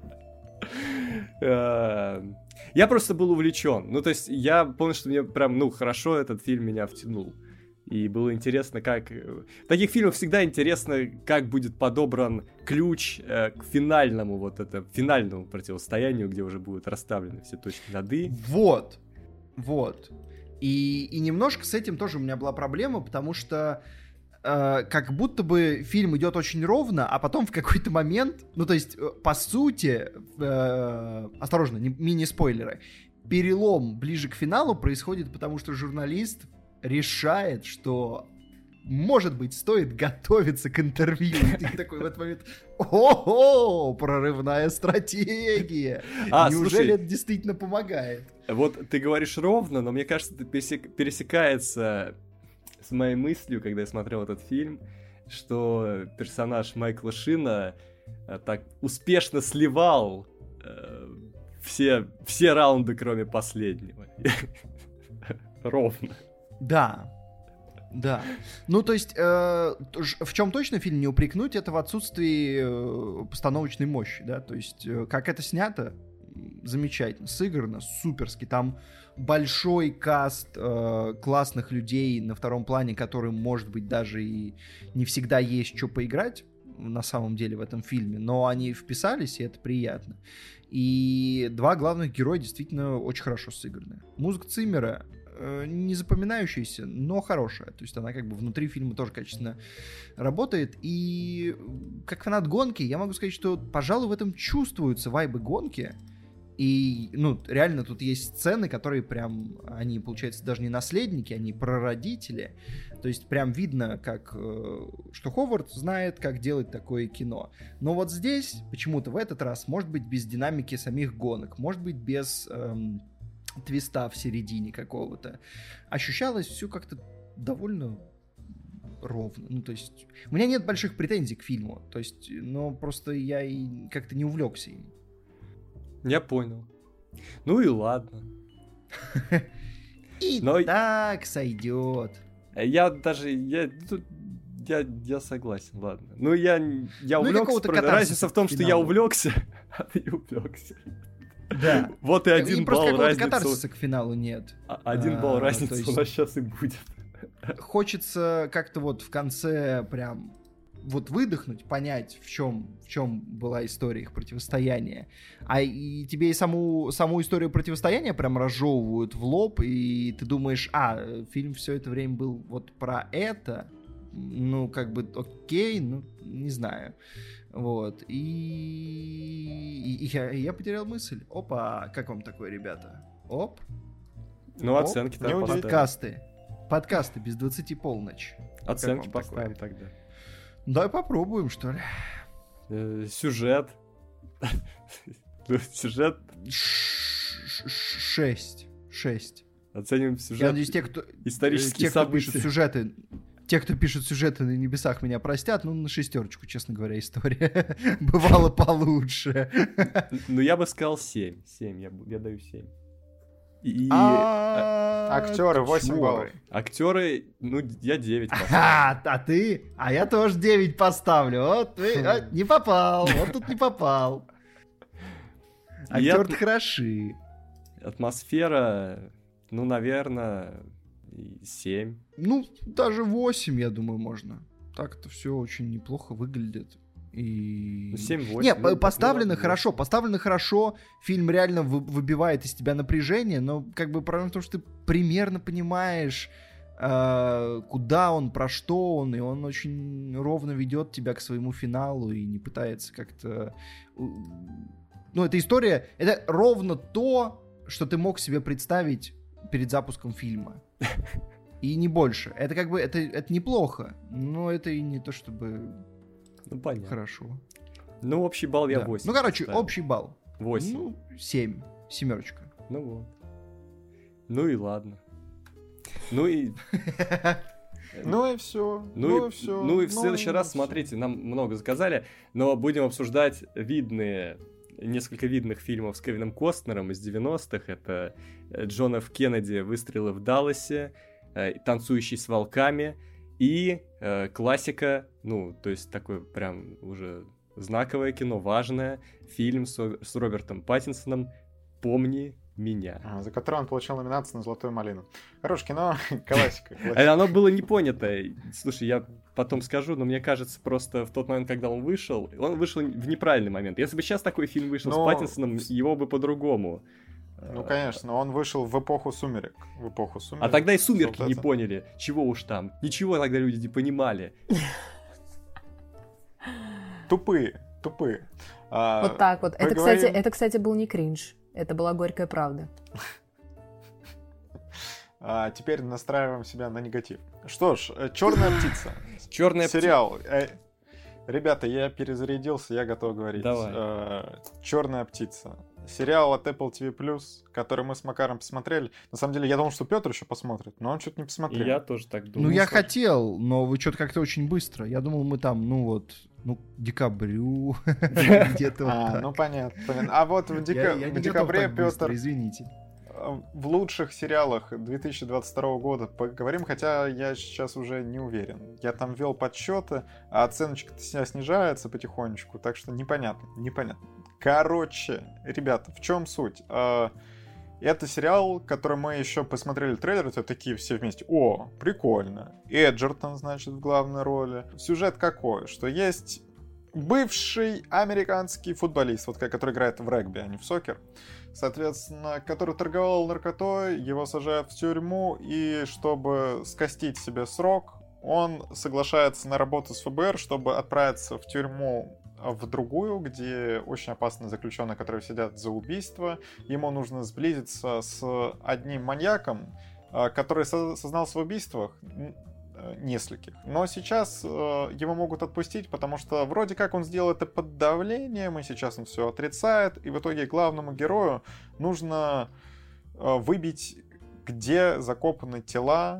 Я просто был увлечен. Ну, то есть, я помню, что мне прям, ну, хорошо этот фильм меня втянул. И было интересно, как... В таких фильмах всегда интересно, как будет подобран ключ э, к финальному вот это, финальному противостоянию, где уже будут расставлены все точки над «и». Вот, вот. И, и немножко с этим тоже у меня была проблема, потому что э, как будто бы фильм идет очень ровно, а потом в какой-то момент, ну то есть, э, по сути, э, осторожно, не, мини-спойлеры, перелом ближе к финалу происходит, потому что журналист решает, что, может быть, стоит готовиться к интервью. И ты такой в этот момент: о-о, прорывная стратегия. А, Неужели слушай, это действительно помогает? Вот ты говоришь ровно, но мне кажется, это пересек- пересекается с моей мыслью, когда я смотрел этот фильм, что персонаж Майкла Шина э, так успешно сливал э, все, все раунды, кроме последнего. Ровно. Да, да. Ну, то есть, э, ж- в чем точно фильм не упрекнуть, это в отсутствии э, постановочной мощи, да, то есть, э, как это снято, м, замечательно, сыграно, суперски, там большой каст э, классных людей на втором плане, которым, может быть, даже и не всегда есть что поиграть, на самом деле, в этом фильме, но они вписались, и это приятно. И два главных героя действительно очень хорошо сыграны. Музыка Циммера э, не запоминающаяся, но хорошая. То есть она как бы внутри фильма тоже качественно работает. И как фанат гонки, я могу сказать, что, пожалуй, в этом чувствуются вайбы гонки. И, ну, реально тут есть сцены, которые прям, они, получается, даже не наследники, они прародители. То есть прям видно, как, э, что Ховард знает, как делать такое кино. Но вот здесь, почему-то в этот раз, может быть, без динамики самих гонок, может быть, без эм, твиста в середине какого-то. Ощущалось все как-то довольно ровно. Ну, то есть, у меня нет больших претензий к фильму. То есть, но просто я и как-то не увлекся им. Я понял. Ну и ладно. И Но... так сойдет. Я даже... Я, я, я согласен, ладно. Ну, я, я ну, увлекся. Про... Разница в том, что я увлекся, а ты увлекся. Да. Вот и один и балл разницы. Катарсиса к финалу нет. А, один балл а, разницы есть... у нас сейчас и будет. Хочется как-то вот в конце прям вот выдохнуть, понять, в чем, в чем была история их противостояния. А и тебе и саму, саму историю противостояния прям разжевывают в лоб, и ты думаешь, а, фильм все это время был вот про это, ну, как бы, окей, ну, не знаю. Вот, и, и, и я, и я потерял мысль. Опа, как вам такое, ребята? Оп. Ну, оценки там поставим. Подкасты. Подкасты без двадцати полночь. Оценки поставим такое? Тогда. Давай попробуем, что ли. Э, сюжет. Сюжет. Шесть. Шесть. Оценим сюжет. Я надеюсь, те, кто... Исторические те, кто события. пишут сюжеты... Те, кто пишут сюжеты на небесах, меня простят. Ну, на шестерочку, честно говоря, история. Бывало получше. Ну, я бы сказал семь. семь. Я даю семь. И актеры восемь баллов. Актеры, ну, я девять поставлю. А, а ты? А я тоже девять поставлю. Вот, не попал. Вот тут не попал. Актеры хороши. Атмосфера, ну, наверное, семь. Ну, даже восемь, я думаю, можно. Так-то все очень неплохо выглядит. И... Ну, семь-восемь. Нет, ну, поставлено ну, хорошо, поставлено хорошо, фильм реально вы, выбивает из тебя напряжение, но как бы проблема в том, что ты примерно понимаешь, э, куда он, про что он, и он очень ровно ведет тебя к своему финалу и не пытается как-то... Ну, эта история, это ровно то, что ты мог себе представить перед запуском фильма. И не больше. Это как бы, это, это неплохо, но это и не то, чтобы... Ну, понятно. Хорошо. Ну, общий балл я да. восемь. Ну, короче, ставил. общий балл. восемь. Ну, семь. Семерочка. Ну вот. Ну и ладно. Ну и... Ну и все. Ну и все. Ну и в следующий раз, смотрите, нам много заказали, но будем обсуждать видные, несколько видных фильмов с Кевином Костнером из девяностых. Это Джон Ф. Кеннеди «Выстрелы в Далласе», «Танцующий с волками» и э, классика, ну, то есть такое прям уже знаковое кино, важное, фильм с, с Робертом Паттинсоном «Помни меня». А, за который он получил номинацию на «Золотую малину». Хорошее кино, классика. Оно было не понято. Слушай, я потом скажу, но мне кажется, просто в тот момент, когда он вышел, он вышел в неправильный момент. Если бы сейчас такой фильм вышел с Паттинсоном, его бы по-другому. Ну, конечно, он вышел в эпоху «Сумерек». В эпоху «Сумерек». А тогда и «Сумерки» Солдаты. не поняли. Чего уж там. Ничего тогда люди не понимали. Тупые, тупые. А, вот так вот. Это, говорим... кстати, это, кстати, был не кринж. Это была горькая правда. А теперь настраиваем себя на негатив. Что ж, «Черная птица». «Черная птица». Сериал. Ребята, я перезарядился, я готов говорить. Давай. «Черная птица». Сериал от Apple ти ви плюс, который мы с Макаром посмотрели. На самом деле, я думал, что Петр еще посмотрит, но он что-то не посмотрел. И я тоже так думал. Ну, я хотел, но вы что-то как-то очень быстро. Я думал, мы там, ну вот, ну, декабрю, где-то вот А, так. ну понятно, понятно. А вот в декабре, Петр, извините. В лучших сериалах две тысячи двадцать второго года поговорим, хотя я сейчас уже не уверен. Я там вел подсчеты, а оценочка-то снижается потихонечку, так что непонятно, непонятно. Короче, ребята, в чем суть? Это сериал, который мы еще посмотрели трейлер, это такие все вместе. О, прикольно. Эджертон, значит, в главной роли. Сюжет какой? Что есть бывший американский футболист, вот который играет в регби, а не в сокер. Соответственно, который торговал наркотой, его сажают в тюрьму, и чтобы скостить себе срок, он соглашается на работу с эф бэ эр, чтобы отправиться в тюрьму в другую, где очень опасные заключенные, которые сидят за убийство. Ему нужно сблизиться с одним маньяком, который сознался в убийствах нескольких. Но сейчас его могут отпустить, потому что вроде как он сделал это под давлением, и сейчас он все отрицает. И в итоге главному герою нужно выбить, где закопаны тела,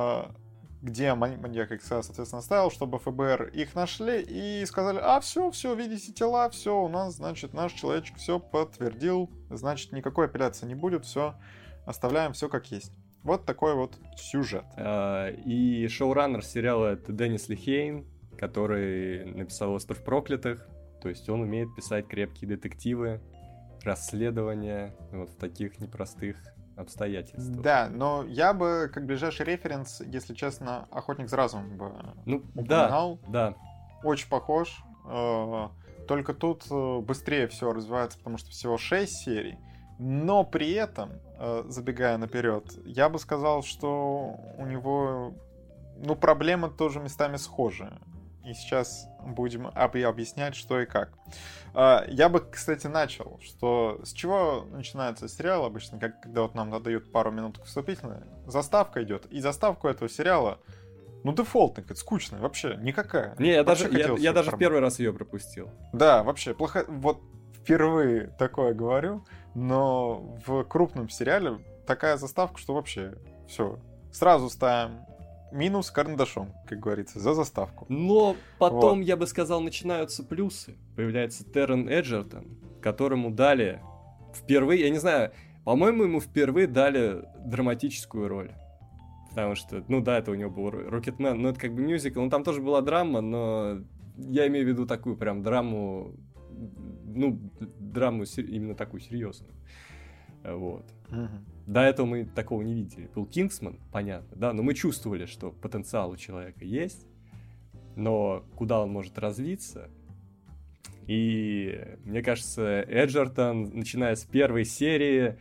где маньяк их, соответственно, ставил, чтобы эф бэ эр их нашли и сказали: а, все, все, видите тела, все, у нас, значит, наш человечек все подтвердил, значит, никакой апелляции не будет, все, оставляем все как есть. Вот такой вот сюжет. И шоураннер сериала — это Деннис Лихейн, который написал «Остров проклятых», то есть он умеет писать крепкие детективы, расследования вот в таких непростых обстоятельствах. Да, но я бы, как ближайший референс, если честно, «Охотник за разумом» бы ну, упоминал. Да, да. Очень похож. Только тут быстрее все развивается, потому что всего шесть серий. Но при этом, забегая наперед, я бы сказал, что у него, ну, проблемы тоже местами схожи. И сейчас будем объяснять, что и как. Я бы, кстати, начал, что с чего начинается сериал обычно, как, когда вот нам дают пару минут вступительной, заставка идет, и заставку этого сериала, ну, дефолтная, скучная, вообще никакая. Не, я даже, я, я даже в первый раз ее пропустил. Да, вообще, плохо, вот впервые такое говорю, но в крупном сериале такая заставка, что вообще все, сразу ставим минус карандашом, как говорится, за заставку. Но потом, вот. Я бы сказал, начинаются плюсы. Появляется Террен Эджертон, которому дали впервые, я не знаю, по-моему, ему впервые дали драматическую роль. Потому что, ну да, это у него был Рокетмен, но это как бы мюзикл, ну там тоже была драма, но я имею в виду такую прям драму, ну, драму именно такую серьезную. Вот. Угу. До этого мы такого не видели. Был Кингсман, понятно, да, но мы чувствовали, что потенциал у человека есть, но куда он может развиться. И мне кажется, Эджертон, начиная с первой серии,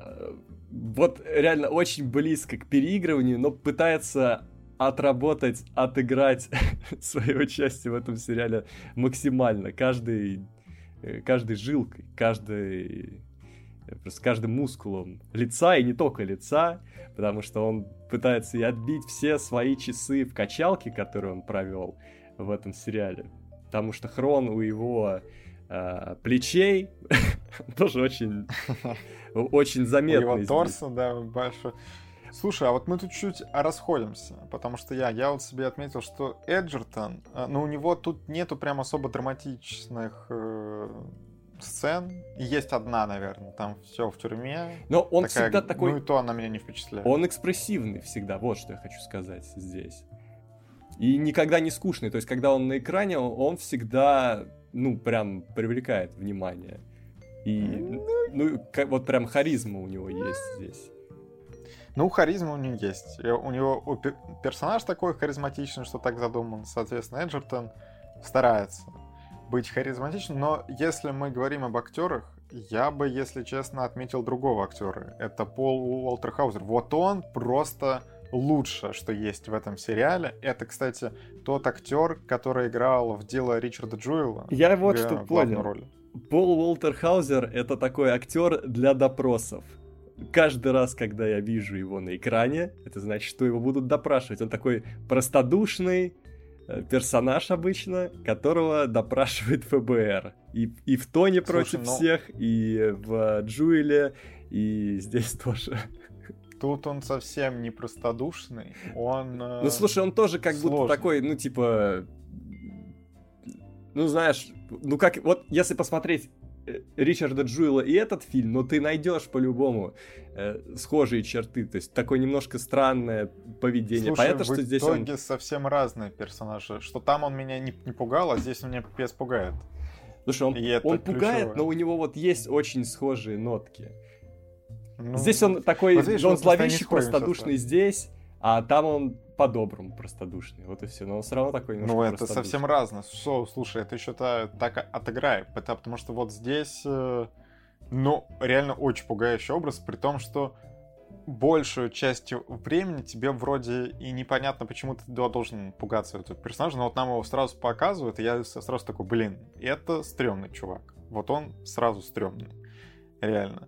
вот реально очень близко к переигрыванию, но пытается отработать, отыграть свое участие в этом сериале максимально. Каждой, каждой жилкой, каждой... просто каждым мускулом лица, и не только лица, потому что он пытается и отбить все свои часы в качалке, которые он провел в этом сериале. Потому что хрон у его э, плечей тоже очень, очень заметный. У его торса, да, большой. Слушай, а вот мы тут чуть расходимся, потому что я, я вот себе отметил, что Эджертон, ну, у него тут нету прям особо драматичных... Э, сцен. И есть одна, наверное, там все в тюрьме. Но он такая, всегда такой... Ну и то она меня не впечатляет. Он экспрессивный всегда, вот что я хочу сказать здесь. И никогда не скучный. То есть, когда он на экране, он всегда, ну, прям привлекает внимание. И, ну, вот прям харизма у него есть здесь. Ну, харизма у него есть. У него персонаж такой харизматичный, что так задуман. Соответственно, Эджертон старается быть харизматичным, но если мы говорим об актерах, я бы, если честно, отметил другого актера. Это Пол Уолтер Хаузер. Вот он просто лучше, что есть в этом сериале. Это, кстати, тот актер, который играл в «Дело Ричарда Джуэла». Я вот что понял. Роль. Пол Уолтер Хаузер — это такой актер для допросов. Каждый раз, когда я вижу его на экране, это значит, что его будут допрашивать. Он такой простодушный персонаж обычно, которого допрашивает эф бэ эр. И, и в Тоне против ну... всех, и в Джуэле, и здесь тоже. Тут он совсем не простодушный, он... Ну, слушай, он тоже как сложный. будто такой, ну, типа... Ну, знаешь, ну как... Вот если посмотреть Ричарда Джуэла и этот фильм, но ты найдешь по-любому э, схожие черты, то есть такое немножко странное поведение. Слушай, понятно, в что здесь итоге он... совсем разные персонажи. Что там он меня не, не пугал, а здесь он меня пипец пугает. Слушай, он, он пугает, но у него вот есть очень схожие нотки. Ну, здесь он такой, вот видишь, он зловещий, простодушный здесь, а там он по-доброму простодушный. Вот и все. Но он все равно такой немножко Ну, это совсем разное. Шо, слушай, это еще так отыграй. Потому что вот здесь, ну, реально очень пугающий образ, при том, что большую часть времени тебе вроде и непонятно, почему ты должен пугаться этого персонажа, но вот нам его сразу показывают, и я сразу такой, блин, это стрёмный чувак. Вот он сразу стрёмный. Реально.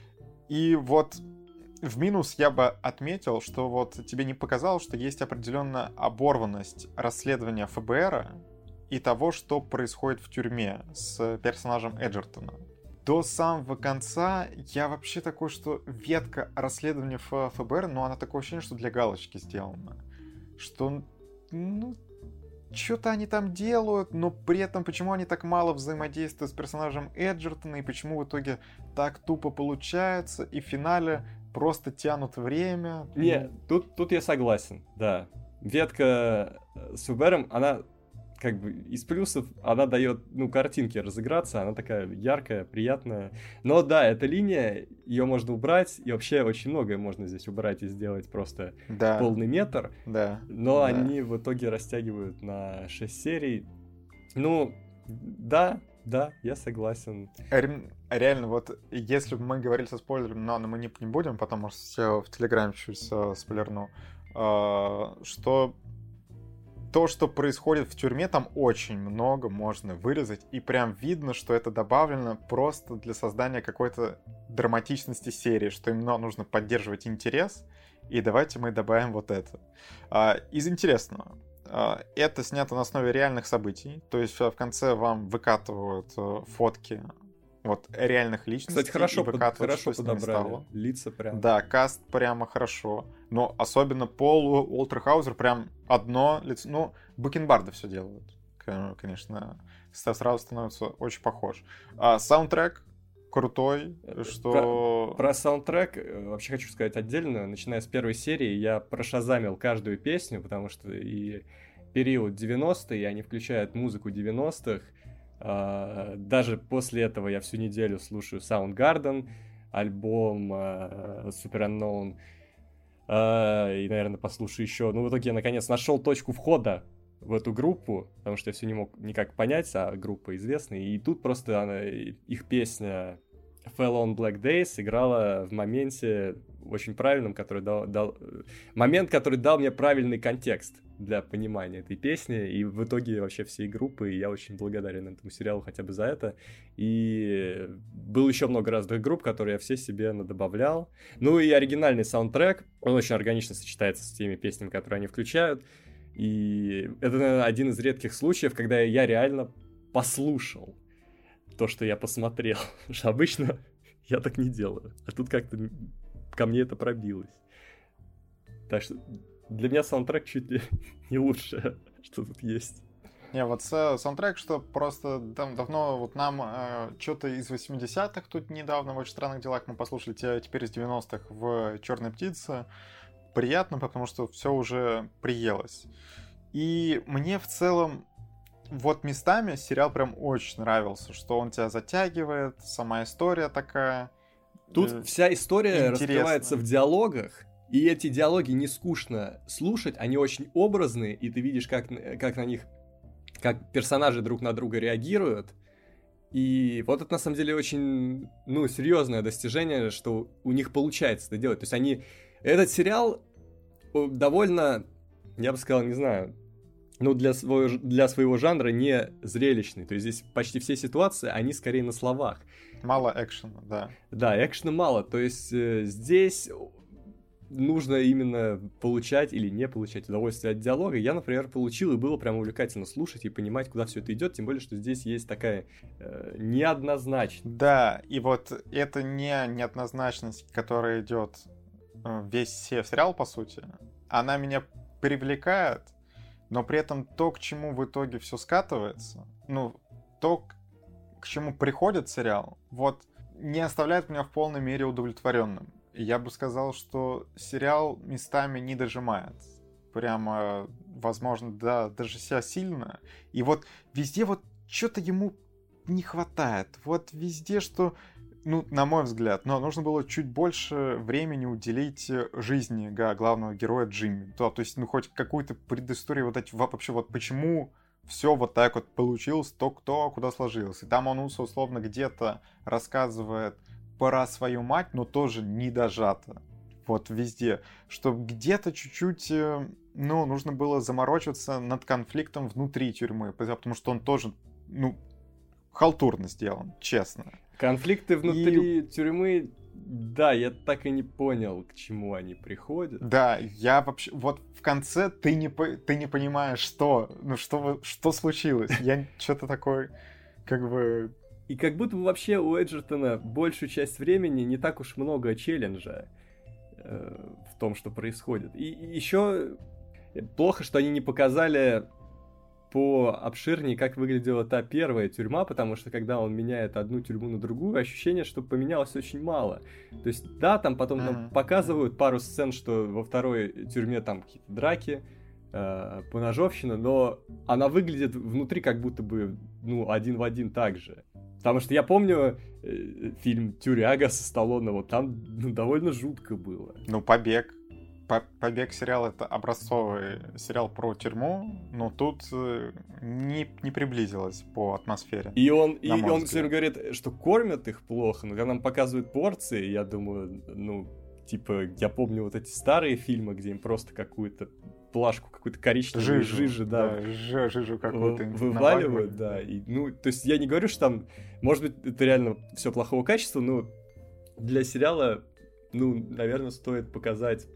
И вот в минус я бы отметил, что вот тебе не показалось, что есть определенная оборванность расследования эф бэ эр и того, что происходит в тюрьме с персонажем Эджертона. До самого конца я вообще такой, что ветка расследования эф бэ эр, ну, она такое ощущение, что для галочки сделана. Что, ну, что-то они там делают, но при этом почему они так мало взаимодействуют с персонажем Эджертона, и почему в итоге так тупо получается, и в финале просто тянут время. Не, тут, тут я согласен, да. Ветка с эф бэ эр, она как бы из плюсов, она дает, ну, картинке разыграться, она такая яркая, приятная. Но да, эта линия, ее можно убрать, и вообще очень многое можно здесь убрать и сделать просто да. полный метр. Да. Но да. они в итоге растягивают на шесть серий. Ну, да, да, я согласен. Ре- реально, вот если бы мы говорили со спойлерами, но мы не, не будем, потому что я в Телеграме чуть спойлерну, э, что то, что происходит в тюрьме, там очень много можно вырезать, и прям видно, что это добавлено просто для создания какой-то драматичности серии, что им нужно поддерживать интерес, и давайте мы добавим вот это. А, из интересного. А, это снято на основе реальных событий, то есть в конце вам выкатывают а, фотки вот реальных личностей. Кстати, хорошо, и выкатывают, под, хорошо что с ними подобрали. стало. Лица прям. Да, каст прямо хорошо. Но особенно Пол Уолтерхаузер прям одно лицо. Ну, Бакенбарды все делают. Конечно, сразу становится очень похож. А саундтрек крутой, что... Про, про саундтрек вообще хочу сказать отдельно. Начиная с первой серии я прошазамил каждую песню, потому что и период девяностые, и они включают музыку девяностых. Uh, даже после этого я всю неделю слушаю Soundgarden, альбом uh, Super Unknown, uh, и, наверное, послушаю еще. Ну, в итоге я, наконец, нашел точку входа в эту группу, потому что я все не мог никак понять, а группа известная. И тут просто она, их песня Fell on Black Days играла в моменте очень правильном, который дал, дал... момент, который дал мне правильный контекст для понимания этой песни, и в итоге вообще всей группы, и я очень благодарен этому сериалу хотя бы за это. И было еще много разных групп, которые я все себе надобавлял. Ну и оригинальный саундтрек, он очень органично сочетается с теми песнями, которые они включают, и это, наверное, один из редких случаев, когда я реально послушал то, что я посмотрел. Потому что обычно я так не делаю, а тут как-то ко мне это пробилось. Так что для меня саундтрек чуть ли не лучшее, что тут есть. Не, вот саундтрек, что просто там давно вот нам э, что-то из восьмидесятых тут недавно в «Очень странных делах» мы послушали, тебя теперь из девяностых в «Черной птице». Приятно, потому что все уже приелось. И мне в целом вот местами сериал прям очень нравился, что он тебя затягивает, сама история такая. Тут э, вся история интересно. Раскрывается в диалогах. И эти диалоги не скучно слушать, они очень образные, и ты видишь, как, как на них, как персонажи друг на друга реагируют. И вот это на самом деле очень, ну, серьезное достижение, что у них получается это делать. То есть они, этот сериал довольно, я бы сказал, не знаю, ну, для своего, для своего жанра не зрелищный. То есть здесь почти все ситуации, они скорее на словах. Мало экшена, да. Да, экшена мало. То есть э, здесь... нужно именно получать или не получать удовольствие от диалога. Я, например, получил, и было прям увлекательно слушать и понимать, куда все это идет, тем более, что здесь есть такая э, неоднозначность. Да, и вот это не неоднозначность, которая идет э, весь сериал, по сути, она меня привлекает, но при этом то, к чему в итоге все скатывается, ну, то, к чему приходит сериал, вот не оставляет меня в полной мере удовлетворенным. Я бы сказал, что сериал местами не дожимает. Прямо, возможно, да, даже себя сильно. И вот везде вот что-то ему не хватает. Вот везде, что, ну, на мой взгляд, но нужно было чуть больше времени уделить жизни главного героя Джимми. Да, то есть, ну, хоть какую-то предысторию вот эти, вообще вот почему все вот так вот получилось, то кто куда сложился. И там он, условно, где-то рассказывает про свою мать, но тоже не дожато. вот везде, что где-то чуть-чуть, ну, нужно было заморочиться над конфликтом внутри тюрьмы, потому что он тоже, ну, халтурно сделан, честно. Конфликты внутри и... тюрьмы, да, я так и не понял, к чему они приходят. Да, я вообще, вот в конце ты не, ты не понимаешь, что, ну, что, что случилось, я что-то такое, как бы... И как будто бы вообще у Эджертона большую часть времени не так уж много челленджа э, в том, что происходит. И, и еще плохо, что они не показали по обширнее, как выглядела та первая тюрьма, потому что когда он меняет одну тюрьму на другую, ощущение, что поменялось очень мало. То есть, да, там потом нам показывают пару сцен, что во второй тюрьме там какие-то драки, э, поножовщина, но она выглядит внутри как будто бы, ну, один в один так же. Потому что я помню э, фильм «Тюряга» со Сталлоне, вот там ну, довольно жутко было. Ну, «Побег». «Побег» сериал — это образцовый сериал про тюрьму, но тут не, не приблизилось по атмосфере. И он, и он все время говорит, что кормят их плохо, но когда нам показывают порции, я думаю, ну, типа, я помню вот эти старые фильмы, где им просто какую-то плашку, какую-то коричневую жижу, жижу да, да, жижу какую-то вываливают, да. И, ну, то есть я не говорю, что там, может быть, это реально все плохого качества, но для сериала, ну, наверное, стоит показать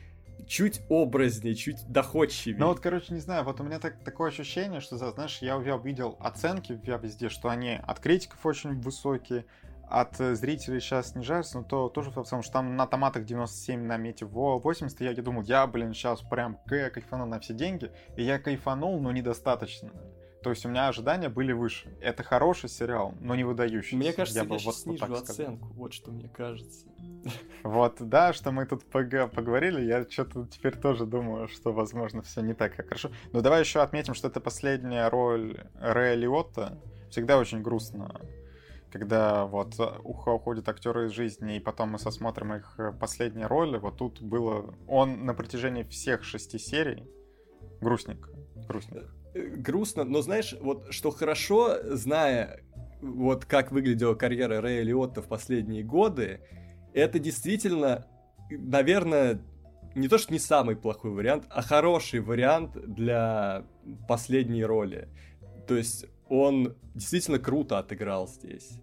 чуть образнее, чуть доходчивее. Ну вот, короче, не знаю, вот у меня так, такое ощущение, что, знаешь, я увидел оценки везде, что они от критиков очень высокие, от зрителей сейчас снижаются, но то тоже потому что там на томатах девяносто семь, на мете восемьдесят, и я думал, я, блин, сейчас прям кайфанул на все деньги, и я кайфанул, но недостаточно. То есть у меня ожидания были выше. Это хороший сериал, но не выдающийся. Мне кажется, я, я бы сейчас вот, снижу вот оценку. Вот что мне кажется. Вот, да, что мы тут поговорили, я что-то теперь тоже думаю, что, возможно, все не так, как хорошо. Но давай еще отметим, что это последняя роль Рэя Лиотта. Всегда очень грустно, когда вот уходят актеры из жизни, и потом мы сосмотрим их последние роли. Вот тут было... Он на протяжении всех шести серий грустненько. Грустненько. Грустно, но знаешь, вот что хорошо, зная вот как выглядела карьера Рэя Лиотта в последние годы, это действительно, наверное, не то что не самый плохой вариант, а хороший вариант для последней роли. То есть он действительно круто отыграл здесь.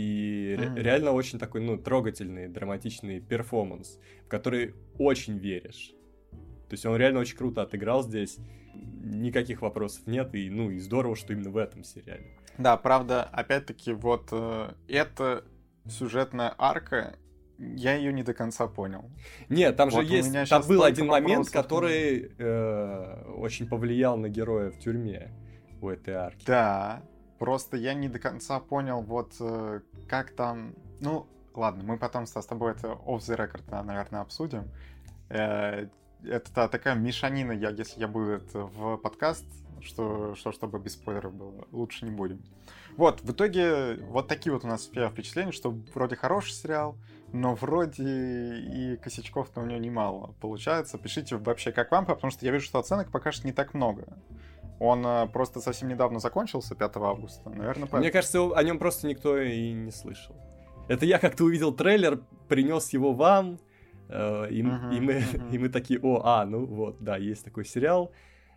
И mm-hmm. ре- реально очень такой, ну, трогательный, драматичный перформанс, в который очень веришь. То есть он реально очень круто отыграл здесь. Никаких вопросов нет, и, ну, и здорово, что именно в этом сериале. Да, правда, опять-таки, вот э, эта сюжетная арка, я ее не до конца понял. Нет, там вот же есть, там был один момент, вопросов, который э, очень повлиял на героя в тюрьме у этой арки. Да, просто я не до конца понял, вот э, как там... Ну, ладно, мы потом с тобой это off the record, наверное, обсудим. Э, это такая мешанина, я, если я буду это в подкаст, что, что чтобы без спойлеров было, лучше не будем. Вот, в итоге вот такие вот у нас впечатления, что вроде хороший сериал, но вроде и косячков-то у него немало получается. Пишите вообще, как вам, потому что я вижу, что оценок пока что не так много. Он просто совсем недавно закончился, пятого августа, наверное, поэтому. Мне кажется, о нем просто никто и не слышал. Это я как-то увидел трейлер, принес его вам, И, uh-huh, и, мы, uh-huh. и мы такие, о, а, ну вот, да, есть такой сериал,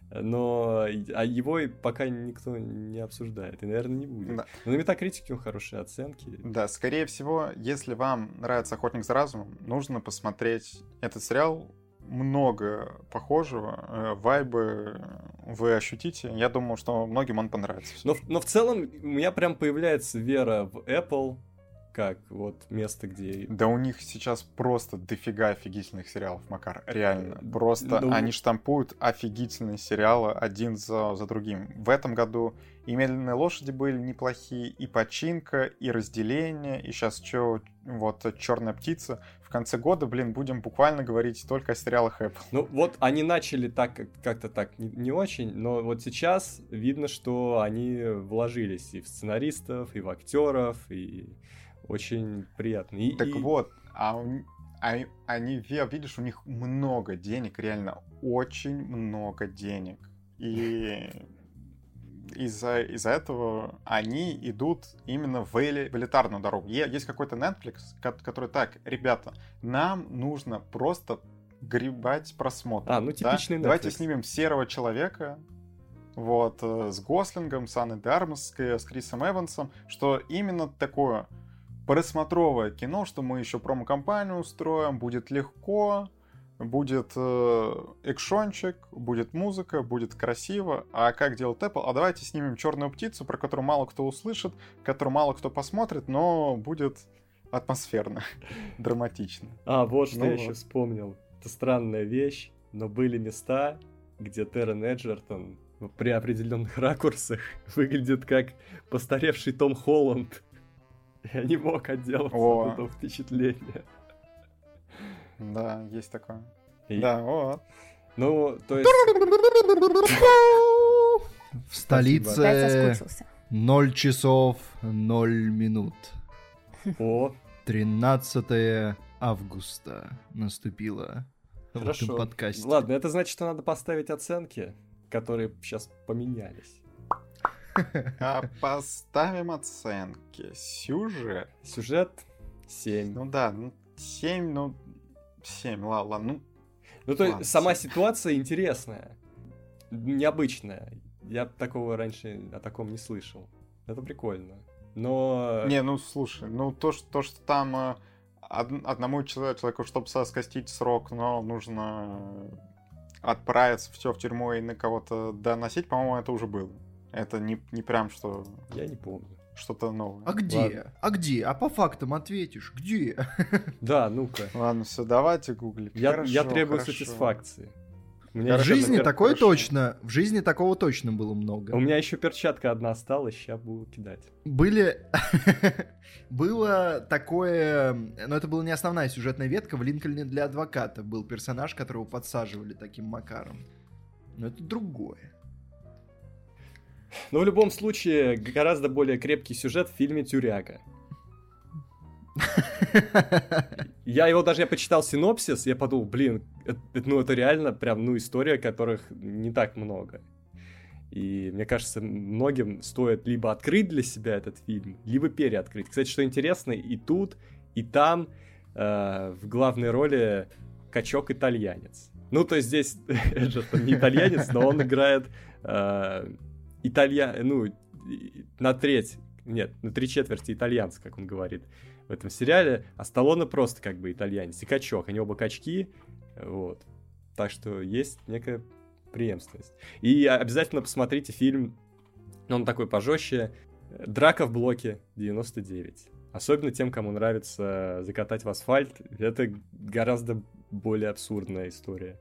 но а его пока никто не обсуждает, и, наверное, не будет. Да. Но на Метакритике у него хорошие оценки. Да, скорее всего, если вам нравится «Охотник за разумом», нужно посмотреть этот сериал. Много похожего, вайбы вы ощутите. Я думаю, что многим он понравится. Но, но в целом у меня прям появляется вера в Apple, как вот место, где... Да у них сейчас просто дофига офигительных сериалов, Макар, реально. Просто ну... они штампуют офигительные сериалы один за, за другим. В этом году и «Медленные лошади» были неплохие, и «Починка», и «Разделение», и сейчас чё, вот «Черная птица». В конце года, блин, будем буквально говорить только о сериалах Apple. Ну вот они начали так как-то так не, не очень, но вот сейчас видно, что они вложились и в сценаристов, и в актеров, и... Очень приятно. И, так и... вот, а, а, они, видишь, у них много денег, реально очень много денег. И из-за, из-за этого они идут именно в, эли, в элитарную дорогу. Есть какой-то Netflix, который так, ребята, нам нужно просто гребать просмотр. А, ну типичный да? Netflix. Давайте снимем серого человека, вот, с Гослингом, с Анной де Армас, с Крисом Эвансом, что именно такое просмотровое кино, что мы еще промо-компанию устроим, будет легко, будет э, экшончик, будет музыка, будет красиво. А как делает Apple? А давайте снимем «Черную птицу», про которую мало кто услышит, которую мало кто посмотрит, но будет атмосферно, драматично. А, вот что Ну я вот. еще вспомнил. Это странная вещь, но были места, где Террен Эджертон при определенных ракурсах выглядит как постаревший Том Холланд. Я не мог отделаться О. от этого впечатления. Да, есть такое. И- Да, вот. Ну, то есть... В столице Опять соскучился. ноль часов ноль минут. О, тринадцатое августа наступило в этом хорошо. подкасте. Ладно, это значит, что надо поставить оценки, которые сейчас поменялись. А поставим оценки. Сюжет. Сюжет семь. Ну да, ну семь, ну семь, ладно, ну Ну, то ладно, есть, сама семь. ситуация интересная, необычная. Я такого раньше о таком не слышал. Это прикольно. Но... Не, ну слушай, ну то, что, то, что там э, од- одному человеку, чтобы соскостить срок, но нужно отправиться все в тюрьму и на кого-то доносить, по-моему, это уже было. Это не, не прям что Я не помню. что-то новое. А где? Ладно. А где? А по фактам ответишь. Где? Да, ну-ка. Ладно, все, давайте гуглить. Я, Хорошо, я требую хорошо. сатисфакции. У меня В Хорошо, еще жизни пер- такое хорошо. точно. В жизни такого точно было много. У меня еще перчатка одна осталась, сейчас буду кидать. Были... Было такое... Но это была не основная сюжетная ветка. В «Линкольне для адвоката» был персонаж, которого подсаживали таким макаром. Но это другое. Но в любом случае, гораздо более крепкий сюжет в фильме «Тюряга». Я его даже, я почитал синопсис, я подумал, блин, это, ну это реально прям, ну, история, которых не так много. И мне кажется, многим стоит либо открыть для себя этот фильм, либо переоткрыть. Кстати, что интересно, и тут, и там э, в главной роли качок-итальянец. Ну, то есть здесь Эджертон не итальянец, но он играет э, италья... ну, и- на треть, нет, на три четверти итальянца, как он говорит в этом сериале, а Сталлоне просто как бы итальянец и качок, они оба качки, вот. Так что есть некая преемственность. И обязательно посмотрите фильм, он такой пожестче, «Драка в блоке девяносто девять». Особенно тем, кому нравится закатать в асфальт, это гораздо более абсурдная история.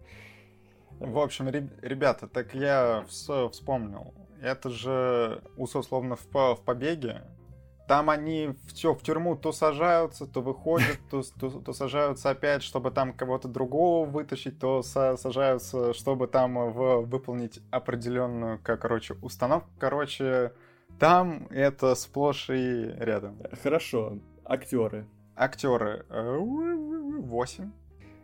В общем, реб- ребята, так я все вспомнил. Это же, условно, в, по- в «Побеге». Там они все в тюрьму то сажаются, то выходят, то, то, то сажаются опять, чтобы там кого-то другого вытащить, то са- сажаются, чтобы там в- выполнить определенную, как, короче, установку. Короче, там это сплошь и рядом. Хорошо, актеры. Актеры восемь.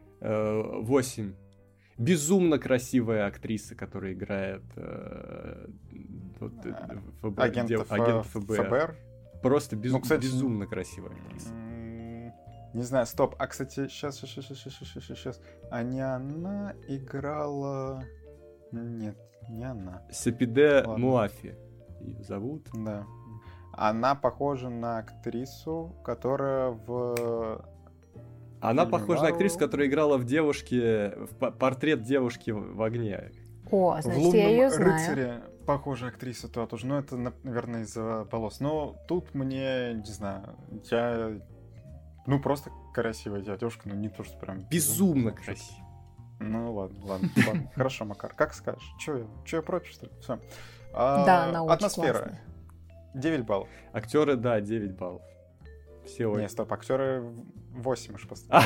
восемь. Безумно красивая актриса, которая играет э, вот, э, ФБ, Агент, дев- Ф- агент ФБР. ФБР. Просто без- Ну, кстати, безумно красивая актриса. М, Не знаю, стоп. А, кстати, сейчас, сейчас, сейчас, сейчас, сейчас, сейчас. А не она играла... Нет, не она. Сапиде Ладно. Муафи ее зовут. Да. Она похожа на актрису, которая в... Она Фильм похожа на актрису, Марвел. которая играла в девушке, в по- портрет девушки в в огне. О, в значит, «Лунном я ее знаю. рыцаре» похожая актриса туда тоже. Ну, это, на- наверное, из-за волос. Но тут мне, не знаю, я... Ну, просто красивая девушка, но не то, что прям... Безумно что-то. красиво. Ну, ладно, ладно, ладно. Хорошо, Макар, как скажешь. Че я, че я против, что ли? Все. Да, она очень Атмосфера. классная. девять баллов. Актеры, да, девять баллов. Все Не, очень. стоп, актеры восемь уж поставил.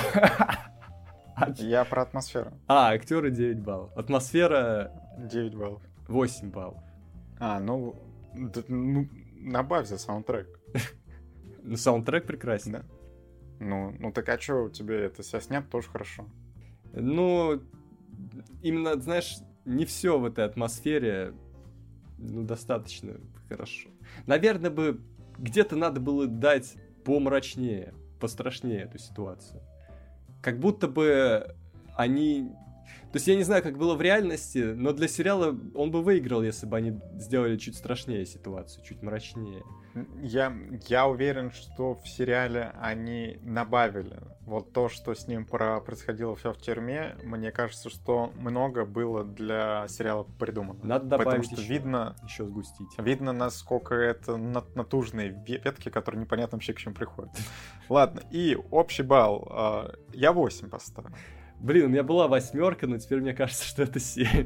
Я про атмосферу. А, актеры девять баллов. Атмосфера девять баллов. восемь баллов. А, ну, д- ну набавь за саундтрек. Ну, саундтрек прекрасен. Да. Ну, ну так а что у тебя это себя снят, тоже хорошо. Ну, именно, знаешь, не все в этой атмосфере ну, достаточно хорошо. Наверное, бы где-то надо было дать помрачнее, пострашнее эту ситуацию. Как будто бы они... То есть я не знаю, как было в реальности, но для сериала он бы выиграл, если бы они сделали чуть страшнее ситуацию, чуть мрачнее. Я, я уверен, что в сериале они добавили вот то, что с ним про происходило все в тюрьме. Мне кажется, что много было для сериала придумано. Надо добавить Потому что еще, видно, еще сгустить. Видно, насколько это натужные ветки, которые непонятно вообще к чему приходят. Ладно, и общий балл. Я восемь поставил. Блин, у меня была восьмерка, но теперь мне кажется, что это семь.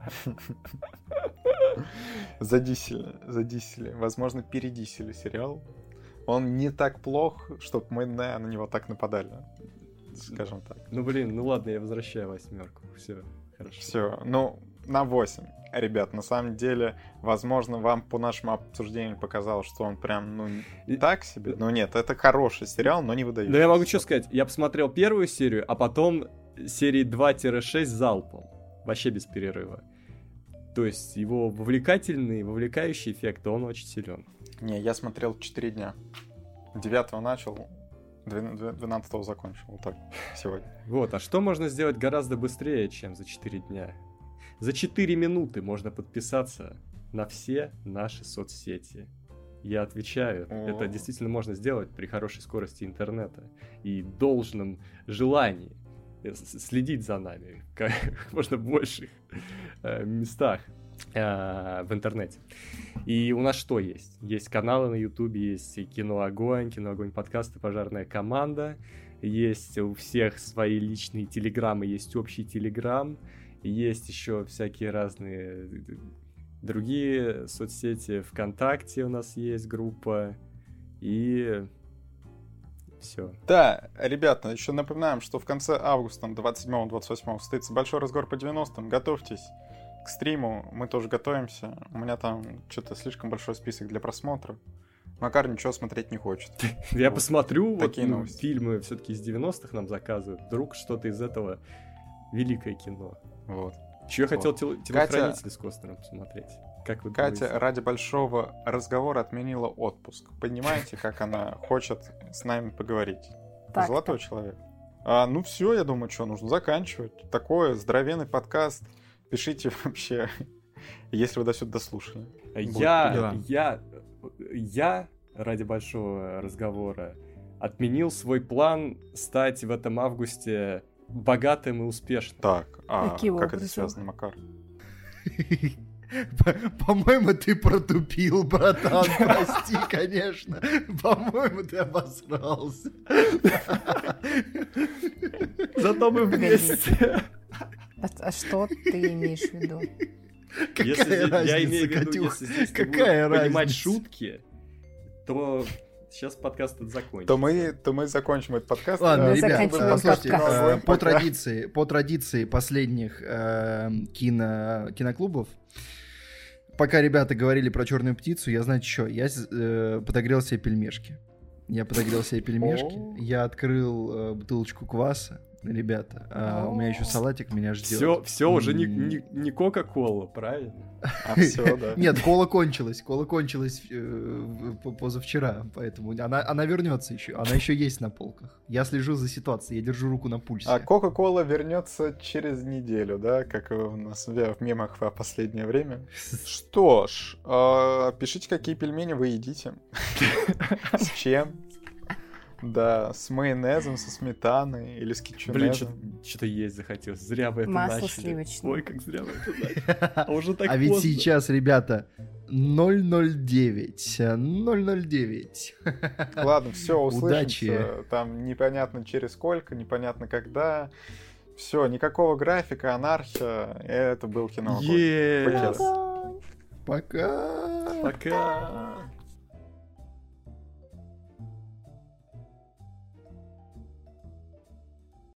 Задисили, задисили. Возможно, передисили сериал. Он не так плох, чтобы мы на, на него так нападали. Скажем так. Ну блин, ну ладно, я возвращаю восьмерку. Все, хорошо. Все, ну, на восемь. Ребят, на самом деле, возможно, вам по нашему обсуждению показалось, что он прям, ну, И... так себе. Но нет, это хороший сериал, но не выдающийся. Но я могу что сказать, я посмотрел первую серию, а потом серии два-шесть залпом. Вообще без перерыва. То есть его вовлекательный, вовлекающий эффект, он очень силен. Не, я смотрел четыре дня. девятого начал, двенадцатого закончил. Вот так, сегодня. Вот, а что можно сделать гораздо быстрее, чем за четыре дня? За четыре минуты можно подписаться на все наши соцсети. Я отвечаю, О. это действительно можно сделать при хорошей скорости интернета и должном желании следить за нами в как можно больших э, местах э, в интернете. И у нас что есть? Есть каналы на Ютубе, есть Кино Огонь, Кино Огонь подкасты, Пожарная команда. Есть у всех свои личные телеграммы, есть общий телеграм. Есть еще всякие разные другие соцсети. ВКонтакте у нас есть группа. И... все. Да, ребята, еще напоминаем, что в конце августа, двадцать седьмого двадцать восьмого, состоится большой разговор по девяностым. Готовьтесь к стриму, мы тоже готовимся. У меня там что-то слишком большой список для просмотра. Макар ничего смотреть не хочет. Я Вот. посмотрю, вот, Такие ну, новости. фильмы все-таки из девяностых нам заказывают. Вдруг что-то из этого великое кино. Вот. Че я Вот. хотел тел- телохранители с Костнером посмотреть. Как вы Катя думаете? ради большого разговора отменила отпуск. Понимаете, как она хочет с нами поговорить? Так, Золотой человек. А, ну все, я думаю, что нужно заканчивать. Такой здоровенный подкаст. Пишите вообще, если вы до сюда дослушали. Я, приятно. я, я ради большого разговора отменил свой план стать в этом августе богатым и успешным. Так, а Каким как это образом? связано, Макар? По- По-моему, ты протупил, братан, прости, конечно. По-моему, ты обосрался. Зато мы вместе. А, а что ты имеешь в виду? Если Какая здесь- я имею в разница, виду, Катюх? если здесь не Какая будут понимать разница? шутки, то сейчас подкаст этот закончится. То мы, то мы закончим этот подкаст. Ладно, Мы А, ребят, заканчиваем э, слушайте, подкаст. э, по Пока. традиции, по традиции последних э, кино, киноклубов, пока ребята говорили про черную птицу, я, знаете что, я э, подогрел себе пельмешки. Я подогрел себе пельмешки, О. я открыл э, бутылочку кваса. Ребята, а у меня еще салатик меня ждет. Все, все уже не, М. не, не Кока-Кола, правильно? А все, да. Нет, кола кончилась. Кола кончилась э, в- по- позавчера, поэтому она, она вернется еще. Она еще есть на полках. Я слежу за ситуацией, я держу руку на пульсе. А Кока-Кола вернется через неделю, да, как у нас в мемах в последнее время. Что ж, э, пишите, какие пельмени вы едите. С чем? Да, с майонезом, со сметаной или с Блин, кетчунезом. что-то есть захотелось. Зря вы это Масло начали. сливочное. Ой, как зря вы это начали. А уже так А ведь поздно. сейчас, ребята, ноль ноль девять. ноль ноль девять. Ладно, все, Удачи. услышимся. Там непонятно через сколько, непонятно когда. Все, никакого графика, анархия. Это был кино. Е-е-е. Покер. Пока. Пока.